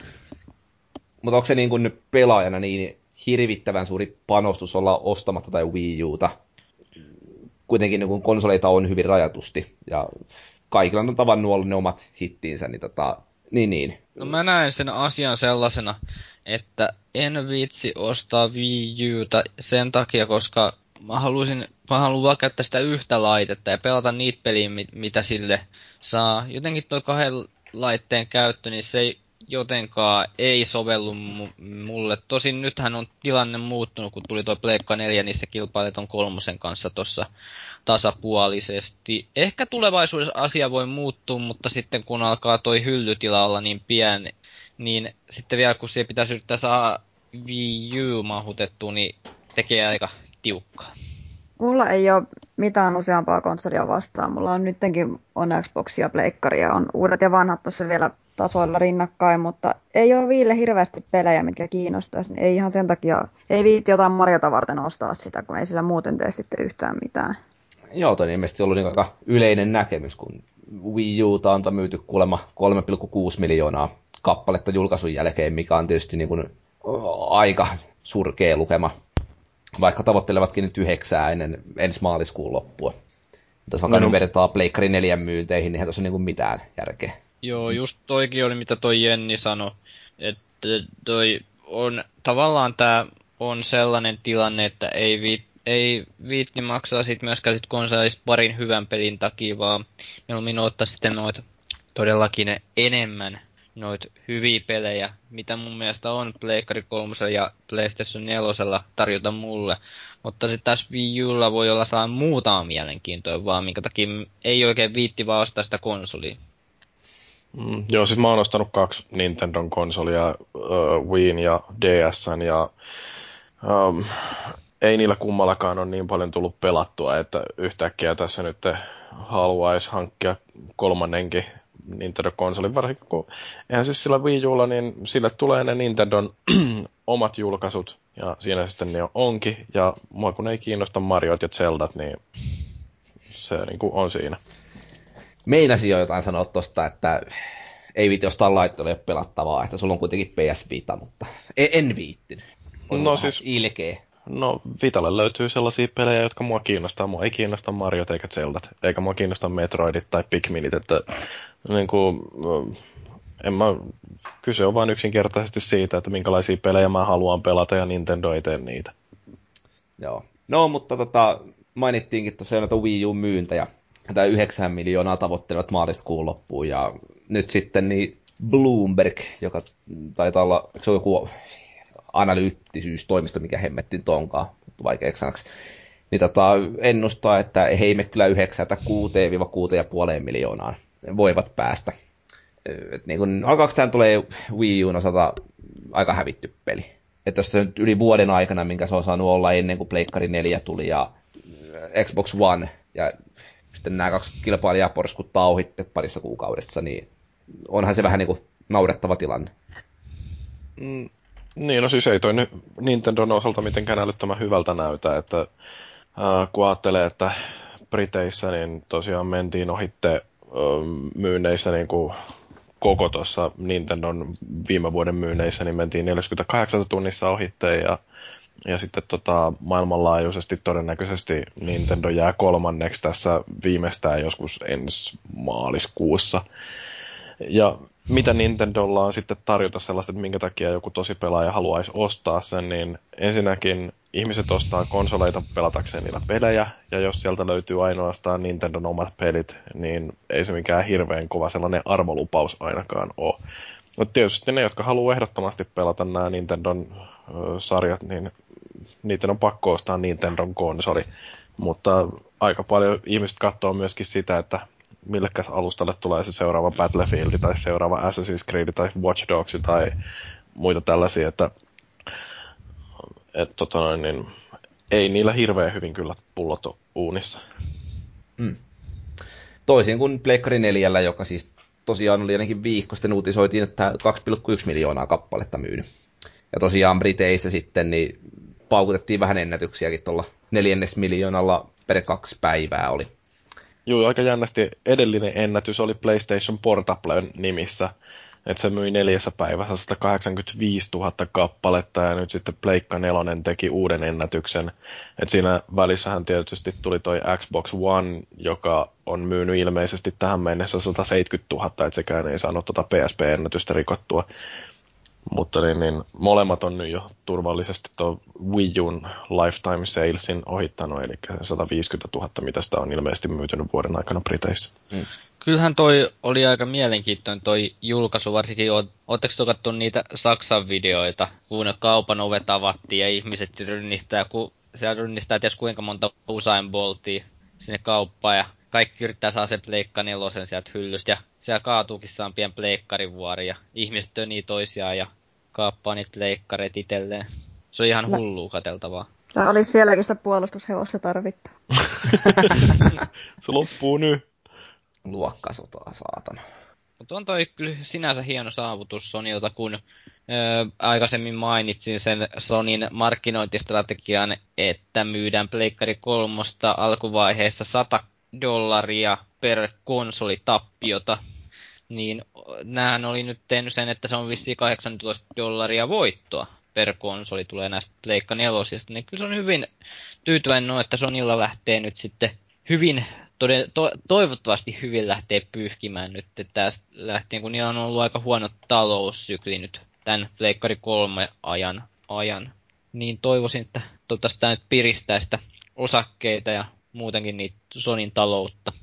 Mutta onko se niin kuin pelaajana niin hirvittävän suuri panostus olla ostamatta tai Wii Uta? Kuitenkin niin kun konsoleita on hyvin rajatusti, ja kaikilla on tavannut olla ne omat hittiinsä, niin. No mä näen sen asian sellaisena, että en viitsi ostaa Wii Uta sen takia, koska mä haluan vaan käyttää sitä yhtä laitetta ja pelata niitä peliä, mitä sille saa. Jotenkin toi kahden laitteen käyttö, niin se ei jotenkaan ei sovellu mulle. Tosin nythän on tilanne muuttunut, kun tuli toi Pleikka 4, niin se kilpailee ton 3 kanssa tossa tasapuolisesti. Ehkä tulevaisuudessa asia voi muuttua, mutta sitten kun alkaa toi hyllytila olla niin pieni, niin sitten vielä kun siihen pitäisi yrittää saada Wii U mahutettua, niin tekee aika tiukkaa. Mulla ei ole mitään useampaa konsolia vastaan. Mulla on nyttenkin on Xbox ja Pleikkari ja on uudet ja vanhat tuossa vielä tasoilla rinnakkain, mutta ei ole Viille hirveästi pelejä, mitkä kiinnostaisi. Ei ihan sen takia, ei viitti jotain Mariota varten ostaa sitä, kun ei sillä muuten tee sitten yhtään mitään. Joo, toi on ilmeisesti ollut aika yleinen näkemys, kun Wii Uta on myyty kuulemma 3,6 miljoonaa kappaletta julkaisun jälkeen, mikä on tietysti niin kuin aika surkea lukema, vaikka tavoittelevatkin nyt 9 ennen ensi maaliskuun loppua. Jos vaikka nyt vertaa Pleikkari 4 myynteihin, niin eihän tuossa niin kuin mitään järkeä. Joo, just toikin oli, mitä toi Jenni sanoi, että toi on, tavallaan tää on sellainen tilanne, että ei viitti maksaa sit myöskään sit konsolista parin hyvän pelin takia, vaan mieluummin ottaa sitten noita todellakin enemmän noita hyviä pelejä, mitä mun mielestä on Pleikkari 3 ja PlayStation 4 tarjota mulle. Mutta sitten taas Wii Ulla voi olla saa muutama mielenkiintoa vaan, minkä takia ei oikein viitti vaan ostaa sitä konsolia. Joo, siis mä oon ostanut 2 Nintendon konsolia, Wiin ja DS:n, ja ei niillä kummallakaan ole niin paljon tullut pelattua, että yhtäkkiä tässä nyt haluaisi hankkia 3. Nintendo-konsolin, varsinkin kun eihän siis sillä Wii Ulla, niin sille tulee ne Nintendon omat julkaisut, ja siinä sitten ne onkin, ja mua kun ei kiinnosta Mariot ja Zeldat, niin se niin kuin on siinä. Meinasin jo jotain sanoa tosta, että ei viitti jostain laitteella ole pelattavaa, että sulla on kuitenkin PS Vita, mutta en viittinyt. No siis ilkeä. No Vitalle löytyy sellaisia pelejä, jotka mua kiinnostaa. Mua ei kiinnosta Mariot eikä Zeldat, eikä mua kiinnosta Metroidit tai Pikminit, että niin kuin, kyse on vain yksinkertaisesti siitä, että minkälaisia pelejä mä haluan pelata ja Nintendo ei tee niitä. Joo. No, mutta mainittiinkin tosiaan näitä Wii U-myyntejä. Tämä 9 miljoonaa tavoittelevat maaliskuun loppuun, ja nyt sitten niin Bloomberg, joka taitaa olla, se on joku analyyttisyystoimisto, mikä hemmettiin tonkaan, vaikeaksi sanaksi, niin ennustaa, että he ei mene kyllä 9-6,5 miljoonaan voivat päästä. Et niin kun, alkaako tämä tulee Wii U:n osalta aika hävitty peli? Että jos se nyt yli vuoden aikana, minkä se on saanut olla ennen kuin Pleikkari 4 tuli ja Xbox One, ja sitten nämä 2 kilpailijaa porskuttaa ohitte parissa kuukaudessa, niin onhan se vähän niin kuin naurettava tilanne. Niin, no siis ei toi Nintendon osalta mitenkään älyttömän hyvältä näytä, että kun ajattelee, että Briteissä niin tosiaan mentiin ohitte myynneissä niin kuin koko tuossa Nintendon viime vuoden myynneissä, niin mentiin 48 tunnissa ohitteen ja sitten maailmanlaajuisesti todennäköisesti Nintendo jää kolmanneksi tässä viimeistään joskus ensi maaliskuussa. Ja mitä Nintendolla on sitten tarjota sellaista, että minkä takia joku tosi pelaaja haluaisi ostaa sen, niin ensinnäkin ihmiset ostaa konsoleita pelatakseen niillä pelejä, ja jos sieltä löytyy ainoastaan Nintendon omat pelit, niin ei se mikään hirveän kova sellainen armolupaus ainakaan ole. Mutta tietysti ne, jotka haluaa ehdottomasti pelata nämä Nintendon sarjat, niin niiden on pakko ostaa Nintendon konsoli. Mutta aika paljon ihmiset katsoo myöskin sitä, että millekäs alustalle tulee se seuraava Battlefield tai seuraava Assassin's Creed tai Watch Dogs tai muita tällaisia, että niin, ei niillä hirveän hyvin kyllä pullot ole uunissa. Toisin kuin Pleikkari 4, joka siis tosiaan oli ainakin viikko sitten uutisoitiin, että 2,1 miljoonaa kappaletta myynyt. Ja tosiaan Briteissä sitten niin paukutettiin vähän ennätyksiäkin tuolla 4 miljoonalla per 2 päivää oli. Joo, aika jännästi edellinen ennätys oli PlayStation Portablen nimissä. Että se myi 4 päivässä 185 000 kappaletta ja nyt sitten Pleikka 4 teki uuden ennätyksen. Että siinä välissähän tietysti tuli toi Xbox One, joka on myynyt ilmeisesti tähän mennessä 170 000, että sekään ei saanut PSP-ennätystä rikottua. Mutta niin, molemmat on nyt jo turvallisesti tuo Wii U:n Lifetime Salesin ohittanut, eli 150 000, mitä sitä on ilmeisesti myytynyt vuoden aikana Briteissä. Kyllähän toi oli aika mielenkiintoinen toi julkaisu, varsinkin ootteko te katsoneet niitä Saksan videoita, kun kaupan ovet avattiin ja ihmiset rynnistää ties kuinka monta Usain Boltia sinne kauppaan ja kaikki yrittää saada sen Pleikka 4 sieltä hyllystä ja siellä kaatuukin saan pian pleikkarivuori ja ihmiset tönii toisiaan ja kaappaa niitä pleikkareita itselleen. Se on ihan hullua katseltavaa. Tämä olisi sielläkin sitä puolustushevosta tarvittaa. Se loppuu nyt. Luokkasotaa, saatana. Mutta on toi kyllä sinänsä hieno saavutus Sonylta, kun aikaisemmin mainitsin sen Sonyn markkinointistrategian, että myydään Pleikkari 3 alkuvaiheessa $100 per konsoli tappiota. Niin näähän oli nyt tehnyt sen, että se on vissiin $18 voittoa per konsoli tulee näistä Pleikka 4. Niin kyllä se on hyvin tyytyväinen, että Sonylla lähtee nyt sitten hyvin, toivottavasti hyvin lähtee pyyhkimään nyt tästä lähtien, kun niillä on ollut aika huono taloussykli nyt tämän Pleikkari 3 ajan. Niin toivoisin, että toivottavasti tämä nyt piristää sitä osakkeita ja muutenkin niitä Sonyn taloutta.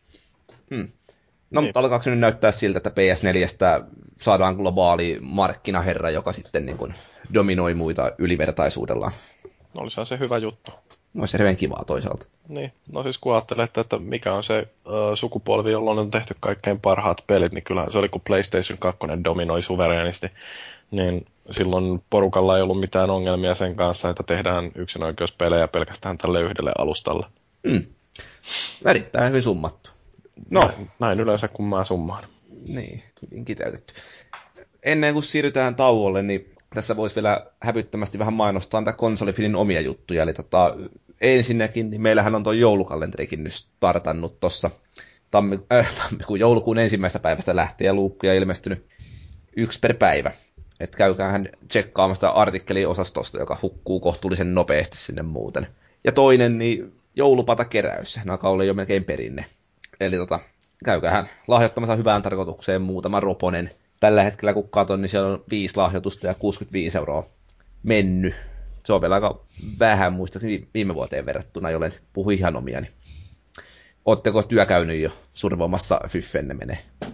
No, mutta alkaako se nyt näyttää siltä, että PS4 saadaan globaali markkinaherra, joka sitten niin kuin dominoi muita ylivertaisuudellaan? No, olisihan se hyvä juttu. No, se hirveän kivaa toisaalta. Niin, no siis kun ajattelette, että mikä on se sukupolvi, jolloin on tehty kaikkein parhaat pelit, niin kyllähän se oli, kun PlayStation 2 dominoi suvereenisti, niin silloin porukalla ei ollut mitään ongelmia sen kanssa, että tehdään yksinoikeuspelejä pelkästään tälle yhdelle alustalle. Värittää hyvin summattu. No. Näin yleensä, kun mä summaan. Niin, hyvin kiteytetty. Ennen kuin siirrytään tauolle, niin tässä voisi vielä hävyttömästi vähän mainostaa tätä konsolifilin omia juttuja. Eli ensinnäkin, niin meillähän on tuo joulukalenterikin nyt startannut tuossa joulukuun 1. päivästä lähtien ja luukkuja ilmestynyt 1 per päivä. Että käykäähän tsekkaamasta artikkeliosastosta, joka hukkuu kohtuullisen nopeasti sinne muuten. Ja toinen, niin joulupatakeräys, joka oli jo melkein perinne. Eli käykäähän lahjoittamassa hyvään tarkoitukseen muutama roponen. Tällä hetkellä kun katon, niin siellä on 5 lahjoitusta ja 65 € mennyt. Se on vielä aika vähän muistaakseni viime vuoteen verrattuna, jollen puhu ihan omiani. Ootteko työ käynyt jo survoamassa fyffenne menee?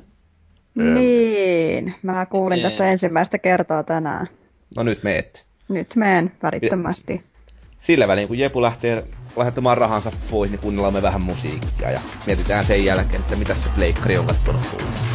Niin, mä kuulin tästä ensimmäistä kertaa tänään. No nyt meette. Nyt meen välittömästi. Sillä välin, kun Jepu lähtee lahjoittamaan rahansa pois, niin kuunnellaan me vähän musiikkia ja mietitään sen jälkeen, että mitä se pleikkari on kattonut tullessa.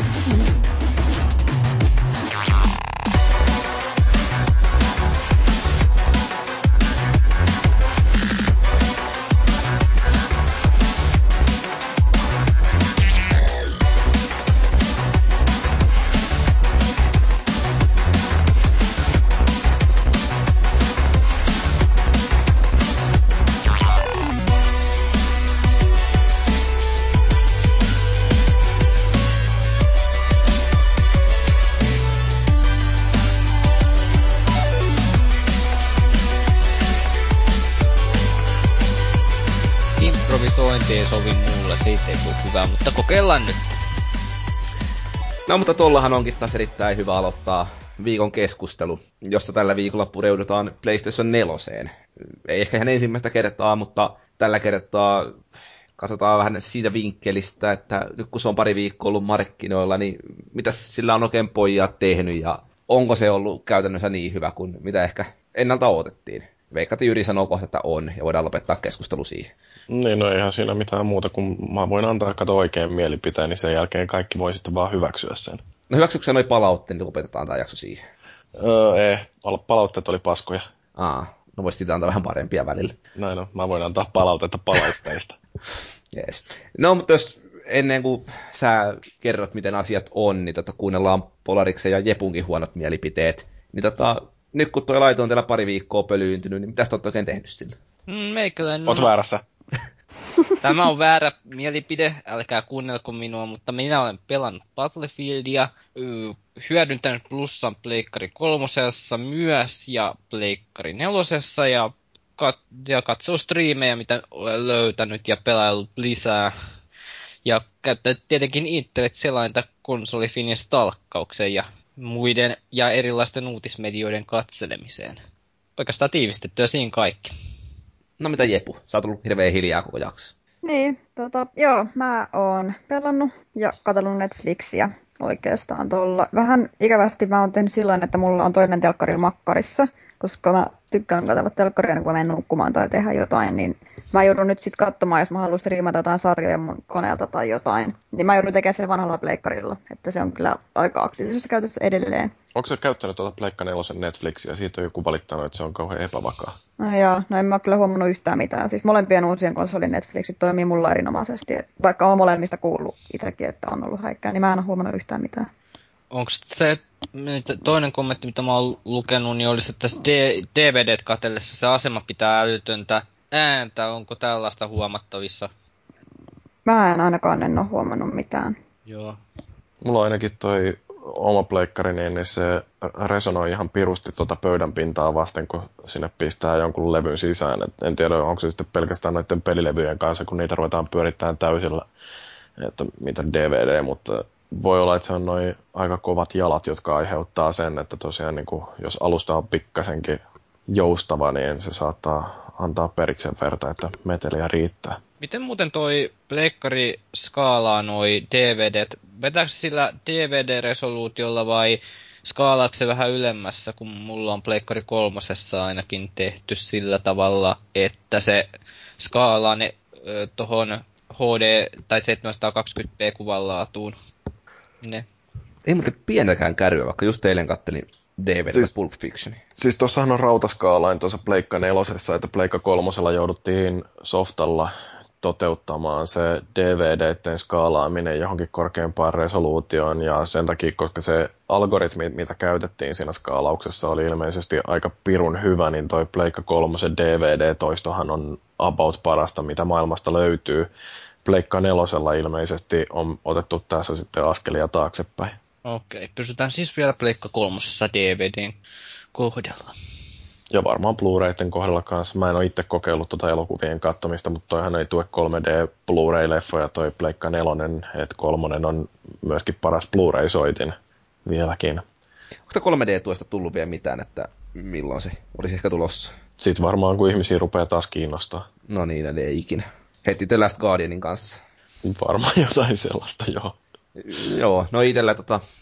sovi mulle, siitä ei tule hyvää, mutta kokeillaan nyt. No mutta tollahan onkin taas erittäin hyvä aloittaa viikon keskustelu, jossa tällä viikolla pureudutaan PlayStation 4. Ei ehkä ihan ensimmäistä kertaa, mutta tällä kertaa katsotaan vähän siitä vinkkelistä, että nyt kun se on pari viikkoa ollut markkinoilla, niin mitä sillä on oikein pojat tehnyt ja onko se ollut käytännössä niin hyvä kuin mitä ehkä ennalta odotettiin. Veikka, että Jyri sanoo kohta, että on, ja voidaan lopettaa keskustelu siihen. Niin, no eihän siinä mitään muuta, kun mä voin antaa oikein mielipiteen, niin sen jälkeen kaikki voi sitten vaan hyväksyä sen. No hyväksyksä noi palautteet, niin lopetetaan tämä jakso siihen. Ei, palautteet oli paskoja. No vois siitä antaa vähän parempia välillä. Näin on, mä voin antaa palautetta palautteista. Yes. No, mutta jos ennen kuin sä kerrot, miten asiat on, niin kuunnellaan Polariksen ja Jepunkin huonot mielipiteet. Niin nyt kun toi laito on teillä pari viikkoa pölyyntynyt, niin mitä sä oot oikein tehnyt sillä? Meikäläinen. Oot väärässä. Tämä on väärä mielipide, älkää kuunnelko minua, mutta minä olen pelannut Battlefieldia, hyödyntänyt plussan Pleikkari 3 myös ja Pleikkari 4 ja katsoo striimejä, mitä olen löytänyt ja pelaillut lisää. Ja käyttänyt tietenkin internet-selainta konsolifinin stalkkaukseen ja muiden ja erilaisten uutismedioiden katselemiseen. Oikeastaan tiivistettyä siinä kaikki. No mitä Jepu? Sä oot ollut hirveän hiljaa koko jakso. Niin, joo, mä oon pelannut ja katsellut Netflixiä oikeastaan tuolla. Vähän ikävästi mä oon tehnyt sillain, että mulla on toinen telkkari makkarissa, koska mä tykkään katsella telkkaria, kun mä menen nukkumaan tai tehdä jotain, niin mä joudun nyt sitten katsomaan, jos mä haluan striimata jotain sarjoja mun koneelta tai jotain, niin mä joudun tekemään sen vanhalla pleikkarilla, että se on kyllä aika aktiivisessa käytössä edelleen. Onko se käyttänyt Pleikka 4 Netflixiä? Siitä on joku valittanut, että se on kauhean epävakaa. No joo, no en mä kyllä huomannut yhtään mitään. Siis molempien uusien konsolin Netflixit toimii mulla erinomaisesti. Vaikka on molemmista kuullut itsekin, että on ollut häikkää, niin mä en ole huomannut yhtään mitään. Onko se toinen kommentti, mitä mä oon lukenut, niin olisi, että DVDt katsellessa se asema pitää älytöntä ääntä. Onko tällaista huomattavissa? Mä en ainakaan en ole huomannut mitään. Joo. Mulla on ainakin toi oma pleikkari, niin se resonoi ihan pirusti pöydän pintaa vasten, kun sinne pistää jonkun levyn sisään. Et en tiedä, onko se sitten pelkästään noiden pelilevyjen kanssa, kun niitä ruvetaan pyörittämään täysillä, että mitä DVD, mutta voi olla, että se on noin aika kovat jalat, jotka aiheuttaa sen, että tosiaan niin kun, jos alusta on pikkasenkin joustava, niin se saattaa antaa periksi sen verta, että meteliä riittää. Miten muuten toi pleikkari skaalaa noi DVDt? Vetääkö sillä DVD-resoluutiolla vai skaalaako se vähän ylemmässä, kun mulla on pleikkari 3 ainakin tehty sillä tavalla, että se skaalaa ne tohon HD- tai 720p kuvanlaatuun. Ne. Ei muuten pientäkään kärryä, vaikka just eilen kattelin DVD Pulp Fiction. Siis tuossahan on rautaskaalain tuossa Pleikka 4, että Pleikka 3 jouduttiin softalla toteuttamaan se DVD:ten skaalaaminen johonkin korkeampaan resoluutioon, ja sen takia, koska se algoritmi, mitä käytettiin siinä skaalauksessa, oli ilmeisesti aika pirun hyvä, niin toi Pleikka 3 DVD-toistohan on about parasta, mitä maailmasta löytyy. Pleikka 4 ilmeisesti on otettu tässä sitten askelia taaksepäin. Okei, pysytään siis vielä Pleikka 3 DVDn kohdalla. Ja varmaan Blu-rayten kohdalla kanssa. Mä en ole itse kokeillut elokuvien katsomista, mutta toihan ei tue 3D Blu-ray-leffoja, toi Pleikka 4, että 3 on myöskin paras Blu-ray-soitin vieläkin. Onko 3D-tuesta tullut vielä mitään, että milloin se olisi ehkä tulossa? Sitten varmaan, kun ihmisiä rupeaa taas kiinnostaa. No niin, ei ikinä. Heti The Last Guardianin kanssa. Varmaan jotain sellaista, joo. Joo, no itsellä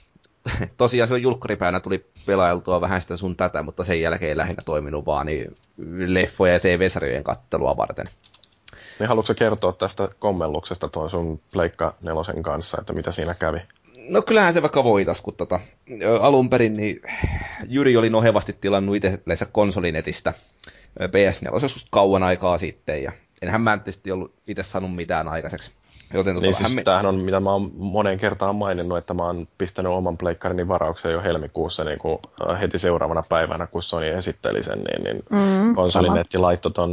tosiaan silloin julkkaripäivänä tuli pelailtua vähän sitä sun tätä, mutta sen jälkeen ei lähinnä toiminut vaan niin leffoja ja TV-sarjojen kattelua varten. Niin haluatko kertoa tästä kommelluksesta tuon sun Pleikka 4 kanssa, että mitä siinä kävi? No kyllähän se vaikka voitais, kun alun perin niin Jyri oli nohevasti tilannut itsellensä konsolinetistä PS4 joskus kauan aikaa sitten, ja enhän mä tietysti ollut itse saanut mitään aikaiseksi. Joten niin siis tämähän on, mitä mä oon moneen kertaan maininnut, että mä oon pistänyt oman pleikkarini varaukseen jo helmikuussa niin kuin heti seuraavana päivänä, kun Sony esitteli sen, niin konsolinetti laittoi ton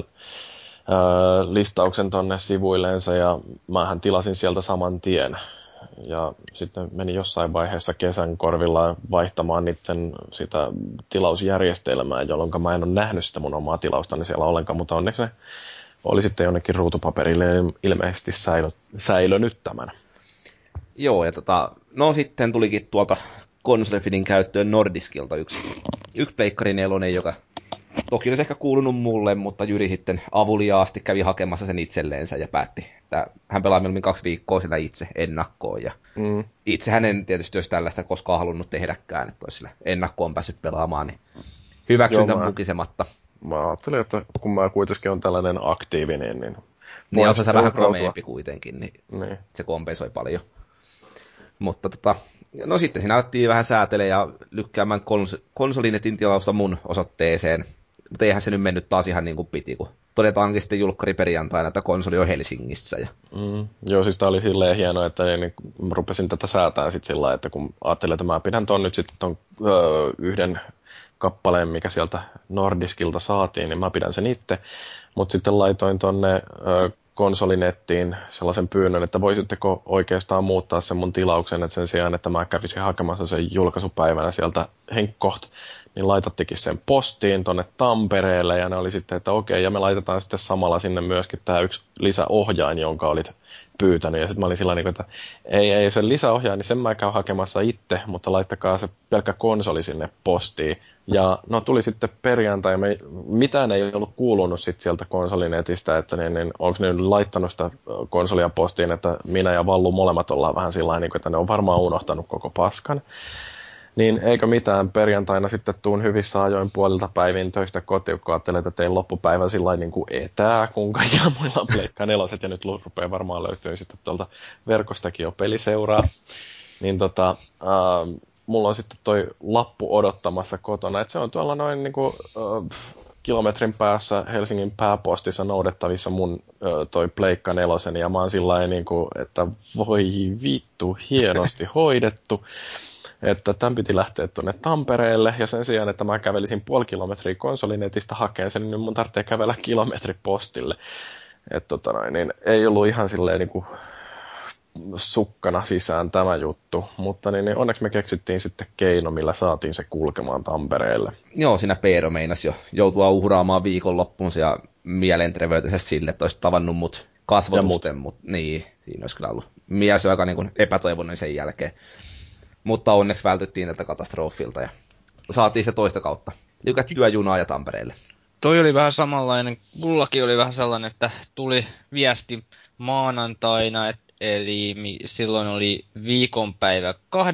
listauksen tonne sivuilleensa, ja mähän tilasin sieltä saman tien. Ja sitten meni jossain vaiheessa kesän korvilla vaihtamaan niiden sitä tilausjärjestelmää, jolloin mä en ole nähnyt sitä mun omaa tilaustani siellä ollenkaan, mutta onneksi ne oli sitten jonnekin ruutupaperille ilmeisesti säilönyt tämän. Joo, ja no sitten tulikin tuolta konsolifidin käyttöön Nordiskilta yksi Pleikkari 4, joka toki olisi ehkä kuulunut mulle, mutta Jyri sitten avuliaasti kävi hakemassa sen itselleensä ja päätti, että hän pelaa mieluummin 2 viikkoa sillä itse ennakkoon. Ja itse hän en tietysti olisi tällaista koskaan halunnut tehdäkään, että olisi sillä ennakkoon päässyt pelaamaan, niin hyväksyn tämän mukisematta. Mä ajattelin, että kun mä kuitenkin on tällainen aktiivinen, niin on se vähän komeempi kuitenkin, niin se kompensoi paljon. Mutta no sitten siinä alettiin vähän säätelemään ja lykkäämään konsolinetin tilausta mun osoitteeseen. Mutta eihän se nyt mennyt taas ihan niin kuin piti, kun todetaankin sitten julkkariperjantaina, että konsoli on Helsingissä. Ja... Joo, siis tää oli silleen hienoa, että niin rupesin tätä säätää sitten sillä että kun ajattelin, että mä pidän ton nyt sitten ton yhden kappaleen, mikä sieltä Nordiskilta saatiin, niin mä pidän sen itse. Mutta sitten laitoin tonne konsolinettiin sellaisen pyynnön, että voisitteko oikeastaan muuttaa sen mun tilauksen, että sen sijaan, että mä kävisin hakemassa sen julkaisupäivänä sieltä Henkkoht, niin laitattikin sen postiin tonne Tampereelle, ja ne oli sitten, että okei, ja me laitetaan sitten samalla sinne myöskin tää yksi lisäohjain, jonka olit pyytänyt, ja sitten mä olin sillä niin, että ei sen lisäohjain, niin sen mä käyn hakemassa itse, mutta laittakaa se pelkkä konsoli sinne postiin. Ja no tuli sitten perjantai, ja mitään ei ollut kuulunut sitten sieltä konsolinetistä, että niin onko ne laittanut sitä konsolia postiin, että minä ja Vallu molemmat ollaan vähän sillä niin, että ne on varmaan unohtanut koko paskan. Niin eikö mitään, perjantaina sitten tuun hyvissä ajoin puolilta päivin töistä kotiin, kun ajattelin, että tein loppupäivän sillä niin kuin etää, kun kaikilla muilla on Pleikka 4, ja nyt rupeaa varmaan löytyy sitten tuolta verkostakin jo peliseuraa. Niin mulla on sitten toi lappu odottamassa kotona, että se on tuolla noin niin kuin, kilometrin päässä Helsingin pääpostissa noudettavissa mun toi Pleikka 4, ja mä oon sillain niin kuin, että voi vittu, hienosti hoidettu. Että tämän piti lähteä tuonne Tampereelle, ja sen sijaan, että mä kävelisin 0,5 kilometriä konsolinetistä hakeen sen, niin mun tarvitsee kävellä kilometri postille. Että niin ei ollut ihan silleen niin kuin sukkana sisään tämä juttu, mutta niin onneksi me keksittiin sitten keino, millä saatiin se kulkemaan Tampereelle. Joo, siinä Peero meinasi jo joutua uhraamaan viikonloppuunsa ja mielenterveytensä sille, että olisi tavannut mut kasvotusten, mutta niin, siinä olisi kyllä ollut mies aika niin kuin epätoivoinen sen jälkeen. Mutta onneksi vältyttiin tältä katastrofilta ja saatiin se toista kautta. Lykättyä junaa ja Tampereelle. Toi oli vähän samanlainen, mullakin oli vähän sellainen, että tuli viesti maanantaina, eli silloin oli viikonpäivä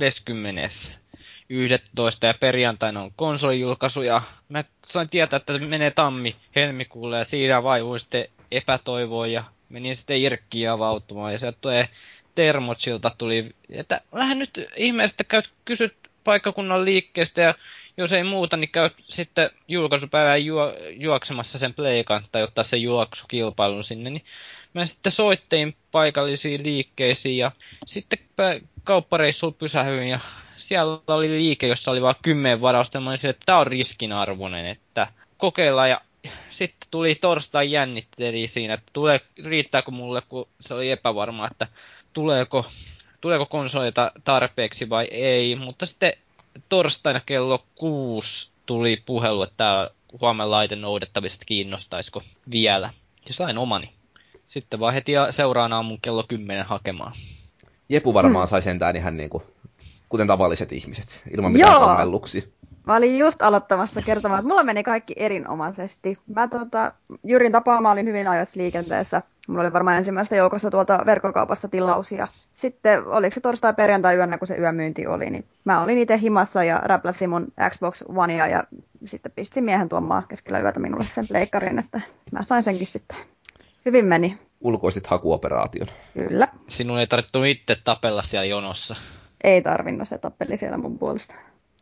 20.11. ja perjantaina on konsolijulkaisu, ja mä sain tietää, että menee tammi-helmikuulle, ja siinä vaivuin sitten epätoivoon, ja menin sitten Irkkiin avautumaan, ja sieltä tulee Termotsilta tuli, että vähän nyt ihmeestä käyt kysyt paikkakunnan liikkeestä, ja jos ei muuta, niin käyt sitten julkaisupäivään juoksemassa sen pleikan tai ottaa sen juoksukilpailun sinne, niin mä sitten soittein paikallisiin liikkeisiin ja sitten kauppareissulla pysähyin ja siellä oli liike, jossa oli vain 10 varausta, ja mä olin että tää on riskinarvoinen, että kokeillaan, ja sitten tuli torstai jännitteli siinä, että riittääkö mulle, kun se oli epävarmaa, että tuleeko konsoleita tarpeeksi vai ei, mutta sitten torstaina kello 6 tuli puhelu, että huomenna laite noudettavista kiinnostaisiko vielä, ja sain omani. Sitten vaan heti seuraavana aamun kello 10 hakemaan. Jepu varmaan sai sentään ihan niin kuin, kuten tavalliset ihmiset, ilman mitään kommelluksia. Mä olin just aloittamassa kertomaan, että mulla meni kaikki erinomaisesti. Mä Jyrin tapaama olin hyvin ajoissa liikenteessä. Mulla oli varmaan ensimmäistä joukossa tuolta verkkokaupasta tilaus. Ja sitten oliko se torstai-perjantai-yönä, kun se yömyynti oli, niin mä olin itse himassa ja räpläsin mun Xbox Onea ja sitten pistin miehen tuomaan keskellä yötä minulle sen pleikkarin, että mä sain senkin sitten. Hyvin meni. Ulkoisit hakuoperaation. Kyllä. Sinun ei tarvittu itse tapella siellä jonossa. Ei tarvinnut, se tappeli siellä mun puolesta.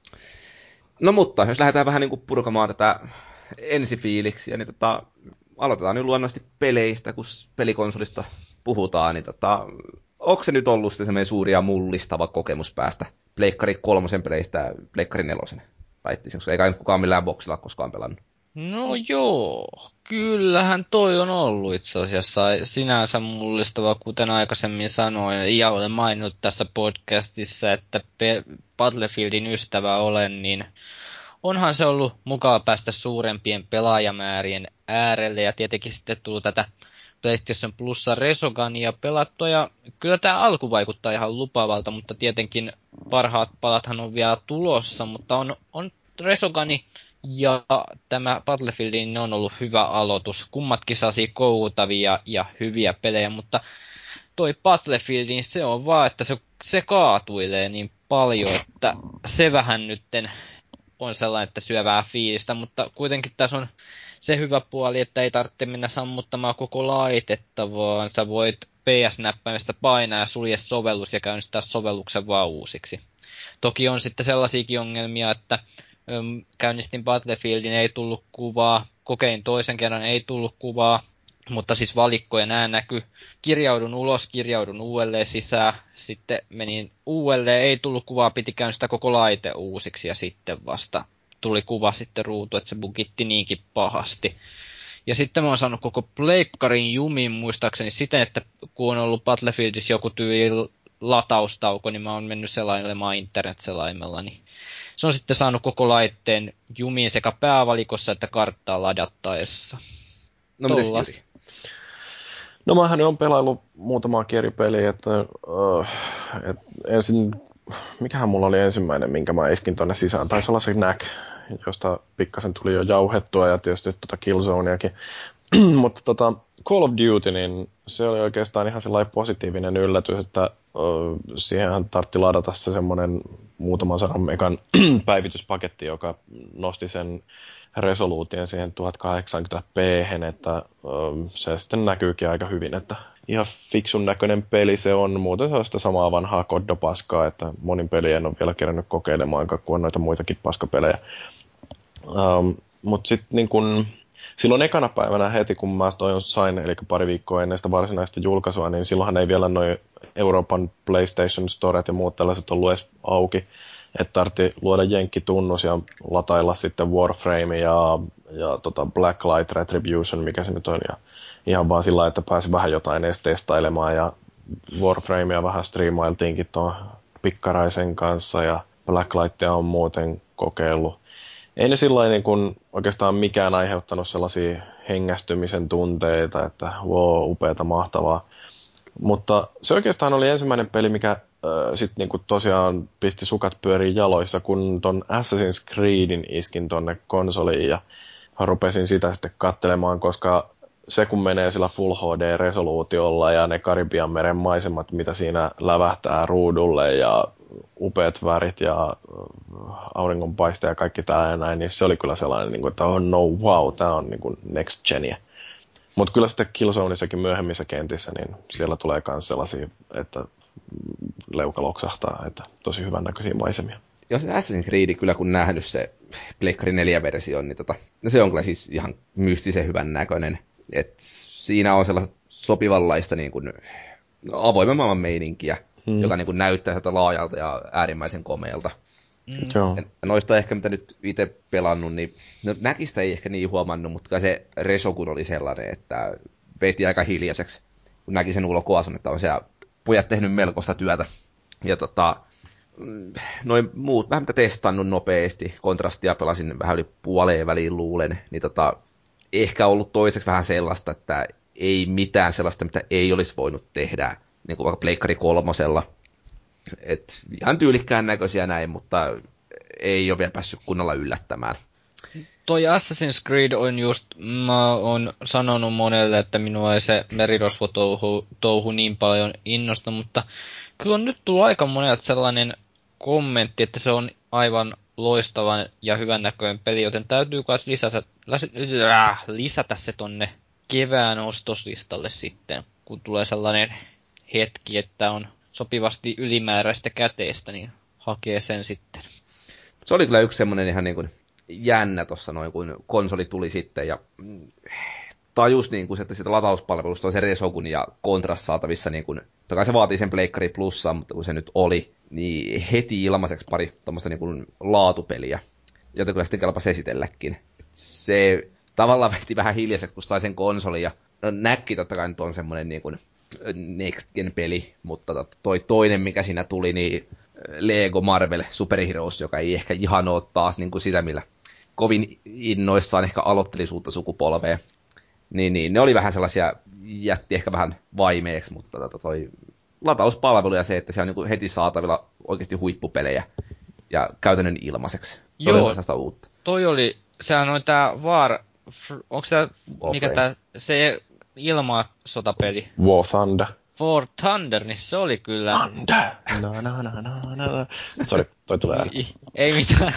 No mutta, jos lähdetään vähän niin kuin purkamaan tätä ensifiiliksiä, niin aloitetaan nyt luonnollisesti peleistä, kun pelikonsolista puhutaan, niin onko se nyt ollut sitten semmoinen suuri ja mullistava kokemus päästä Pleikkari 3 peleistä Pleikkari 4 laitteeseen, eikä nyt kukaan millään boksilla koskaan pelannut? No joo, kyllähän toi on ollut itse asiassa sinänsä mullistava, kuten aikaisemmin sanoin, ja olen maininnut tässä podcastissa, että Battlefieldin ystävä olen, niin onhan se ollut mukava päästä suurempien pelaajamäärien äärelle ja tietenkin sitten tullut tätä PlayStation Plussa Resogania pelattua ja kyllä tämä alku vaikuttaa ihan lupavalta, mutta tietenkin parhaat palathan on vielä tulossa, mutta on Resogani ja tämä Battlefield, niin ne on ollut hyvä aloitus. Kummatkin saasi koulutavia ja hyviä pelejä, mutta toi Battlefield, niin se on vaan, että se kaatuilee niin paljon, että se vähän nytten on sellainen, että syövää fiilistä, mutta kuitenkin tässä on se hyvä puoli, että ei tarvitse mennä sammuttamaan koko laitetta, vaan sä voit PS-näppäimestä painaa ja sulje sovellus ja käynnistää sovelluksen vaan uusiksi. Toki on sitten sellaisiakin ongelmia, että käynnistin Battlefieldin, ei tullut kuvaa, kokein toisen kerran, ei tullut kuvaa, mutta siis valikkojen näky. Kirjaudun ulos, kirjaudun uudelleen sisään, sitten menin uudelleen, ei tullut kuvaa, piti käynnistää koko laite uusiksi ja sitten vasta tuli kuva sitten ruutu, että se bugitti niinkin pahasti. Ja sitten mä oon saanut koko pleikkarin jumiin muistaakseni siten, että kun on ollut Battlefieldissa joku tyyli lataustauko, niin mä oon mennyt selailemaan internet-selaimella, niin se on sitten saanut koko laitteen jumiin sekä päävalikossa että karttaa ladattaessa. No mites Jyri? No mähän on pelaillut muutamaa eri peliä, että ensin, mikähän mulla oli ensimmäinen, minkä mä iskin tonne sisään, taisi olla se Knack, josta pikkasen tuli jo jauhettua ja tietysti Killzoneakin, mutta Call of Duty, niin se oli oikeastaan ihan sellainen positiivinen yllätys, että siihenhän tarvitsi ladata se semmoinen muutaman 100 megan päivityspaketti, joka nosti sen resoluution siihen 1080p, että se sitten näkyykin aika hyvin, että ihan fiksun näköinen peli se on, muuten se on sitä samaa vanhaa koddopaskaa, että monin peli en ole vielä kerännyt kokeilemaan, kun on noita muitakin paskapelejä. Mutta sitten niin kun silloin ekana päivänä heti, kun mä sain, eli pari viikkoa ennen sitä varsinaista julkaisua, niin silloinhan ei vielä noin Euroopan PlayStation Storet ja muut tällaiset ollut edes auki. Että tarvitsi luoda jenkkitunnus ja latailla sitten Warframe ja Blacklight Retribution, mikä se nyt on. Ja ihan vaan sillä, että pääsi vähän jotain edes testailemaan ja Warframea vähän striimailtiinkin tuon Pikkaraisen kanssa ja Blacklightia on muuten kokeillut. Ei ne sillain niin kuin oikeastaan mikään aiheuttanut sellaisia hengästymisen tunteita, että wow, upeata, mahtavaa. Mutta se oikeastaan oli ensimmäinen peli, mikä sitten niinku tosiaan pisti sukat pyöriin jaloissa, kun ton Assassin's Creedin iskin tonne konsoliin ja rupesin sitä sitten katselemaan, koska se kun menee sillä Full HD-resoluutiolla ja ne Karibianmeren maisemat, mitä siinä lävähtää ruudulle ja upeat värit ja auringonpaiste ja kaikki tää ja näin, niin se oli kyllä sellainen, että oh no wow, tää on niinku next genia. Mutta kyllä sitten Killzoneissakin myöhemmissä kentissä, niin siellä tulee myös sellaisia, että leuka loksahtaa, että tosi hyvän näköisiä maisemia. Jos Assassin's Creed kyllä kun nähnyt se Pleikkari 4-versio, niin se on kyllä siis ihan mystisen hyvän näköinen. Et siinä on sellaista sopivanlaista niin kuin avoimen maailman meininkiä, joka niin kuin näyttää sieltä laajalta ja äärimmäisen komealta. Noista ehkä mitä nyt itse pelannut, niin no, näkistä ei ehkä niin huomannut, mutta se Resogun oli sellainen, että veti aika hiljaiseksi, kun näki sen ulkoasun, että on siellä pojat tehnyt melkoista työtä. Ja noin muut, vähän mitä testannut nopeasti, kontrastia pelasin vähän yli puoleen väliin luulen, niin ehkä ollut toiseksi vähän sellaista, että ei mitään sellaista, mitä ei olisi voinut tehdä, niin kuin vaikka Pleikkari 3:lla. Et ihan tyylikkään näköisiä näin, mutta ei ole vielä päässyt kunnolla yllättämään. Toi Assassin's Creed on just, mä oon sanonut monelle, että minua ei se merirosvotouhu niin paljon innosta, mutta kyllä on nyt tullut aika monelta sellainen kommentti, että se on aivan loistavan ja hyvän näköinen peli, joten täytyy kai lisätä se tonne kevään ostoslistalle sitten, kun tulee sellainen hetki, että on sopivasti ylimääräistä käteistä, niin hakee sen sitten. Se oli kyllä yksi semmoinen ihan niin kuin jännä tuossa noin, kun konsoli tuli sitten ja tajus niin kuin, että siitä latauspalvelusta on se Resogun ja Contras saatavissa niin kuin, toki se vaatii sen Pleikkari Plussaan, mutta kun se nyt oli, niin heti ilmaiseksi pari tommoista niin kuin laatupeliä, jota kyllä sitten kelpasi esitelläkin. Se tavallaan vehti vähän hiljaiseksi, kun sai sen konsolin ja näkki totta kai nyt on semmoinen niin kuin Next Gen peli, mutta toi toinen, mikä siinä tuli, niin Lego Marvel Super Heroes, joka ei ehkä ihan ole taas niin kuin sitä, millä kovin innoissaan ehkä aloittelisuutta sukupolveen. Niin, ne oli vähän sellaisia, jätti ehkä vähän vaimeeksi, mutta toi latauspalvelu ja se, että se on niin heti saatavilla oikeasti huippupelejä ja käytännön ilmaiseksi. Se oli sellaista uutta. Toi oli, sehän on tää onko se, mikä tää, se ilmasotapeli? War Thunder. War Thunder, niin se oli kyllä... Thunder! No. Sori, toi tulee ääni. Ei mitään.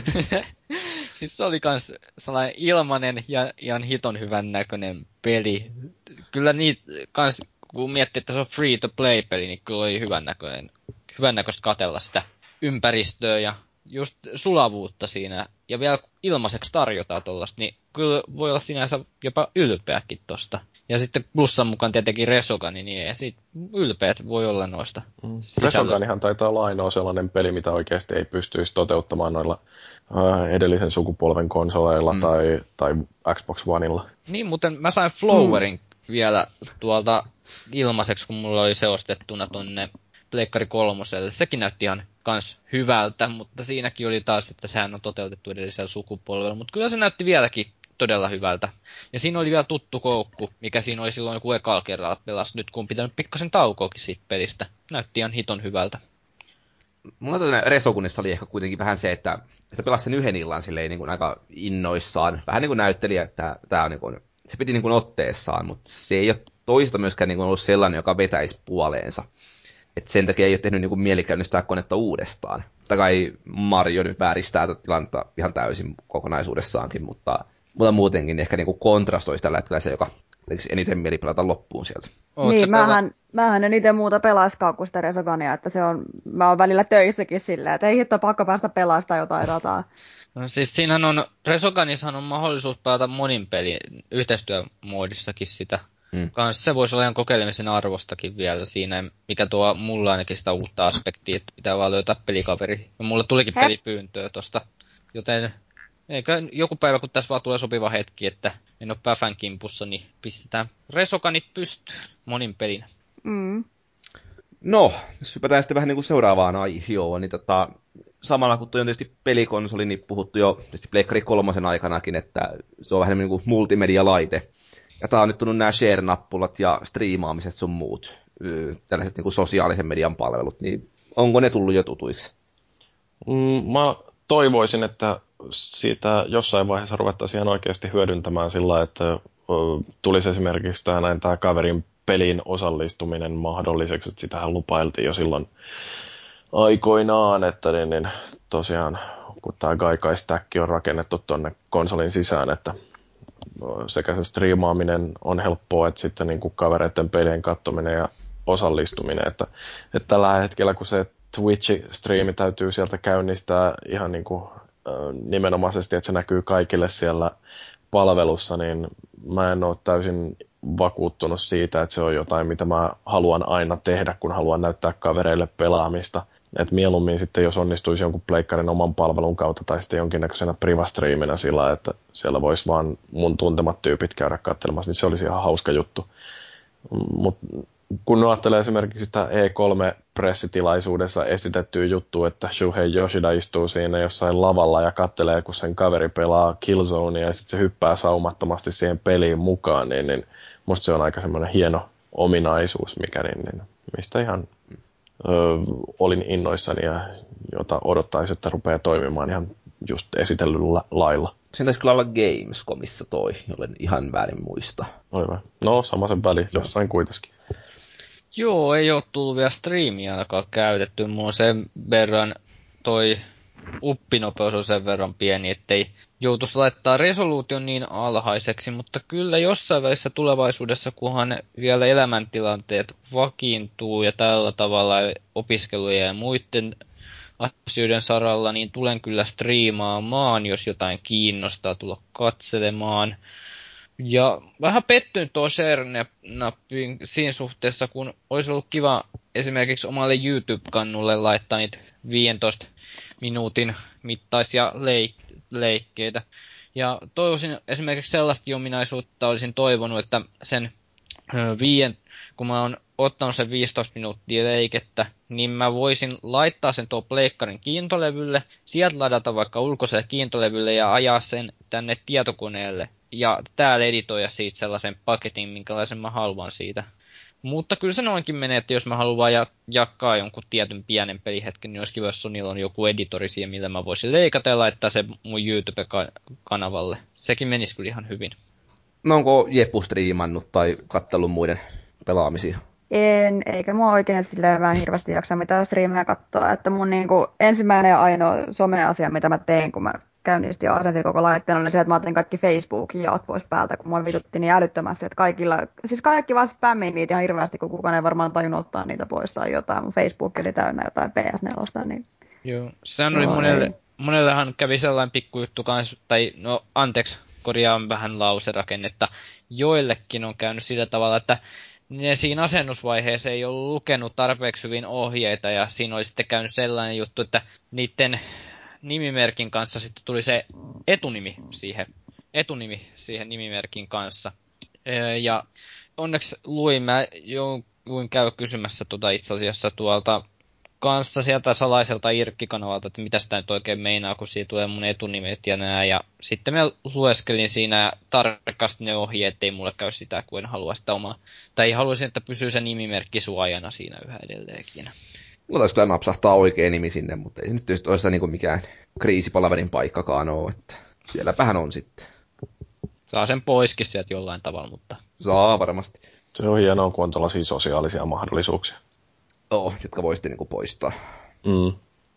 Siis se oli kans sellainen ilmanen ja ihan hiton hyvän näköinen peli. Kyllä niitä kans, kun miettii, että se on free to play peli, niin kyllä oli hyvän näköistä katsella sitä ympäristöä ja just sulavuutta siinä. Ja vielä ilmaiseksi tarjotaan tollasta, niin kyllä voi olla sinänsä jopa ylpeäkin tosta. Ja sitten plussan mukaan tietenkin Resogani, niin ei siitä ylpeät voi olla noista Resoganihan taitaa olla ainoa sellainen peli, mitä oikeasti ei pystyisi toteuttamaan noilla edellisen sukupolven konsoleilla tai Xbox Oneilla. Niin, muuten mä sain Flowerin vielä tuolta ilmaiseksi, kun mulla oli se ostettuna tonne Pleikkari 3:lle. Sekin näytti ihan kans hyvältä, mutta siinäkin oli taas, että sehän on toteutettu edellisellä sukupolvella. Mutta kyllä se näytti vieläkin todella hyvältä. Ja siinä oli vielä tuttu koukku, mikä siinä oli silloin kun ekalla kerralla pelasi. Nyt kun on pitänyt pikkasen taukoakin siitä pelistä. Näytti ihan hiton hyvältä. Mulla Resogunissa oli ehkä kuitenkin vähän se, että pelasi sen yhden illan silleen niin kuin aika innoissaan. Vähän niin kuin näyttelijä, että tää on niin kuin, se piti niin kuin otteessaan, mutta se ei ole toista myöskään niin kuin ollut sellainen, joka vetäisi puoleensa. Et sen takia ei ole tehnyt niin kuin mieli käynnistää konetta uudestaan. Totta kai Mario nyt vääristää tätä tilannetta ihan täysin kokonaisuudessaankin, mutta muutenkin ehkä niin kuin kontrastoi tällä hetkellä se, joka eniten mieli pelata loppuun sieltä. Niin, mähän en itse muuta pelaiskaan kuin sitä Resogania, että mä oon välillä töissäkin silleen, että ei hitto pakko päästä pelastaa jotain dataa. No siis siinähän on, Resoganissahan on mahdollisuus pelata monin pelin yhteistyömoodissakin sitä. Kans se voisi olla ihan kokeilemisen arvostakin vielä siinä, mikä tuo mulla ainakin sitä uutta aspektia, että pitää vaan löytää pelikaveri. Ja mulla tulikin pelipyyntöä tosta, joten eikä joku päivä, kun tässä vaan tulee sopiva hetki, että en ole Päfän kimpussa, niin pistetään Resoganit pystyyn monin pelinä. No, jos hypätään sitten vähän niin kuin seuraavaan aiheoon, niin samalla kun toi on tietysti pelikonsoli, niin puhuttu jo tietysti Pleikkari 3 aikanakin, että se on vähän niin kuin multimedia-laite. Ja tää on nyt tullut nämä share-nappulat ja striimaamiset sun muut, tällaiset niin kuin sosiaalisen median palvelut, niin onko ne tullut jo tutuiksi? Mä toivoisin, että siitä jossain vaiheessa ruvettaisiin ihan oikeasti hyödyntämään sillä, että tulisi esimerkiksi tämä kaverin pelin osallistuminen mahdolliseksi, että sitähän lupailtiin jo silloin aikoinaan, että niin tosiaan kun tämä Gaikai-stäkki on rakennettu tuonne konsolin sisään, että sekä se striimaaminen on helppoa, että sitten niin kuin kavereiden pelien katsominen ja osallistuminen, että tällä hetkellä kun se Twitch-striimi täytyy sieltä käynnistää ihan niin kuin nimenomaisesti, että se näkyy kaikille siellä palvelussa, niin mä en ole täysin vakuuttunut siitä, että se on jotain, mitä mä haluan aina tehdä, kun haluan näyttää kavereille pelaamista. Et mieluummin sitten, jos onnistuisi jonkun pleikkarin oman palvelun kautta tai sitten jonkinnäköisenä privastriiminä sillä, että siellä voisi vaan mun tuntemat tyypit käydä katselemassa, niin se olisi ihan hauska juttu. Mutta kun ajattelee esimerkiksi sitä E3-pressitilaisuudessa esitettyä juttua, että Shuhei Yoshida istuu siinä jossain lavalla ja kattelee, kun sen kaveri pelaa Killzonea ja sitten se hyppää saumattomasti siihen peliin mukaan, niin musta se on aika semmoinen hieno ominaisuus, mikä niin mistä ihan olin innoissani ja jota odottaisi, että rupeaa toimimaan ihan just esitellyllä lailla. Sen taisi kyllä olla Gamescomissa toi, jollen ihan väärin muista. Oli no, sama sen väli, jossain kuitenkin. Joo, ei ole tullut vielä striimiä ainakaan käytetty. Mulla on sen verran toi uppinopeus on sen verran pieni, ettei joutuisi laittaa resoluution niin alhaiseksi, mutta kyllä jossain välissä tulevaisuudessa, kunhan vielä elämäntilanteet vakiintuu ja tällä tavalla opiskeluja ja muiden asioiden saralla, niin tulen kyllä striimaamaan, jos jotain kiinnostaa tulla katselemaan. Ja vähän pettynyt tuo share-nappiin siinä suhteessa, kun olisi ollut kiva esimerkiksi omalle YouTube-kannulle laittaa niitä 15 minuutin mittaisia leikkeitä. Ja toivoisin esimerkiksi sellaista ominaisuutta, olisin toivonut, että sen kun mä oon ottanut sen 15 minuuttia leikettä, niin mä voisin laittaa sen tuon pleikkarin kiintolevylle, sieltä ladata vaikka ulkoiselle kiintolevylle ja ajaa sen tänne tietokoneelle. Ja täällä editoida siitä sellaisen paketin, minkälaisen mä haluan siitä. Mutta kyllä se noinkin menee, että jos mä haluan jakaa jonkun tietyn pienen pelihetken, niin olisi kiva, jos Sonylla on joku editori siihen, millä mä voisin leikata ja laittaa se mun YouTube-kanavalle. Sekin menisi kyllä ihan hyvin. No onko Jepu striimannut tai kattellut muiden pelaamisia? En, eikä mua oikein silleen mä hirveästi jaksa mitään striimejä katsoa. Että mun niinku ensimmäinen ja ainoa some-asia, mitä mä tein, kun mä käynnistin ja asensin koko laitteen, oli se, että mä otin kaikki Facebookin jaot pois päältä, kun mua vitutti niin älyttömästi, että kaikki vaan spämmii niitä ihan hirveästi, kun kukaan ei varmaan tajunnut ottaa niitä pois tai jotain. Mun Facebook oli täynnä jotain PS4, niin... Joo, sehän oli monellehan kävi sellainen pikkujuttu kanssa, tai no anteeksi, korjaan vähän lauserakennetta. Joillekin on käynyt sillä tavalla, että ne siinä asennusvaiheessa ei ollut lukenut tarpeeksi hyvin ohjeita, ja siinä oli sitten käynyt sellainen juttu, että niiden nimimerkin kanssa sitten tuli se etunimi siihen nimimerkin kanssa. Ja onneksi mä jouduin käydä kysymässä itse asiassa tuolta kanssa sieltä salaiselta IRC-kanavalta, että mitä sitä nyt oikein meinaa, kun siitä tulee mun etunimet ja nää. Ja sitten mä lueskelin siinä ja tarkasti ne ohjeet, ettei mulle käy sitä, kun en halua sitä omaa. Tai haluaisin, että pysyy se nimimerkki suojana siinä yhä edelleenkin. Mulla taisi kyllä napsahtaa oikea nimi sinne, mutta ei se nyt tietysti olisi niinku mikään kriisipalaverin paikkakaan ole, että sielläpähän on sitten. Saa sen poiskin sieltä jollain tavalla, mutta... Saa varmasti. Se on hienoa, kun on tällaisia sosiaalisia mahdollisuuksia. Jotka voisitte niinku poistaa. Mm.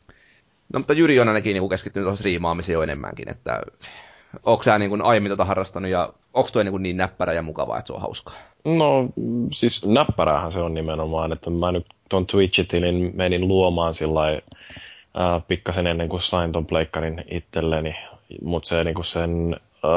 No mutta Jyri on ainakin niinku keskittynyt tuohon striimaamiseen jo enemmänkin, että onko sä niinku aiemmin harrastanut ja onko toi niinku niin näppärä ja mukavaa, että se on hauskaa? No siis näppäräähän se on nimenomaan, että mä nyt ton Twitch-tilin menin luomaan sillai pikkasen ennen kuin sain ton pleikkarin itselleni, mutta se niinku sen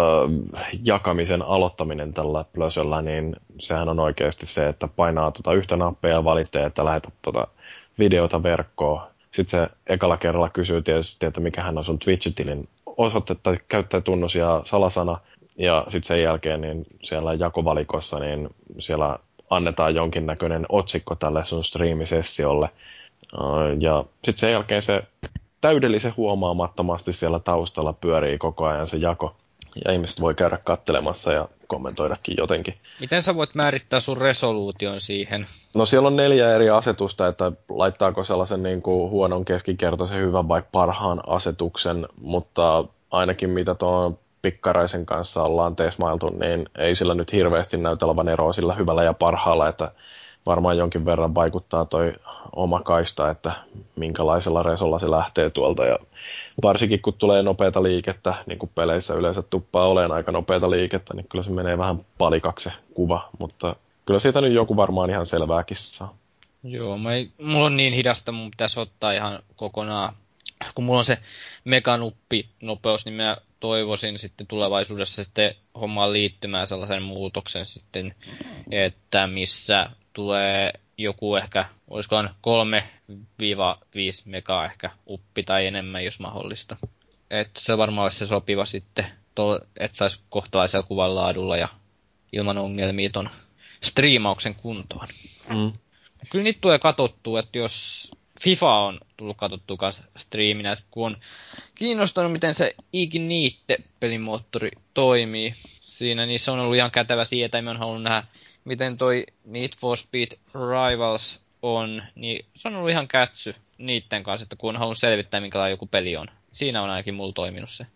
jakamisen aloittaminen tällä plösöllä, niin sehän on oikeasti se, että painaa yhtä nappia ja valitsee, että lähetät videota verkkoon. Sitten se ekalla kerralla kysyy tietysti, että mikähän on sun Twitch-tilin osoite tai käyttäjätunnus ja salasana. Ja sitten sen jälkeen niin siellä jakovalikossa niin siellä annetaan jonkinnäköinen otsikko tälle sun striimisessiolle. Ja sitten sen jälkeen se täydellisen huomaamattomasti siellä taustalla pyörii koko ajan se jako. Ja ihmiset voi käydä kattelemassa ja kommentoidakin jotenkin. Miten sä voit määrittää sun resoluution siihen? No siellä on 4 eri asetusta, että laittaako sellaisen niin kuin huonon keskikertaisen hyvän vai parhaan asetuksen, mutta ainakin mitä tuon pikkaraisen kanssa ollaan teesmailtu, niin ei sillä nyt hirveästi näytä olevan eroa sillä hyvällä ja parhaalla, että varmaan jonkin verran vaikuttaa toi oma kaista, että minkälaisella resolla se lähtee tuolta. Ja varsinkin kun tulee nopeata liikettä, niin kuin peleissä yleensä tuppaa olemaan aika nopeata liikettä, niin kyllä se menee vähän palikaksi se kuva, mutta kyllä siitä nyt joku varmaan ihan selvääkin saa. Joo, mulla on niin hidasta, mun pitäisi ottaa ihan kokonaan. Kun mulla on se meganuppi-nopeus, niin mä toivoisin sitten tulevaisuudessa sitten hommaan liittymään sellaisen muutoksen sitten, että missä tulee joku ehkä, olisikohan 3-5 megaa ehkä uppi tai enemmän, jos mahdollista. Että se varmaan olisi se sopiva sitten, että saisi kohtalaisella kuvan laadulla ja ilman ongelmia ton striimauksen kuntoon. Mm. Kyllä niitä tulee katsottua, että jos FIFA on tullut katsottua kanssa striiminä, että kun on kiinnostanut, miten se Ignite-pelimoottori toimii siinä, niin se on ollut ihan kätevä siitä, ja mä oon halunnut nähdä, miten toi Need for Speed Rivals on, niin se on ollut ihan kätsy niitten kanssa, että kun on halunnut selvittää, minkälainen joku peli on. Siinä on ainakin mulla toiminut se.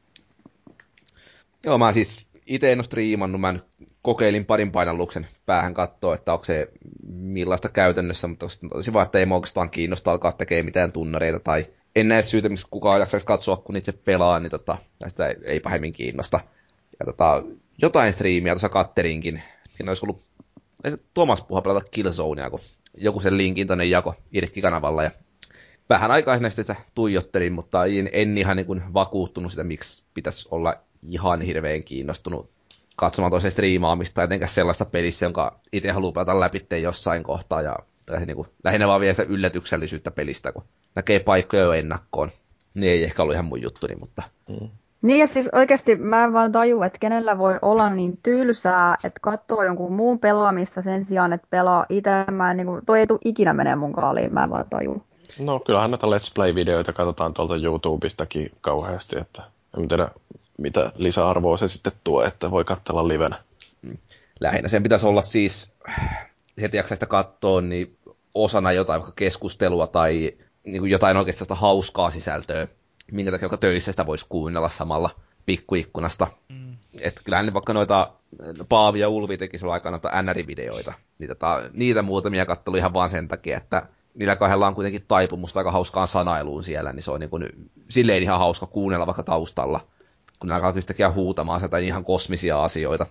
Joo, mä siis itse en ole striimannut, mä kokeilin parin painalluksen päähän katsoa, että onko se millaista käytännössä, mutta tosi vaan, että ei mä oikeastaan kiinnosta alkaa tekemään mitään tunnareita, tai en näe syytä, miksi kukaan jaksaisi katsoa, kun itse pelaa, niin tästä ei pahemmin kiinnosta. Ja jotain striimiä tuossa katterinkin, siinä olisi ollut Tuomas puhua pelata Killzonea, kun joku sen linkin tonne jako IRC-kanavalla, ja vähän aikaa sitä tuijottelin, mutta en ihan niin kuin vakuuttunut sitä, miksi pitäisi olla ihan hirveän kiinnostunut katsomaan toisen striimaamista, etenkään sellaista pelissä, jonka itse haluaa pelata läpi jossain kohtaa, ja niin kuin, lähinnä vaan vielä sitä yllätyksellisyyttä pelistä, kun näkee paikkoja jo ennakkoon. Niin ei ehkä ollut ihan mun juttuni, mutta Niin ja siis oikeasti mä en vaan taju, että kenellä voi olla niin tylsää, että katsoo jonkun muun pelaamista sen sijaan, että pelaa itse. Toi ei tule ikinä menee mun kaaliin, mä en vaan taju. No kyllähän näitä Let's Play-videoita katsotaan tuolta YouTubestakin kauheasti, että en tiedä mitä lisäarvoa se sitten tuo, että voi katsella livenä. Lähinnä sen pitäisi olla siis, sieltä jaksaa sitä katsoa, niin osana jotain vaikka keskustelua tai niin kuin jotain oikeastaan hauskaa sisältöä, minkä takia vaikka töissä sitä voisi kuunnella samalla pikkuikkunasta. Että kyllähän vaikka noita Paavi ja Ulvi teki sulla aikaan noita NR-videoita, niin niitä muutamia kattelu ihan vaan sen takia, että niillä kahdella on kuitenkin taipumusta aika hauskaan sanailuun siellä, niin se on niin kuin silleen ihan hauska kuunnella vaikka taustalla, kun ne alkaa yhtäkkiä huutamaan sieltä ihan kosmisia asioita.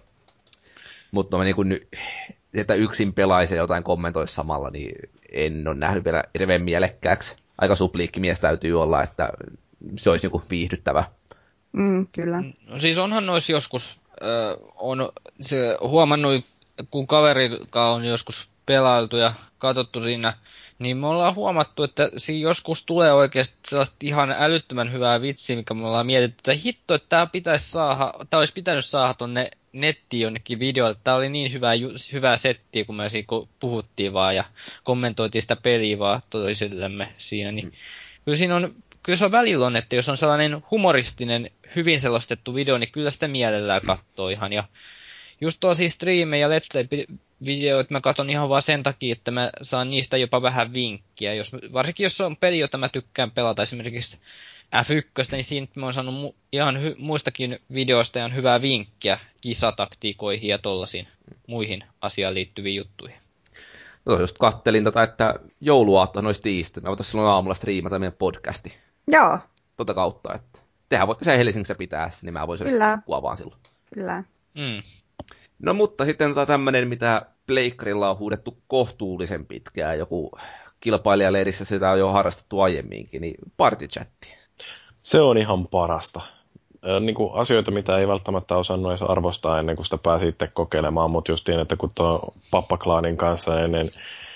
Mutta niin kuin, että yksin pelaisi ja jotain kommentoisi samalla, niin en ole nähnyt vielä hirveän mielekkääksi. Aika supliikki mies täytyy olla, että se olisi niin kuin viihdyttävä. Kyllä. No, siis onhan noissa joskus, on se huomannut, kun kaverikaan on joskus pelailtu ja katsottu siinä, niin me ollaan huomattu, että siinä joskus tulee oikeasti sellaista ihan älyttömän hyvää vitsiä, mikä me ollaan mietitty, että hitto, että tämä olisi pitänyt saada tonne nettiin jonnekin videolle. Tämä oli niin hyvää settiä, kun me siinä puhuttiin vaan ja kommentoitiin sitä peliä vaan toisillemme siinä. Niin kyllä se on välillä on, että jos on sellainen humoristinen, hyvin selostettu video, niin kyllä sitä mielellään katsoo ihan. Ja just tuollaisia striimejä ja Let's Play-videoita mä katson ihan vaan sen takia, että mä saan niistä jopa vähän vinkkiä. Varsinkin jos on peli, jota mä tykkään pelata, esimerkiksi F1, niin siinä mä oon saanut ihan muistakin videoista ihan hyvää vinkkiä kisataktiikoihin ja tollaisiin muihin asiaan liittyviin juttuihin. Just kattelin että jouluaattona olisi tiistai. Mä voitaisiin silloin aamulla striimata meidän podcasti. Joo. Tota kautta, että tehän voitte sen Helsingissä pitää, niin mä voisin kuvaa silloin. Kyllä. No mutta sitten tämmönen, mitä pleikkarilla on huudettu kohtuullisen pitkään, joku kilpailijaleirissä sitä on jo harrastettu aiemminkin, niin partychatti. Se on ihan parasta. Niin kuin asioita, mitä ei välttämättä osannut edes arvostaa ennen kuin sitä pääsi itse kokeilemaan, mutta justiin, että kun tuon Pappaklaanin kanssa ennen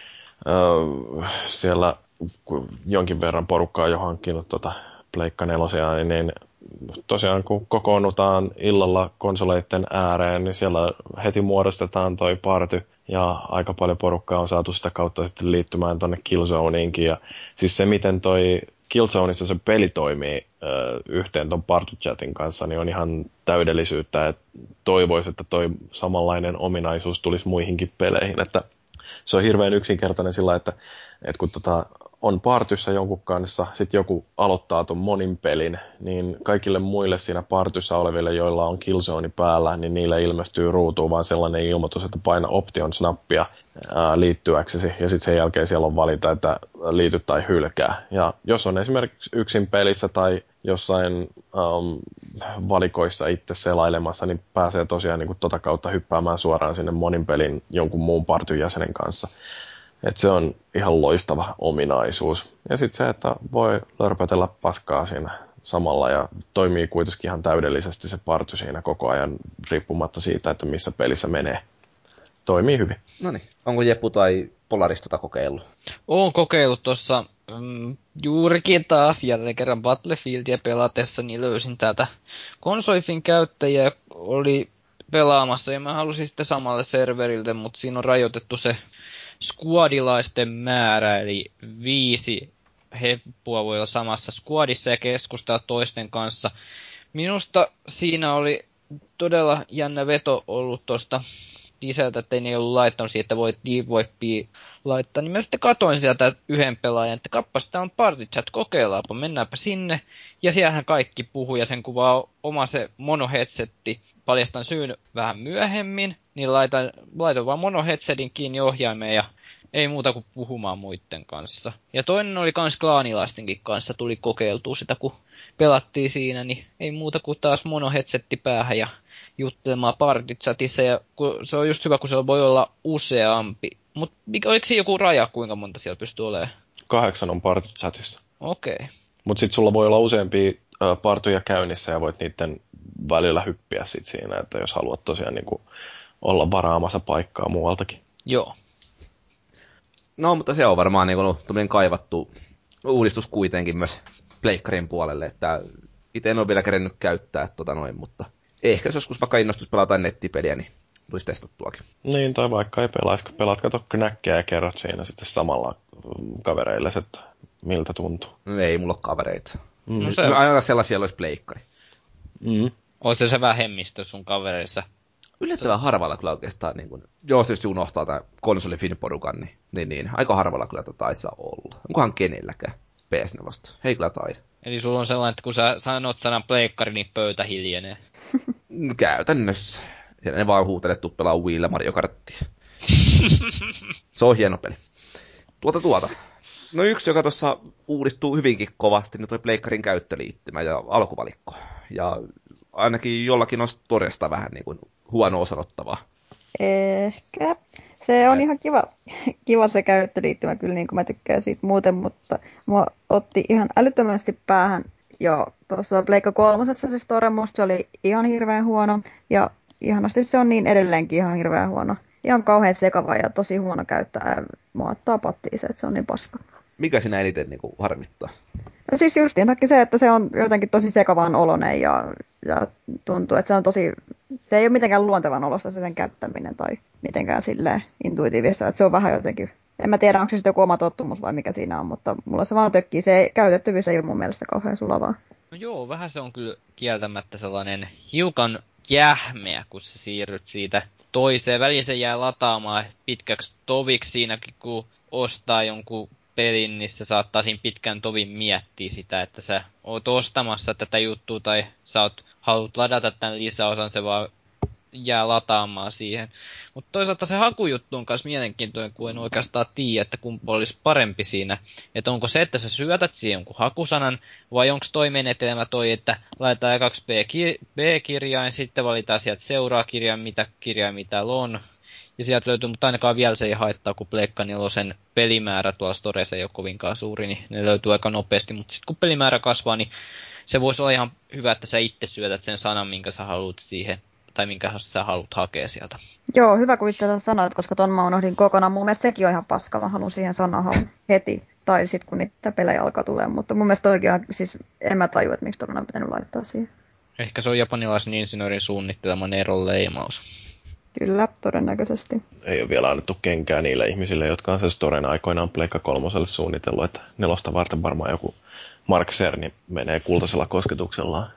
siellä jonkin verran porukkaa on jo hankkinut Pleikka 4, niin tosiaan kun kokoonnutaan illalla konsoleiden ääreen, niin siellä heti muodostetaan toi party ja aika paljon porukkaa on saatu sitä kautta sitten liittymään tonne Killzoneinkin. Ja siis se, miten toi Killzoneissa se peli toimii yhteen ton partychatin kanssa, niin on ihan täydellisyyttä. Et toivoisi, että toi samanlainen ominaisuus tulisi muihinkin peleihin. Että se on hirveän yksinkertainen sillä, että kun on partyssä jonkun kanssa, sitten joku aloittaa ton monin pelin, niin kaikille muille siinä partyssä oleville, joilla on Killzone päällä, niin niille ilmestyy ruutuun vaan sellainen ilmoitus, että paina Options-nappia liittyäksesi, ja sitten sen jälkeen siellä on valita, että liity tai hylkää. Ja jos on esimerkiksi yksin pelissä tai jossain valikoissa itse selailemassa, niin pääsee tosiaan niin kuin kautta hyppäämään suoraan sinne monin pelin jonkun muun partyn jäsenen kanssa. Että se on ihan loistava ominaisuus. Ja sitten se, että voi lörpötellä paskaa siinä samalla ja toimii kuitenkin ihan täydellisesti se party siinä koko ajan, riippumatta siitä, että missä pelissä menee. Toimii hyvin. Noniin, onko Jeppu tai Polaris kokeillut? Oon kokeillut tuossa juurikin taas jälleen kerran Battlefieldia pelatessa, niin löysin täältä konsolifin käyttäjiä oli pelaamassa ja mä halusin sitten samalle serveriltä, mutta siinä on rajoitettu se squadilaisten määrä, eli 5 heppua voi olla samassa squadissa ja keskustella toisten kanssa. Minusta siinä oli todella jännä veto ollut tuosta lisältä, ettei ne ollut laittanut siihen, että voi DeepWebia laittaa. Niin mä sitten katoin sieltä yhden pelaajan, että kappas, tää on partychat, kokeillaanpa, mennäänpä sinne. Ja siellähän kaikki puhuu ja sen kuvaa oma se monoheadsetti. Paljastan syyn vähän myöhemmin, niin laitoin vaan monoheadsetin kiinni ohjaimeen ja ei muuta kuin puhumaan muiden kanssa. Ja toinen oli kans klaanilaistenkin kanssa, tuli kokeiltua sitä, kun pelattiin siinä, niin ei muuta kuin taas monoheadsetti päähän ja juttelemaan partychatissa. Ja se on just hyvä, kun siellä voi olla useampi. Mutta oliko siinä joku raja, kuinka monta siellä pystyy olemaan? 8 on partychatissa. Okei. Okay. Mutta sitten sulla voi olla useampia partuja käynnissä ja voit niiden välillä hyppiä sit siinä, että jos haluat tosiaan niinku olla varaamassa paikkaa muualtakin. Joo. No, mutta se on varmaan niin kaivattu uudistus kuitenkin myös pleikkarin puolelle, että itse en ole vielä kerennyt käyttää mutta ehkä jos joskus vaikka innostus pelata nettipeliä, niin tulisi testattuakin. Niin, tai vaikka ei pelaat kato knäkkiä ja kerrot siinä sitten samalla kavereille, että miltä tuntuu. No ei mulla ole kavereita. No se aina sellaisia, joilla olisi pleikkari. Olisi se vähemmistö sun kavereissa. Yllättävän harvalla kyllä oikeastaan, niin kun, jos tietysti unohtaa tämän konsolifin-porukan, niin aika harvalla kyllä tätä taitsaa olla. Onkohan kenelläkään PS4? Ei kyllä taida. Eli sulla on sellainen, että kun sä sanot sanan pleikkari, niin pöytä hiljenee. Käytännössä. Ja ne vaan huutelettu pelaa Wiillä Mario Karttia. Se on hieno peli. No yksi, joka tuossa uudistuu hyvinkin kovasti, niin toi pleikkarin käyttöliittymä ja alkuvalikko. Ja ainakin jollakin on Storesta vähän niin kuin huonoa sanottavaa. Ehkä. Se on ihan kiva se käyttöliittymä kyllä, niin kuin mä tykkään siitä muuten, mutta mua otti ihan älyttömästi päähän jo tuossa Pleikka 3. se Store, musta se oli ihan hirveän huono, ja ihanasti se on niin edelleenkin ihan hirveän huono. Ihan kauhean sekava ja tosi huono käyttää. Mua ottaa pattiin se, että se on niin paska. Mikä sinä eniten niin kuin harmittaa? No siis justiin takia se, että se on jotenkin tosi sekavan oloinen ja tuntuu, että se ei ole mitenkään luontevan olosta sen käyttäminen tai mitenkään silleen intuitiivista, että se on vähän jotenkin, en mä tiedä onko se sitten joku oma tottumus vai mikä siinä on, mutta mulla se vaan tökkii, se käytettävyys ei ole mun mielestä kauhean sulavaa. No joo, vähän se on kyllä kieltämättä sellainen hiukan jähmeä, kun sä siirryt siitä toiseen. Väliin se jää lataamaan pitkäksi toviksi siinäkin, kun ostaa jonkun pelin, niin se saattaa siinä pitkän tovin miettiä sitä, että sä oot ostamassa tätä juttua tai sä haluat ladata tämän lisäosan, se vaan jää lataamaan siihen. Mutta toisaalta se hakujuttu on myös mielenkiintoinen, kun en oikeastaan tiedä, että kumpa olisi parempi siinä. Että onko se, että sä syötät siihen jonkun hakusanan, vai onko toi menetelmä toi, että laitetaan ekaksi B-kirjain, sitten valitaan sieltä seuraa kirjain, mitä on. Ja sieltä löytyy, mutta ainakaan vielä se ei haittaa, kun Pleikka 4 pelimäärä tuolla Storessa ei ole kovinkaan suuri, niin ne löytyy aika nopeasti. Mutta sitten kun pelimäärä kasvaa, niin se voisi olla ihan hyvä, että sä itse syötät sen sanan, minkä sä haluat siihen, tai minkä sä haluat hakea sieltä. Joo, hyvä kun itse sanoit, koska ton mä unohdin kokonaan. Mun mielestä sekin on ihan paska, mä haluan siihen sanahaun heti. Tai sitten kun niitä pelejä alkaa tulee, mutta mun mielestä toikin on, siis en mä tajua, että miksi ton on pitänyt laittaa siihen. Ehkä se on japanilaisen insinöörin suunnittelema Neron leimaus. Kyllä, todennäköisesti. Ei ole vielä annettu kenkää niille ihmisille, jotka on sen Storen aikoinaan Pleikka 3 suunnitellut, että 4 varten varmaan joku Mark Cerny menee kultaisella kosketuksellaan.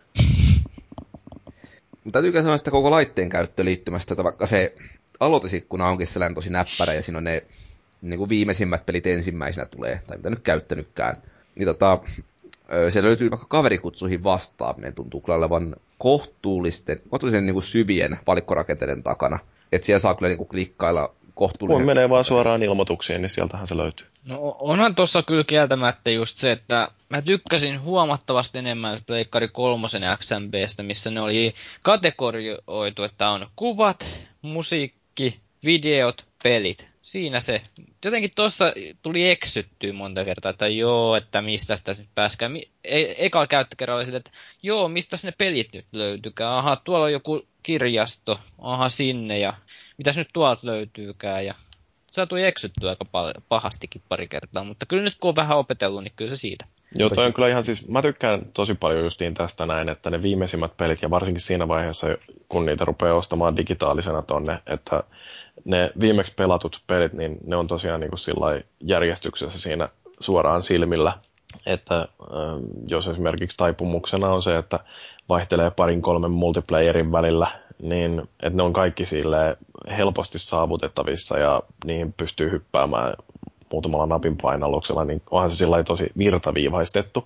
Täytyykö sanoa sitä koko laitteen käyttöliittymästä, että vaikka se aloitesikkuna onkin sellainen tosi näppärä ja siinä on ne niin kuin viimeisimmät pelit ensimmäisenä tulee, tai mitä nyt käyttänytkään, niin siellä löytyy vaikka kaverikutsuihin vastaaminen, tuntuu kyllä olevan kohtuullisen niin kuin syvien valikkorakenteiden takana. Että siellä saa kyllä niin kuin klikkailla kohtuullisen. Kun menee vaan suoraan ilmoituksiin, niin sieltähän se löytyy. No onhan tossa kyllä kieltämättä just se, että mä tykkäsin huomattavasti enemmän Pleikkari 3 XMBstä, missä ne oli kategorioitu, että on kuvat, musiikki, videot, pelit. Siinä se. Jotenkin tuossa tuli eksyttyä monta kertaa, että joo, että mistä sitä nyt pääskään. Ekalla käyttökerralla oli sille, että joo, mistä ne pelit nyt löytyykään. Aha, tuolla on joku kirjasto. Aha, sinne ja mitäs nyt tuolta löytyykään. Ja se tuli eksyttyä aika pahastikin pari kertaa, mutta kyllä nyt kun on vähän opetellut, niin kyllä se siitä. Joo, toi on kyllä ihan siis, mä tykkään tosi paljon justiin tästä näin, että ne viimeisimmät pelit, ja varsinkin siinä vaiheessa, kun niitä rupeaa ostamaan digitaalisena tonne, että ne viimeksi pelatut pelit, niin ne on tosiaan niin kuin sillai järjestyksessä siinä suoraan silmillä, että jos esimerkiksi taipumuksena on se, että vaihtelee 2-3 multiplayerin välillä, niin että ne on kaikki silleen helposti saavutettavissa ja niihin pystyy hyppäämään muutamalla napin painalluksella, niin onhan se sillai tosi virtaviivaistettu.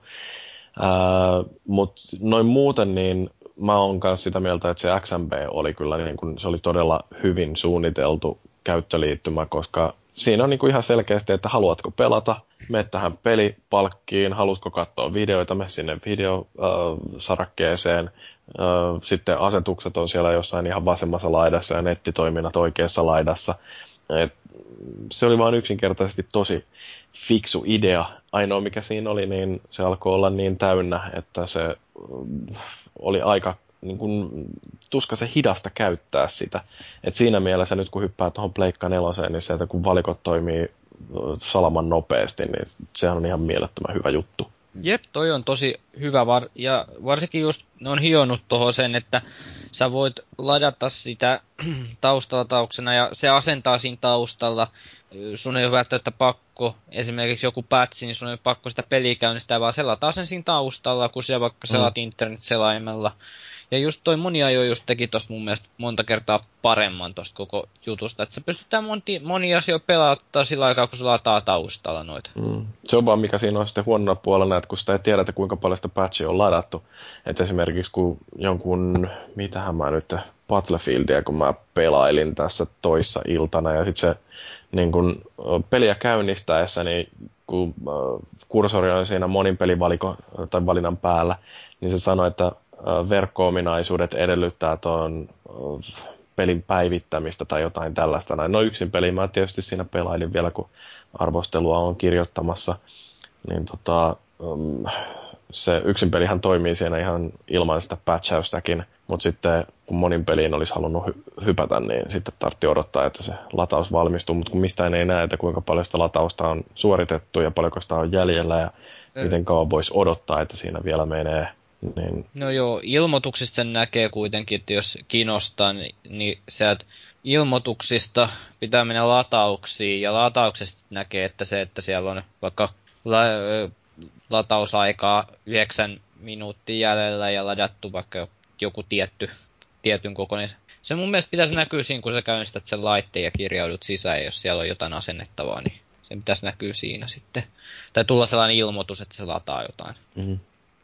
Mutta noin muuten, niin mä oon myös sitä mieltä, että se XMB oli kyllä niin kun, se oli todella hyvin suunniteltu käyttöliittymä, koska siinä on niin kuin ihan selkeästi, että haluatko pelata, mene tähän pelipalkkiin, haluatko katsoa videoita, mene sinne videosarakkeeseen, sitten asetukset on siellä jossain ihan vasemmassa laidassa ja nettitoiminnat oikeassa laidassa. Se oli vaan yksinkertaisesti tosi fiksu idea. Ainoa mikä siinä oli, niin se alkoi olla niin täynnä, että se oli aika niin kuin, tuskaisen hidasta käyttää sitä. Et siinä mielessä nyt kun hyppää tuohon Pleikka 4, niin sieltä kun valikot toimii salaman nopeasti, niin sehän on ihan mielettömän hyvä juttu. Jep, toi on tosi hyvä, ja varsinkin just ne on hionnut tohon sen, että sä voit ladata sitä taustalatauksena ja se asentaa siinä taustalla. Sun ei ole välttämättä pakko, esimerkiksi joku patch, niin sun ei ole pakko sitä peliä käynnistää, vaan se lataa sen siinä taustalla, kun siellä vaikka selaat internet-selaimella. Ja just toi Moniajo just teki tosta mun mielestä monta kertaa paremman tosta koko jutusta, että se pystytään monia asioita pelauttaa sillä aikaa, kun se lataa taustalla noita. Se on vaan mikä siinä on sitten huonona puolella, että kun sitä ei tiedetä, kuinka paljon sitä patchia on ladattu. Että esimerkiksi kun jonkun, mitähän mä nyt, Battlefieldia, kun mä pelailin tässä toissa iltana, ja sitten se niin kun peliä käynnistäessä, niin kun kursori on siinä monin pelivaliko tai valinnan päällä, niin se sanoi, että verkko-ominaisuudet edellyttää tuon pelin päivittämistä tai jotain tällaista. No yksin peli mä tietysti siinä pelailin vielä, kun arvostelua on kirjoittamassa. Niin se yksin pelihän toimii siinä ihan ilman sitä patchaustakin, mutta sitten kun monin peliin olisi halunnut hypätä, niin sitten tarvitsi odottaa, että se lataus valmistuu, mutta kun mistään ei näe, että kuinka paljon sitä latausta on suoritettu ja paljonko sitä on jäljellä ja miten kauan voisi odottaa, että siinä vielä menee. Niin. No joo, ilmoituksista sen näkee kuitenkin, että jos kiinnostaa, niin sieltä ilmoituksista pitää mennä latauksiin, ja latauksesta näkee, että siellä on vaikka latausaikaa 9 minuuttia jäljellä ja ladattu vaikka joku tietyn kokoinen. Se mun mielestä pitäisi näkyä siinä, kun sä käynnistät sen laitteen ja kirjaudut sisään, jos siellä on jotain asennettavaa, niin sen pitäisi näkyä siinä sitten. Tai tulla sellainen ilmoitus, että se lataa jotain. Mm-hmm.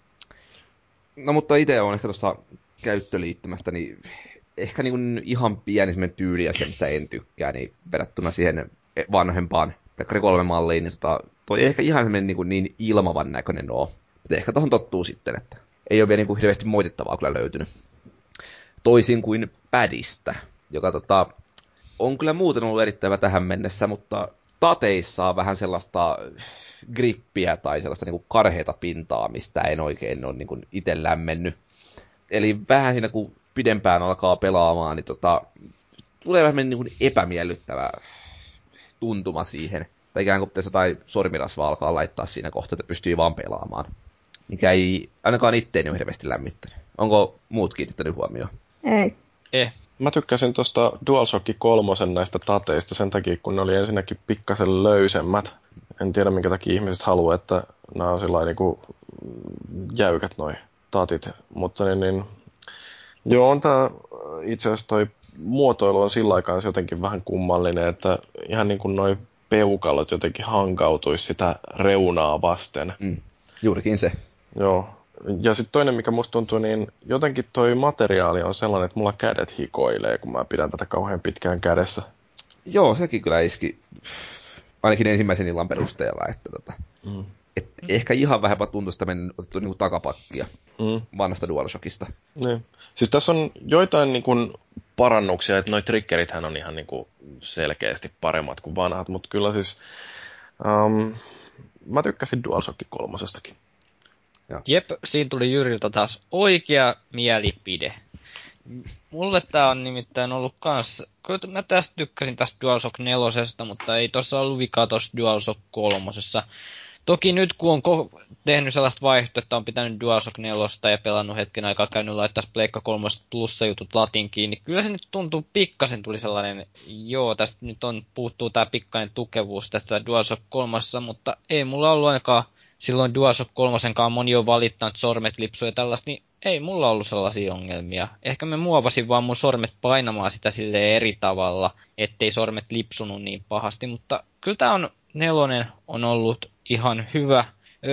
No mutta itse on ehkä tuosta käyttöliittymästä, niin ehkä niin ihan pieni semmoinen tyyliasia, mistä en tykkää, niin verrattuna siihen vanhempaan Plekkari 3-malliin, niin toi ei ehkä ihan semmoinen niin ilmavan näköinen ole. Mutta ehkä tuohon tottuu sitten, että ei ole vielä niin hirveästi moitittavaa kyllä löytynyt. Toisin kuin Padista, joka on kyllä muuten ollut erittäin tähän mennessä, mutta tateissa on vähän sellaista grippiä tai sellaista niin kuin karheata pintaa, mistä en oikein ole niin kuin itse lämmennyt. Eli vähän siinä, kun pidempään alkaa pelaamaan, niin tulee vähän niin kuin epämiellyttävä tuntuma siihen. Tai ikään kuin pitäisi jotain sormirasvaa alkaa laittaa siinä kohtaa, että pystyy vaan pelaamaan. Mikä ei ainakaan itteeni ole hirveästi lämmittänyt. Onko muut kiinnittänyt huomioon? Ei. Mä tykkäsin tuosta DualShock 3 näistä tateista sen takia, kun ne oli ensinnäkin pikkasen löysemmät. En tiedä, minkä takia ihmiset haluaa, että nämä on sellainen niin jäykät noi tatit. Mutta joo, on tää itse asiassa toi muotoilu on sillä aikaa jotenkin vähän kummallinen, että ihan niin kuin noi peukalot jotenkin hankautuisi sitä reunaa vasten. Juurikin se. Joo. Ja sitten toinen, mikä musta tuntuu, niin jotenkin toi materiaali on sellainen, että mulla kädet hikoilee, kun mä pidän tätä kauhean pitkään kädessä. Joo, sekin kyllä iski, ainakin ensimmäisen illan perusteella, että ehkä ihan vähänpä tuntuu sitä otettu niinku takapakkia vanhasta DualShockista. Niin. Siis tässä on joitain niinku parannuksia, että noi triggerithän on ihan niinku selkeästi paremmat kuin vanhat, mutta kyllä siis mä tykkäsin DualShock 3:stakin. Jep, siinä tuli Jyriltä taas oikea mielipide. Mulle tää on nimittäin ollut kans, kyllä mä tästä tykkäsin tästä DualShock 4, mutta ei tossa ollut vikaa tossa DualShock 3. Toki nyt kun on tehnyt sellaista vaihtoehtoa, että on pitänyt DualShock 4 ja pelannut hetken aikaa, käynyt laittaa Pleikka 3 plussa-jutut latin kiinni, kyllä se nyt tuntuu pikkasen tuli sellainen, joo, tästä nyt puuttuu tää pikkainen tukevuus tästä DualShock 3, mutta ei mulla ollut ainakaan silloin DualShock 3:nkaan moni on valittanut sormet lipsua ja tällaista, niin ei mulla ollut sellaisia ongelmia. Ehkä mä muovasin vaan mun sormet painamaan sitä silleen eri tavalla, ettei sormet lipsunut niin pahasti, mutta kyllä tää 4 on ollut ihan hyvä.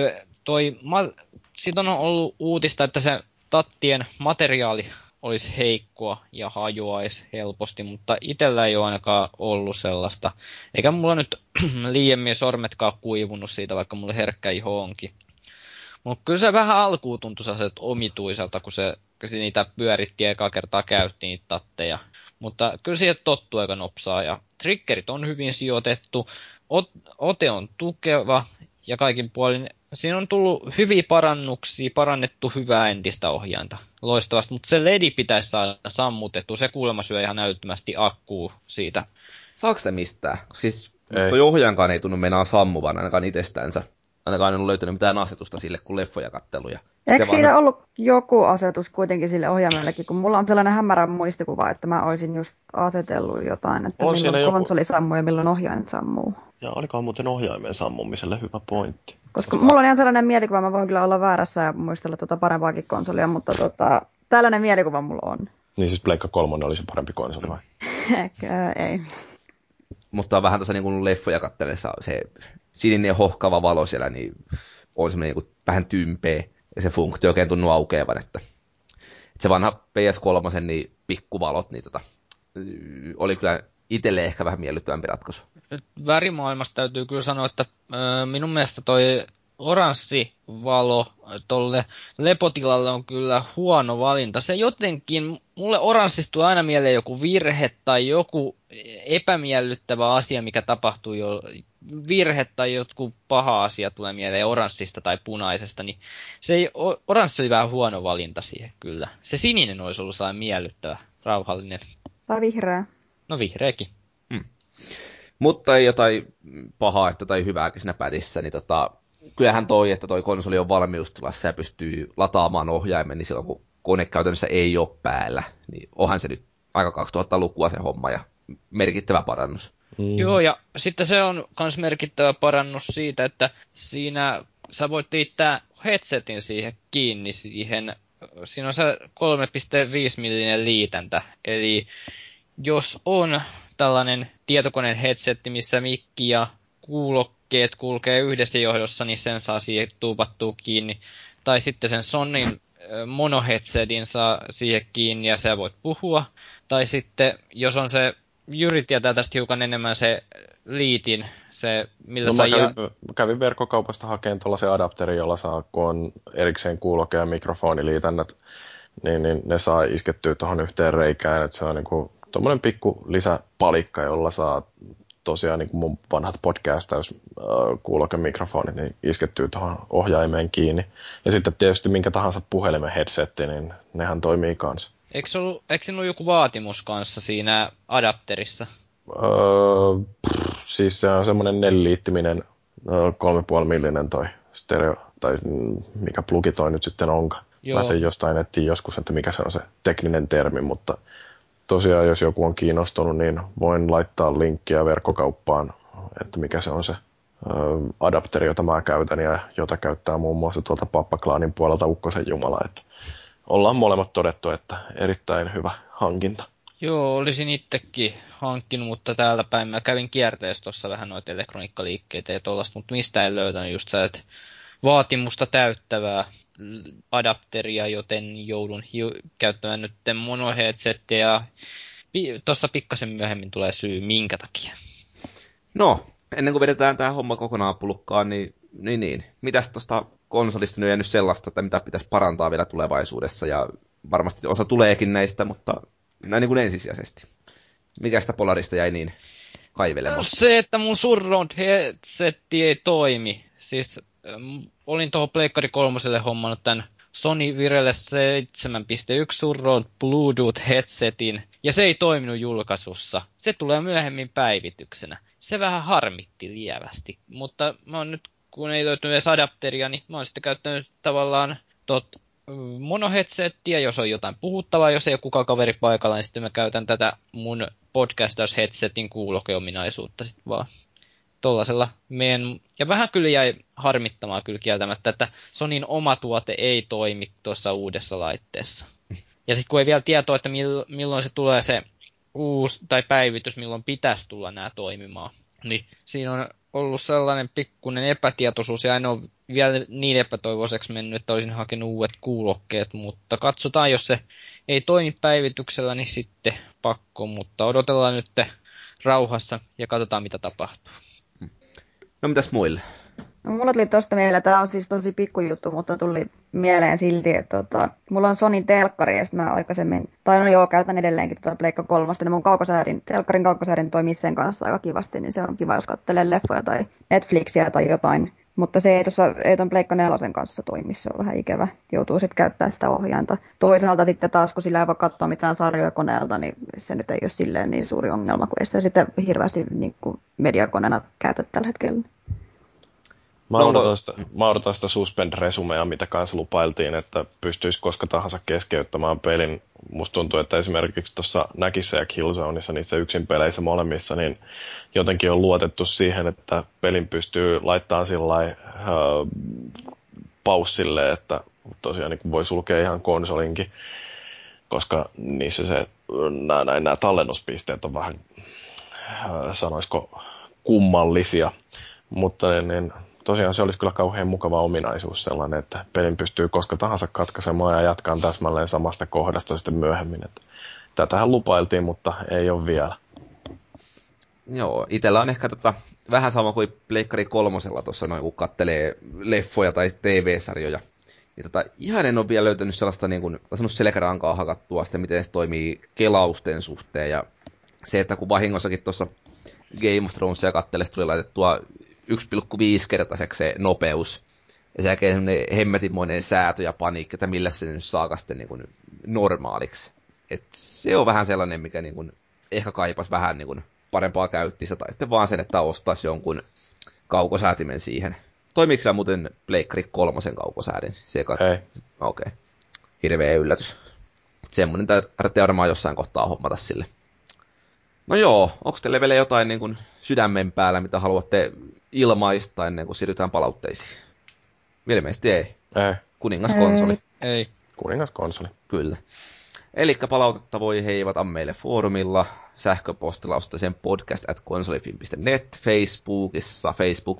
Siitä on ollut uutista, että se tattien materiaali olisi heikkoa ja hajoaisi helposti, mutta itsellä ei ole ainakaan ollut sellaista. Eikä mulla nyt liiemmin sormetkaan kuivunut siitä, vaikka mulla herkkä iho onkin. Mutta kyllä se vähän alkuun tuntui sellaiselta omituiselta, kun niitä pyöritti ja ekaa kertaa käytti niitä tatteja. Mutta kyllä siihen tottuu aika nopsaa ja triggerit on hyvin sijoitettu. Ote on tukeva ja kaikin puolin. Siinä on tullut hyviä parannuksia, parannettu hyvää entistä ohjainta. Loistavasti, mutta se ledi pitäisi saada sammutettua. Se kuulemma syö ihan näyttömästi akkuu siitä. Saako sitä mistään? Siis tuo ohjaankaan ei tunnu meinaa sammuvan ainakaan itsestänsä. ainakaan en ole löytänyt mitään asetusta sille kuin leffoja katteluja. Eikö siitä ollut joku asetus kuitenkin sille ohjaimellekin, kun mulla on sellainen hämärä muistikuva, että mä olisin just asetellut jotain, että on milloin konsoli sammuu ja milloin ohjain sammuu. Ja olikohan muuten ohjaimen sammumiselle hyvä pointti. Koska mulla on ihan sellainen mielikuva, mä voin kyllä olla väärässä ja muistella parempaakin konsolia, mutta tällainen mielikuva mulla on. Niin siis Pleikka 3 oli se parempi konsoli vai? Ei. Mutta vähän tuossa niin leffoja katsellessa se sininen hohkava valo siellä niin on semmoinen niin vähän tympeä. Ja se funktio oikein tunnu aukeavan, että se vanha PS3 niin pikkuvalot niin oli kyllä itselle ehkä vähän miellyttävämpi ratkaisu. Värimaailmasta täytyy kyllä sanoa, että minun mielestä toi oranssi valo tolle lepotilalle on kyllä huono valinta. Se jotenkin, mulle oranssista tulee aina mieleen joku virhe tai joku epämiellyttävä asia, mikä tapahtuu jo. Virhe tai joku paha asia tulee mieleen oranssista tai punaisesta, niin se ei, oranssi oli vähän huono valinta siihen kyllä. Se sininen olisi ollut sellainen miellyttävä, rauhallinen. Tai vihreä. No vihreäkin. Mutta ei jotain pahaa tai hyvääkin siinä pädissä, niin kyllähän että toi konsoli on valmiustilassa ja pystyy lataamaan ohjaimen, niin silloin kun kone käytännössä ei ole päällä, niin onhan se nyt aika 2000-lukua se homma ja merkittävä parannus. Joo, ja sitten se on myös merkittävä parannus siitä, että siinä sä voit liittää headsetin siihen kiinni siihen. Siinä on se 3,5 millinen liitäntä, eli jos on tällainen tietokoneen headsetti, missä mikki ja kuulokkeet kulkee yhdessä johdossa, niin sen saa siihen tuupattua kiinni. Tai sitten sen Sonyn monoheadsetin saa siihen kiinni ja sä voit puhua. Tai sitten, jos on se, Jyri tietää tästä hiukan enemmän se liitin, se millä saa... kävin verkkokaupasta hakemaan tuollaisen adapterin, jolla saa, kun on erikseen kuuloke- ja mikrofoniliitännät, niin ne saa iskettyä tuohon yhteen reikään, että se on niinku tuommoinen pikku lisäpalikka, jolla saa tosiaan niin kuin mun vanhat podcast-kuulokemikrofonit niin iskettyy tuohon ohjaimeen kiinni. Ja sitten tietysti minkä tahansa puhelimen headsetti, niin nehän toimii kanssa. Eikö sinulla joku vaatimus kanssa siinä adapterissa? Siis se on semmoinen neliliittyminen 3,5 millinen toi stereo, tai mikä plugi toi nyt sitten onkaan. Mä sen jostain etsin joskus, että mikä se on se tekninen termi, mutta tosiaan, jos joku on kiinnostunut, niin voin laittaa linkkiä verkkokauppaan, että mikä se on se adapteri, jota mä käytän ja jota käyttää muun muassa tuolta Pappaklaanin puolelta Ukkosen Jumala. Että ollaan molemmat todettu, että erittäin hyvä hankinta. Joo, olisin itsekin hankkinut, mutta täällä päin mä kävin kierteessä tuossa vähän noita elektroniikkaliikkeitä ja tollaista, mutta mistä en löytänyt just se, että vaatimusta täyttävää adapteria, joten joudun käyttämään nyt monoheadsettiä ja tuossa pikkasen myöhemmin tulee syy minkä takia. No, ennen kuin vedetään tämä homma kokonaan pulkkaan, niin. Mitäs tuosta konsolista nyt jäänyt sellaista, että mitä pitäisi parantaa vielä tulevaisuudessa ja varmasti osa tuleekin näistä, mutta näin niin kuin ensisijaisesti. Mikä sitä Polarista jäi niin kaivelemaan? Se, että mun surround headsetti ei toimi. Siis olin tuohon Pleikkari 3:lle hommannut tämän Sony Virelle 7.1 surround Bluetooth headsetin, ja se ei toiminut julkaisussa. Se tulee myöhemmin päivityksenä. Se vähän harmitti lievästi, mutta mä oon nyt, kun ei löytynyt edes adapteria, niin mä oon sitten käyttänyt tavallaan monoheadsettiä, jos on jotain puhuttavaa, jos ei ole kukaan kaveri paikalla, niin sitten mä käytän tätä mun podcasters-headsetin kuulokeominaisuutta sitten vaan tollasella meen. Ja vähän kyllä jäi harmittamaan kyllä kieltämättä, että Sonyn oma tuote ei toimi tuossa uudessa laitteessa. Ja sitten kun ei vielä tietoa, että milloin se tulee se uusi tai päivitys, milloin pitäisi tulla nämä toimimaan, niin siinä on ollut sellainen pikkuinen epätietoisuus, ja en ole vielä niin epätoivoiseksi mennyt, että olisin hakenut uudet kuulokkeet, mutta katsotaan, jos se ei toimi päivityksellä, niin sitten pakko, mutta odotellaan nyt rauhassa ja katsotaan, mitä tapahtuu. No mitäs muille? No, mulla tuli tosta mieleen, tämä on siis tosi pikkujuttu, mutta tuli mieleen silti, että mulla on Sonyn telkkari, ja sitten mä aikaisemmin, käytän edelleenkin Pleikka 3, niin mun telkkarin kaukosäädin toimii sen kanssa aika kivasti, niin se on kiva, jos katselee leffoja tai Netflixiä tai jotain. Mutta se ei ton Pleikka 4 kanssa toimi, se on vähän ikävä. Joutuu sitten käyttämään sitä ohjainta. Toisaalta sitten taas, kun sillä ei voi katsoa mitään sarjoja koneelta, niin se nyt ei ole silleen niin suuri ongelma, kun ei sitä sitten hirveästi niin kuin mediakoneena käytä tällä hetkellä. Mä odotan sitä suspend-resumea, mitä kanssa lupailtiin, että pystyisi koska tahansa keskeyttämään pelin. Musta tuntuu, että esimerkiksi tuossa Näkissä ja Killzoneissa, niissä yksin peleissä molemmissa, niin jotenkin on luotettu siihen, että pelin pystyy laittamaan sillai paussille, että tosiaan niin voi sulkea ihan konsolinkin, koska niissä nämä tallennuspisteet on vähän, sanoisiko, kummallisia, mutta niin, tosiaan se olisi kyllä kauhean mukava ominaisuus sellainen, että pelin pystyy koska tahansa katkaisemaan ja jatkaa täsmälleen samasta kohdasta sitten myöhemmin. Että tätähän lupailtiin, mutta ei ole vielä. Joo, itsellä on ehkä vähän sama kuin Pleikkari 3:lla tuossa noin, kun kattelee leffoja tai TV-sarjoja. Niin ihan en ole vielä löytänyt sellaista niin kuin, selkärankaa hakattua sitä, miten se toimii kelausten suhteen. Ja se, että kun vahingossakin tuossa Game of Thronesia kattelessa tuli laitettua 1,5-kertaiseksi se nopeus. Ja sen jälkeen semmoinen hemmetinmoinen säätö ja paniikki, että millä se nyt saaka sitten niin kuin normaaliksi. Et se on vähän sellainen, mikä niin kuin ehkä kaipaisi vähän niin kuin parempaa käyttistä, tai sitten vaan sen, että ostaisi jonkun kaukosäätimen siihen. Toimiiko siellä muuten Pleikkari 3:n kaukosäädin? Ei. Okei. Hirveä yllätys. Semmoinen tarvitsee varmaan jossain kohtaa hommata sille. No joo, onko teille vielä jotain niin kuin sydämen päällä, mitä haluatte ilmaista ennen kuin siirrytään palautteisiin? Ilmeisesti ei. Ei. Kuningaskonsoli. Ei. Kuningaskonsoli. Kyllä. Elikkä palautetta voi heivata meille foorumilla, sähköpostilla osoitteeseen podcast@konsolifin.net, Facebookissa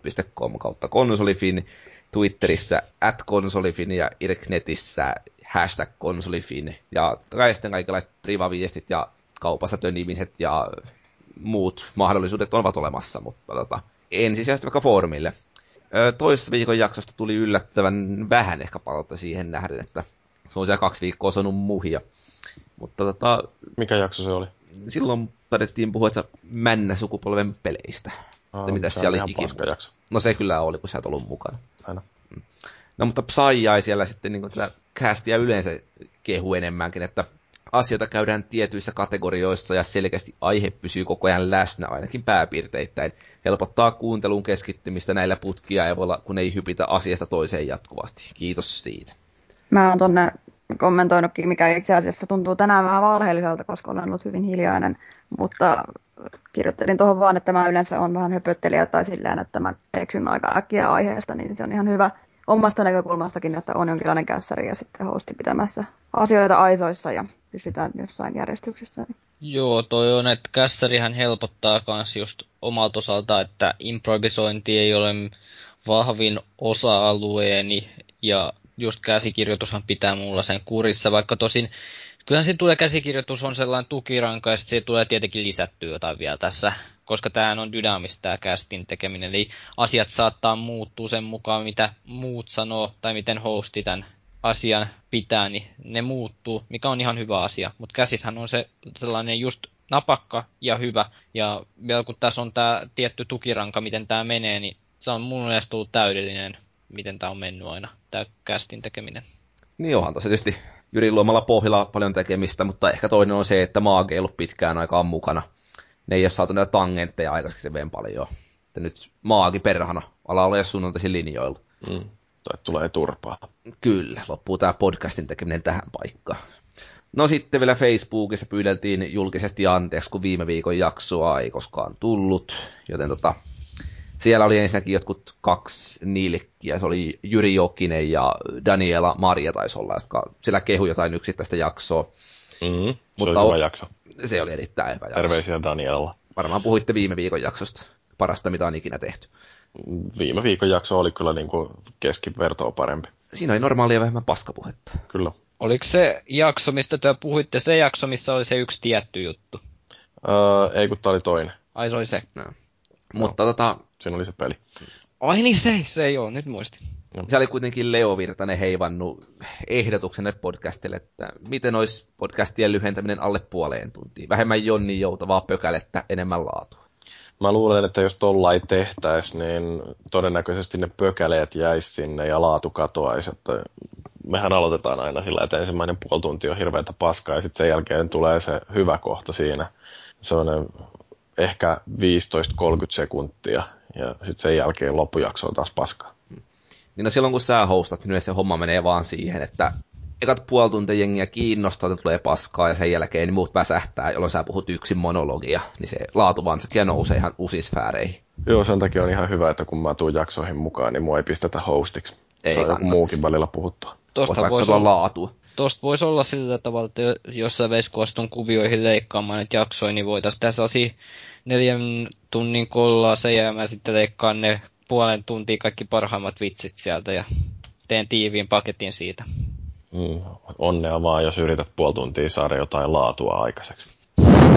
facebook.com/konsolifin, Twitterissä @konsolifin ja Irknetissä #konsolifin. Ja sitten kaikenlaiset privaviestit ja kaupassa tönimiset ja muut mahdollisuudet ovat olemassa, mutta ensisijaisesti vaikka foorumille. Toisessa viikon jaksosta tuli yllättävän vähän ehkä palautetta siihen nähden, että se on siellä 2 viikkoa sonut muhia. Mutta mikä jakso se oli? Silloin taidettiin puhua männä sukupolven peleistä. Mitä siellä oli ikinä? No se kyllä oli, kun sä et ollut mukana. Aina. No mutta Psy jäi siellä sitten niin tätä castia yleensä kehu enemmänkin, että asioita käydään tietyissä kategorioissa ja selkeästi aihe pysyy koko ajan läsnä, ainakin pääpiirteittäin. Helpottaa kuuntelun keskittymistä näillä putkia, kun ei hypitä asiasta toiseen jatkuvasti. Kiitos siitä. Mä oon tonne kommentoinutkin, mikä itse asiassa tuntuu tänään vähän valheelliselta, koska olen ollut hyvin hiljainen, mutta kirjoittelin tuohon vaan, että mä yleensä on vähän höpöttelijä tai sillään, että mä eksyn aika äkkiä aiheesta, niin se on ihan hyvä omasta näkökulmastakin, että on jonkinlainen kässäri ja sitten hosti pitämässä asioita aisoissa ja pysytään jossain järjestyksessä. Joo, toi on, että kässärihän helpottaa kans just omalta osalta, että improvisointi ei ole vahvin osa-alueeni ja just käsikirjoitushan pitää mulla sen kurissa, vaikka tosin kyllähän siinä tulee käsikirjoitus on sellainen tukiranka ja sitten se tulee tietenkin lisättyä jotain vielä tässä, koska tämähän on dynaamista tämä castin tekeminen, eli asiat saattaa muuttua sen mukaan, mitä muut sanoo tai miten hosti tämän asian pitää, niin ne muuttuu, mikä on ihan hyvä asia, mutta käsissähän on se sellainen just napakka ja hyvä, ja vielä kun tässä on tämä tietty tukiranka, miten tämä menee, niin se on mun mielestä tullut täydellinen, miten tämä on mennyt aina, tämä castin tekeminen. Niin onhan tossa tietysti Jyrin luomalla pohjalla paljon tekemistä, mutta ehkä toinen on se, että Maagi ei ollut pitkään aikaan mukana. Ne ei ole saatu näitä tangentteja aikaiseksi hyvin paljon. Että nyt Maagi perhana ala olla jos sunnuntaisin linjoilla. Tai tulee turpaa. Kyllä, loppuu tämä podcastin tekeminen tähän paikkaan. No sitten vielä Facebookissa pyydeltiin julkisesti anteeksi, kun viime viikon jaksoa ei koskaan tullut. Joten siellä oli ensinnäkin jotkut 2 nilkkiä. Se oli Jyri Jokinen ja Daniela Maria taisi olla, jotka siellä kehui jotain yksittäistä jaksoa. Se oli hyvä jakso. Se oli erittäin hyvä jakso. Terveisiä Daniela. Varmaan puhuitte viime viikon jaksosta. Parasta, mitä on ikinä tehty. Viime viikon jakso oli kyllä niin kuin keskivertoa parempi. Siinä oli normaalia vähemmän paskapuhetta. Kyllä. Oliko se jakso, mistä te puhuitte, se jakso, missä oli se yksi tietty juttu? Ei, kun tää oli toinen. Ai se oli se. No. Mutta siinä oli se peli. Ai niin se ei ole, nyt muistin. Se oli kuitenkin Leo Virtanen heivannut ehdotuksenne podcastille, että miten olisi podcastien lyhentäminen alle 0,5 tuntia. Vähemmän Jonni joutavaa pökälettä, enemmän laatua. Mä luulen, että jos tollain tehtäisiin, niin todennäköisesti ne pökäleet jäisi sinne ja laatu katoaisi. Että mehän aloitetaan aina sillä, että ensimmäinen 0,5 tuntia on hirveätä paskaa ja sitten sen jälkeen tulee se hyvä kohta siinä. Se on ehkä 15-30 sekuntia ja sitten sen jälkeen loppujakso on taas paskaa. Niin no silloin kun sä hostat, niin se homma menee vaan siihen, että ekat puoli tuntia jengiä kiinnostaa, että tulee paskaa ja sen jälkeen niin muut väsähtää, jolloin sä puhut yksin monologia, niin se laatu vaan sekin nousee ihan usisfääreihin. Joo, sen takia on ihan hyvä, että kun mä tuun jaksoihin mukaan, niin mua ei pistetä hostiksi. Ei saa joku muukin välillä puhuttua. Tosta voisi olla sillä tavalla, että jos sä Vesku astun kuvioihin leikkaamaan näitä jaksoja, niin voitaisiin tässä 4 tunnin kollaa sen ja mä sitten leikkaan ne puolen tuntia kaikki parhaimmat vitsit sieltä ja teen tiiviin paketin siitä. Onnea vaan, jos yrität puoli tuntia saada jotain laatua aikaiseksi.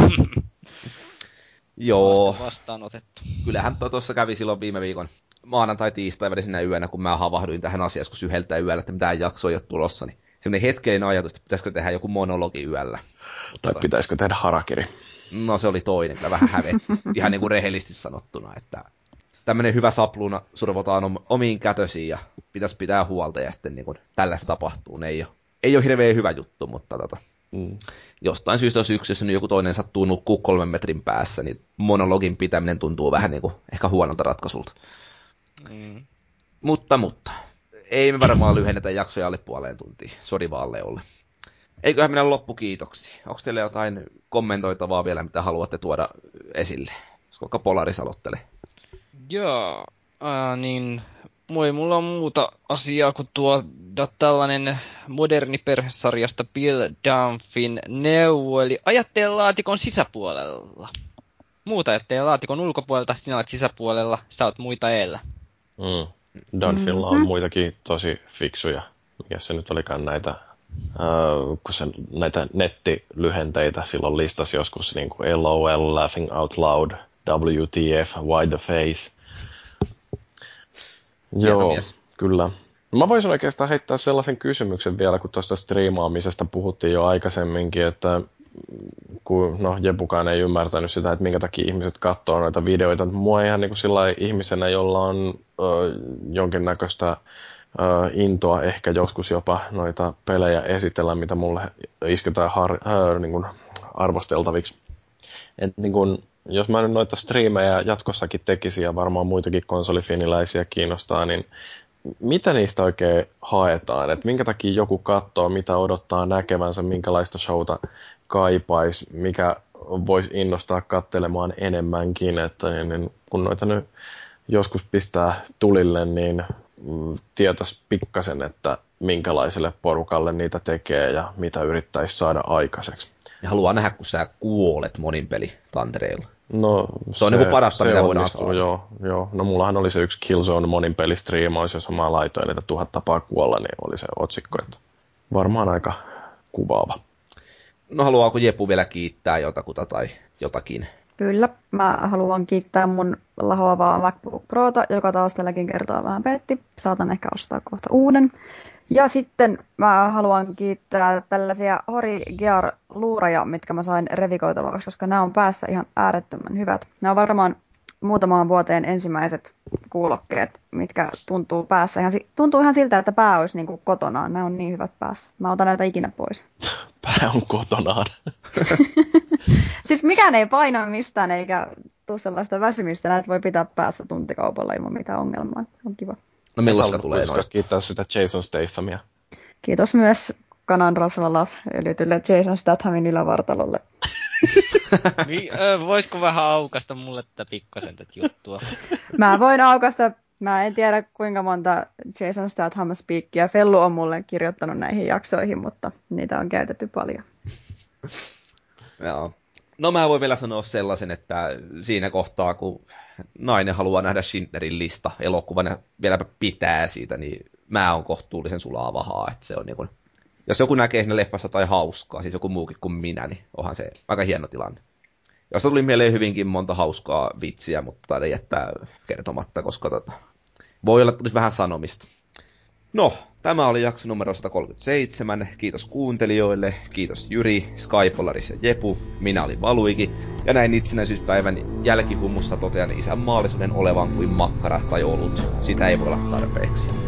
Joo. Vastaanotettu. Kyllähän tuossa kävi silloin viime viikon maanantai-tiistai välisenä yönä, kun mä havahduin tähän asiaan, kun 1 yöllä, että mitään jaksoa ei ole tulossa, niin semmoinen hetkeinen ajatus, että pitäisikö tehdä joku monologi yöllä. Tai pitäisikö tehdä harakiri? No se oli toinen, kyllä vähän hävetti, ihan niin kuin rehellisesti sanottuna, että tämmöinen hyvä sapluuna survotaan omiin kätösiin ja pitäisi pitää huolta ja sitten niin kuin tällaista tapahtuu. Ne ei ole hirveän hyvä juttu, mutta jostain syystä jos yksiössä niin joku toinen sattuu nukkuu 3 metrin päässä, niin monologin pitäminen tuntuu vähän niin kuin ehkä huonolta ratkaisulta. Mutta, ei me varmaan lyhennetä jaksoja alle puoleen tuntiin. Sori vaan Leolle. Eiköhän mennä loppukiitoksiin. Onko teillä jotain kommentoitavaa vielä, mitä haluatte tuoda esille? Koska Polaris aloittelee. Joo, niin mulla on muuta asiaa kuin tuoda tällainen moderni perhesarjasta Bill Dunphin neuvo, eli ajattele laatikon sisäpuolella. Muuta ajattele laatikon ulkopuolelta, sinä olet sisäpuolella, sä oot muita eellä. Dunphilla on muitakin tosi fiksuja. Mikä se nyt olikaan näitä, kun se näitä nettilyhenteitä silloin listasi joskus niin kuin LOL, Laughing Out Loud, WTF, Why the Face. Joo, kyllä. Mä voisin oikeastaan heittää sellaisen kysymyksen vielä, kun tuosta striimaamisesta puhuttiin jo aikaisemminkin, että kun Jepukaan ei ymmärtänyt sitä, että minkä takia ihmiset katsoo noita videoita. Mua ihan niin kuin sillä ihmisenä, jolla on jonkinnäköistä intoa ehkä joskus jopa noita pelejä esitellä, mitä mulle isketään niin kuin arvosteltaviksi. Et niin kuin, jos mä nyt noita striimejä jatkossakin tekisin ja varmaan muitakin konsolifiniläisiä kiinnostaa, niin mitä niistä oikein haetaan? Et minkä takia joku katsoo, mitä odottaa näkevänsä, minkälaista showta kaipaisi, mikä voisi innostaa katselemaan enemmänkin, että niin, kun noita nyt joskus pistää tulille, niin tietäisi pikkasen, että minkälaiselle porukalle niitä tekee ja mitä yrittäisi saada aikaiseksi. Ja haluaa nähdä, kun sä kuolet monin pelitantereilla. No, se on niin kuin parasta, mitä voidaan saada. Joo. No mullahan oli se yksi Killzone monin pelistriimaus, jos mä laitoin, että 1000 tapaa kuolla, niin oli se otsikko, että varmaan aika kuvaava. No haluaako Jepu vielä kiittää jotakuta tai jotakin? Kyllä, mä haluan kiittää mun lahoavaa MacBook Prota, joka taas tälläkin kertaa vähän petti. Saatan ehkä ostaa kohta uuden. Ja sitten mä haluan kiittää tällaisia Hori Gear-luureja, mitkä mä sain revikoitavaksi, koska nämä on päässä ihan äärettömän hyvät. Nämä on varmaan muutamaan vuoteen ensimmäiset kuulokkeet, mitkä tuntuu ihan siltä, että pää olisi niin kuin kotonaan. Nämä on niin hyvät päässä. Mä otan näitä ikinä pois. Pää on kotonaan. Siis mikään ei paina mistään eikä tule sellaista väsymistä. Näitä voi pitää päässä tuntikaupalla ilman mitään ongelmaa. Se on kiva. No milloin tulee noista? Kiittää sitä Jason Stathamia. Kiitos myös kanan rasvalla öljytylle Jason Stathamin ylävartalolle. Niin, voitko vähän aukasta mulle tätä pikkasen tätä juttua? Mä voin aukasta. Mä en tiedä kuinka monta Jason Statham speakia Fellu on mulle kirjoittanut näihin jaksoihin, mutta niitä on käytetty paljon. Joo. No mä voin vielä sanoa sellaisen, että siinä kohtaa, kun nainen haluaa nähdä Schindlerin lista elokuvan ja vieläpä pitää siitä, niin mä oon kohtuullisen sulaa vahaa. Että se on niin kuin, jos joku näkee siinä leffassa tai hauskaa, siis joku muukin kuin minä, niin onhan se aika hieno tilanne. Josta tuli mieleen hyvinkin monta hauskaa vitsiä, mutta taidan jättää kertomatta, koska voi olla, tulisi vähän sanomista. No, tämä oli jakso numero 137. Kiitos kuuntelijoille, kiitos Jyri, Skypolaris ja Jepu, minä olin Valuiki, ja näin itsenäisyyspäivän jälkihummussa totean isänmaallisuuden olevan kuin makkara tai olut. Sitä ei voi olla tarpeeksi.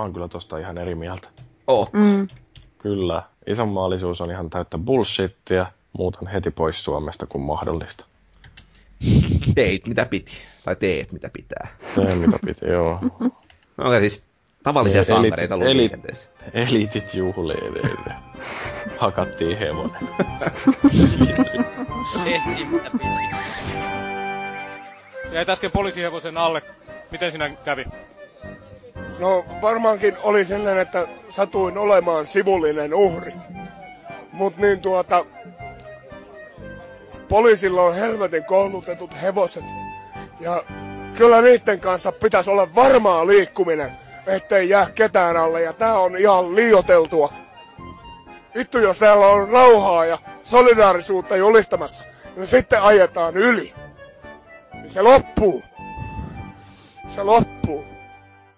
oon kyllä tosta ihan eri mieltä. Kyllä. Isänmaallisuus on ihan täyttä bullshittia. Muutan heti pois Suomesta, kun mahdollista. Teit mitä piti. Tai teet mitä pitää. Teen mitä piti, joo. No siis tavallisia sankareita ollut liikenteessä. Elitit juhliin. Hakattiin hevonen. Tehtiin mitä piti. Jäit äsken poliisihevosen alle. Miten sinä kävi? No varmaankin oli sellainen, että satuin olemaan sivullinen uhri. Mut niin poliisilla on helvetin koulutetut hevoset. Ja kyllä niiden kanssa pitäisi olla varmaa liikkuminen, ettei jää ketään alle. Ja tää on ihan liioteltua. Vittu jos täällä on rauhaa ja solidaarisuutta julistamassa, niin sitten ajetaan yli. Niin se loppuu. Se loppuu.